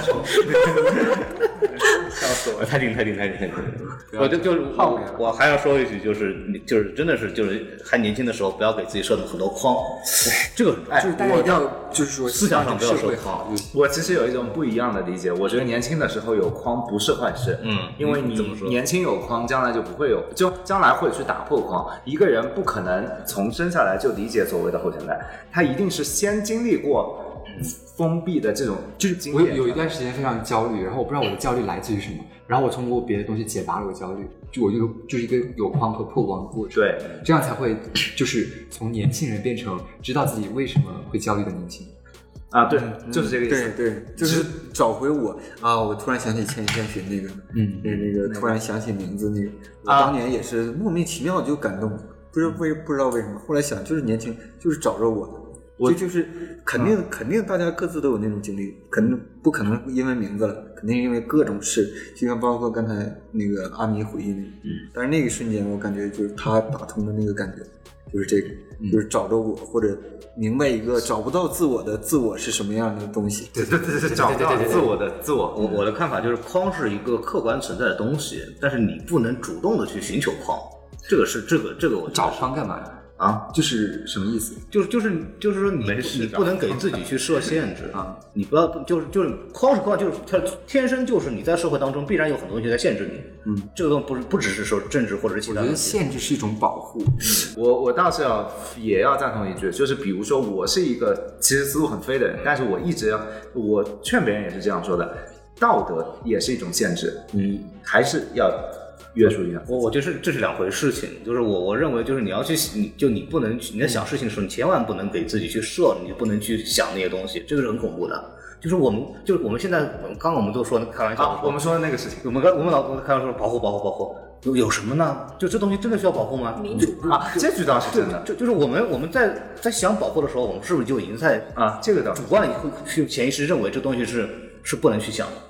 A: 笑死我！太顶太顶太顶太顶！我就就是我我还要说一句，就是你就是真的是就是还年轻的时候，不要给自己设定很多框。这个
F: 哎，就是大家一定要就是说
A: 思想上不要
F: 设好。
C: 我其实有一种不一样的理解，我觉得年轻的时候有框不是坏事，
A: 嗯，
C: 因为你年轻有框，将来就不会有，就将来会去打破框。一个人不可能从生下来就理解所谓的后现代，他一定是先经历过封闭的这种，
F: 就是我有一段时间非常焦虑，然后我不知道我的焦虑来自于什么，然后我通过别的东西解答了我焦虑，就我就就是一个有框和破框的过程，
C: 对，
F: 这样才会就是从年轻人变成知道自己为什么会焦虑的年轻人。
C: 啊，对，就是这个意思。
D: 对对，就是找回我啊！我突然想起《千与千寻》那个，嗯，那那个突然想起名字那个，我当年也是莫名其妙就感动，不知道为不知道为什么，后来想就是年轻，就是找着我的。我就就是肯定、嗯、肯定大家各自都有那种经历，肯定不可能因为名字了，肯定因为各种事，就像包括刚才那个阿弥回忆那个，嗯，但是那个瞬间我感觉就是他打通的那个感觉，就是这个，嗯、就是找着我或者明白一个找不到自我的自我是什么样的东西，
C: 对对对对，找不到自我的自我。
A: 我我的看法就是框是一个客观存在的东西，但是你不能主动的去寻求框，这个是这个这个我
F: 找框干嘛呀？啊，就是什么意思？
A: 就是就是就是说你你不能给自己去设限制啊！你不要就是就是框是框，就是它天生就是你在社会当中必然有很多东西在限制你。嗯，这个东西不是不只是说政治或者是其他的。
F: 我觉得限制是一种保护。
C: 我我倒是要也要赞同一句，就是比如说我是一个其实思路很飞的人，但是我一直要我劝别人也是这样说的，道德也是一种限制，你还是要约束一下。
A: 我我觉得是这是两回事情，就是我我认为就是你要去你就你不能你在想事情的时候，你千万不能给自己去设，你就不能去想那些东西，这个是很恐怖的。就是我们就是我们现在刚刚我们都说开玩笑、
C: 啊，我们说的那个事情，
A: 我们刚我们老开玩笑说保护保护保护，有有什么呢？就这东西真的需要保护吗？
E: 民主
C: 啊，这句倒是真的。
A: 就就是我们我们在在想保护的时候，我们是不是就已经在
C: 啊这个的
A: 主观里会去潜意识认为这东西是是不能去想的？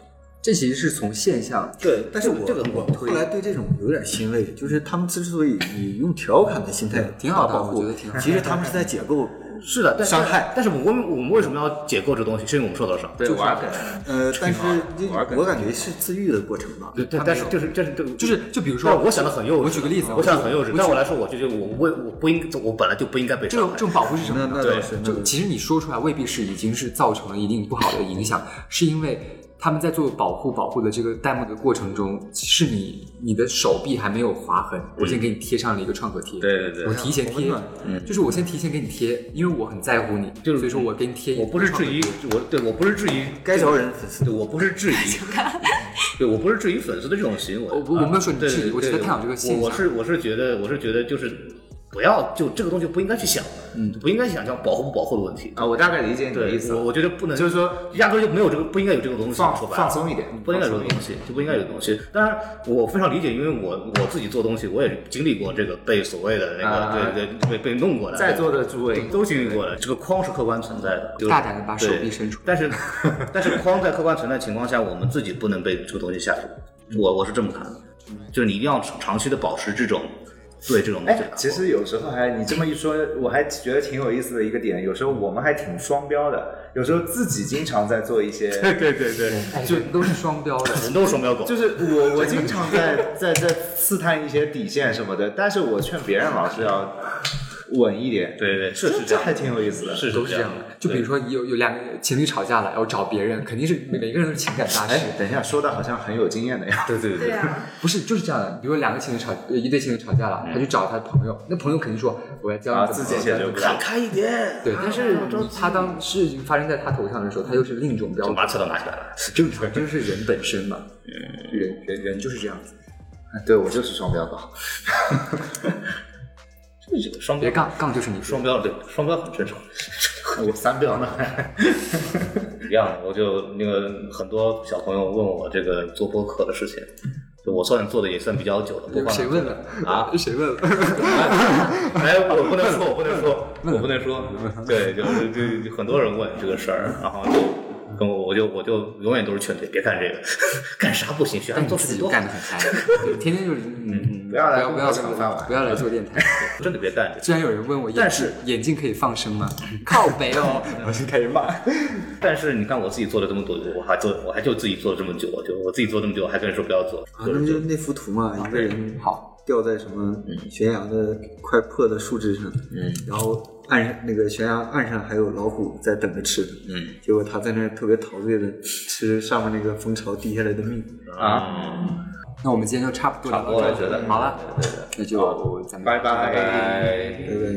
F: 这其实是从现象，
C: 对，
D: 但是我
A: 这个
D: 我后来对这种有点欣慰，就是他们之所以以用调侃的心态
F: 挺好的
D: 保护，
F: 我觉得挺好的
D: 其实他们是在解构
A: 是的，但
D: 伤害。
A: 但是我们我们为什么要解构这东西？是因为我们受到伤。
C: 对，玩梗，
D: 呃，但是就
C: 玩梗
D: 我感觉是自愈的过程吧。
A: 对，但是就是就是就
F: 就是就比如说，
A: 我想的很幼稚。
F: 我举个例子，
A: 我想的很幼稚。对我来说，我就觉得我我我不应，我本来就不应该被
F: 这种这种保护是什么呢？
D: 那那倒是，
F: 就其实你说出来未必是已经是造成了一定不好的影响，是因为他们在做保护保护的这个弹幕的过程中，是你你的手臂还没有划痕，我先给你贴上了一个创可贴。
C: 对对对
F: 我提前贴，嗯，就是我先提前给你贴，因为我很在乎你，
A: 就是
F: 所以说我给你贴一个
A: 我不是质疑我，对我不是质疑
D: 该着人粉丝，
A: 对我不是质疑，对我不是质疑粉丝的这种行为。
F: 我我我没有说你
A: 对
F: 质疑，我只在探讨这个现象。
A: 我我是我是觉得我是觉得就是不要就这个东西不应该去想，嗯，不应该想叫保护不保护的问题
C: 啊，我大概理解你的意思。
A: 我我觉得不能，
C: 就是说
A: 压根就没有这个，不应该有这个东西，
C: 放
A: 说白了
C: 放松一点，
A: 不应该有这个东西，就不应该有这个东西。当然，我非常理解，因为我我自己做东西，我也经历过这个被所谓的那个、
C: 啊、
A: 对对被被弄过来，
C: 在座的诸位
A: 都经历过了。这个框是客观存在的，就是、
F: 大胆的把手臂伸出来，
A: 但是但是框在客观存在的情况下，我们自己不能被这个东西吓住。我我是这么看的，就是你一定要长期的保持这种。对这种东西，
C: 哎，其实有时候还你这么一说，我还觉得挺有意思的一个点。有时候我们还挺双标的，有时候自己经常在做一些，
A: 对对对对，
F: 就都是双标的，
A: 人都是双标狗。
C: 就是我我经常在在在刺探一些底线什么的，但是我劝别人老是要稳一点。
A: 对对，是是
C: 这还挺有意思的，
A: 是
F: 都是这样的。就比如说有有两个情侣吵架了，要找别人，肯定是每个人都是情感大师。
C: 哎，等一下，说的好像很有经验的呀。
A: 对对对
E: 对啊，
F: 不是就是这样的。比如说两个情侣吵，一对情侣吵架了，他去找他的朋友，那朋友肯定说我要教
C: 啊，
F: 你
C: 自己解决不了，
A: 看开一点。
F: 对，但是你他当事情发生在他头上的时候，他又是另一种标准。
A: 把菜刀拿起来了，
F: 正常，这就是人本身嘛。人人人就是这样子。
C: 对我就是双标狗。
A: 这个双标，
F: 别杠杠就是你
A: 双标，对，双标很正常。
C: 我三标呢，
A: 一样的。我就那个很多小朋友问我这个做播客的事情，就我算做的也算比较久了。
F: 谁问了
A: 啊？
F: 谁问了？
A: 哎，我不能说，我不能说，我不能说。对，就是就就很多人问这个事儿，然后就跟我，我就我就永远都是劝退，别干这个，干啥不行，学校做事情多
F: 干得很开，天天就是嗯，
C: 不要来
F: 不要
C: 炒饭碗，
F: 不要来做电台，
A: 真的别干这个。
F: 既然有人问我，
A: 但是
F: 眼镜可以放声吗？靠北哦，我就开始骂。
A: 但是你看我自己做了这么多，我还做，我还就自己做了这么久，就我自己做这么久，还跟人说不要做。
D: 啊，那就是那幅图嘛，一个人好吊在什么悬崖的快破的树枝上，嗯，然后岸上那个悬崖岸上还有老虎在等着吃的，
A: 嗯，
D: 结果他在那儿特别陶醉的吃上面那个蜂巢滴下来的蜜
A: 啊。
F: 那我们今天就差不多了，
A: 差不多了，觉得
F: 好了，
A: 对对，
F: 那就咱们
C: 拜拜
A: 拜拜。
D: 拜拜。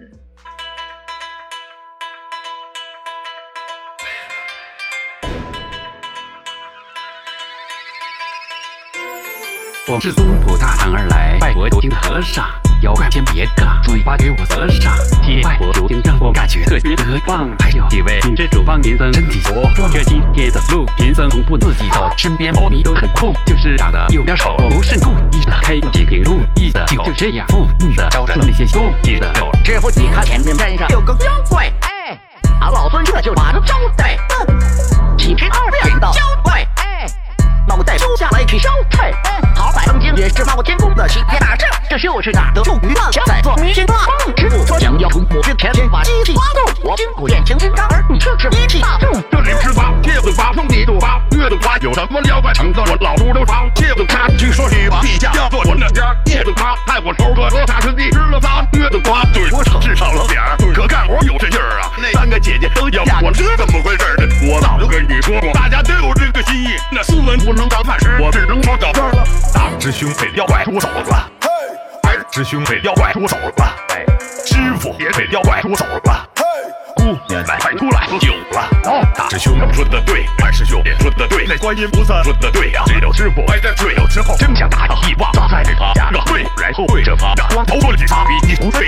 G: 我是东土大唐而来，拜佛求经的和尚。妖怪先别杠，嘴巴给我责上。贴拜佛求经让我感觉特别的棒。还有几位品质主方贫僧身体茁壮，这今天的路贫僧从不自己走，身边猫咪都很酷，就是长得有点丑，不是故意的。开个极品路易的就这样负意的招惹那些拥挤的狗。师傅，你看前面山上有个妖怪，哎，俺老孙这就把他招待。几只二变的妖怪，哎。脑袋收下来去烧菜，好歹曾经也是冒天宫的齐天大圣，这就是打得入于万枪，在做迷信大梦。师傅说想要出没之前，先把机器发动，我筋骨变成金刚，而你这是一气大众。这里吃法，戒子法，兄弟度法，月子法有什么妖怪成的我老猪都长。戒子卡，据说是把地下要做我那家，戒子卡害我头哥和大师弟吃了仨，月子瓜对我手是少了点儿，可干活有这劲儿啊。那三个姐姐都要嫁，我这怎么回事呢？我早就跟你说过，大家都有这个心意，那斯文不能当饭吃，我只能说到这儿了。大师兄被妖怪出手了，二师兄被妖怪出手了，师傅也被妖怪出手了。姑娘们快出来喝酒了！哦，大师兄说的对，二师兄也说的对，那观音菩萨说的对呀。只有师傅还在醉酒之后，真想大一棒砸在这他家个对，然后对着他的光头说了句傻逼，你不对。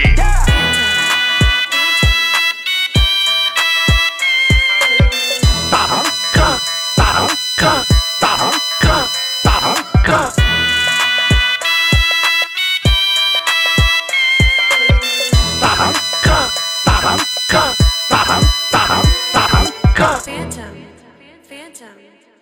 G: 大堂看，大堂看，大堂看，大堂看。大堂看，大堂看，大堂大堂大堂看。
H: Phantom, Phantom.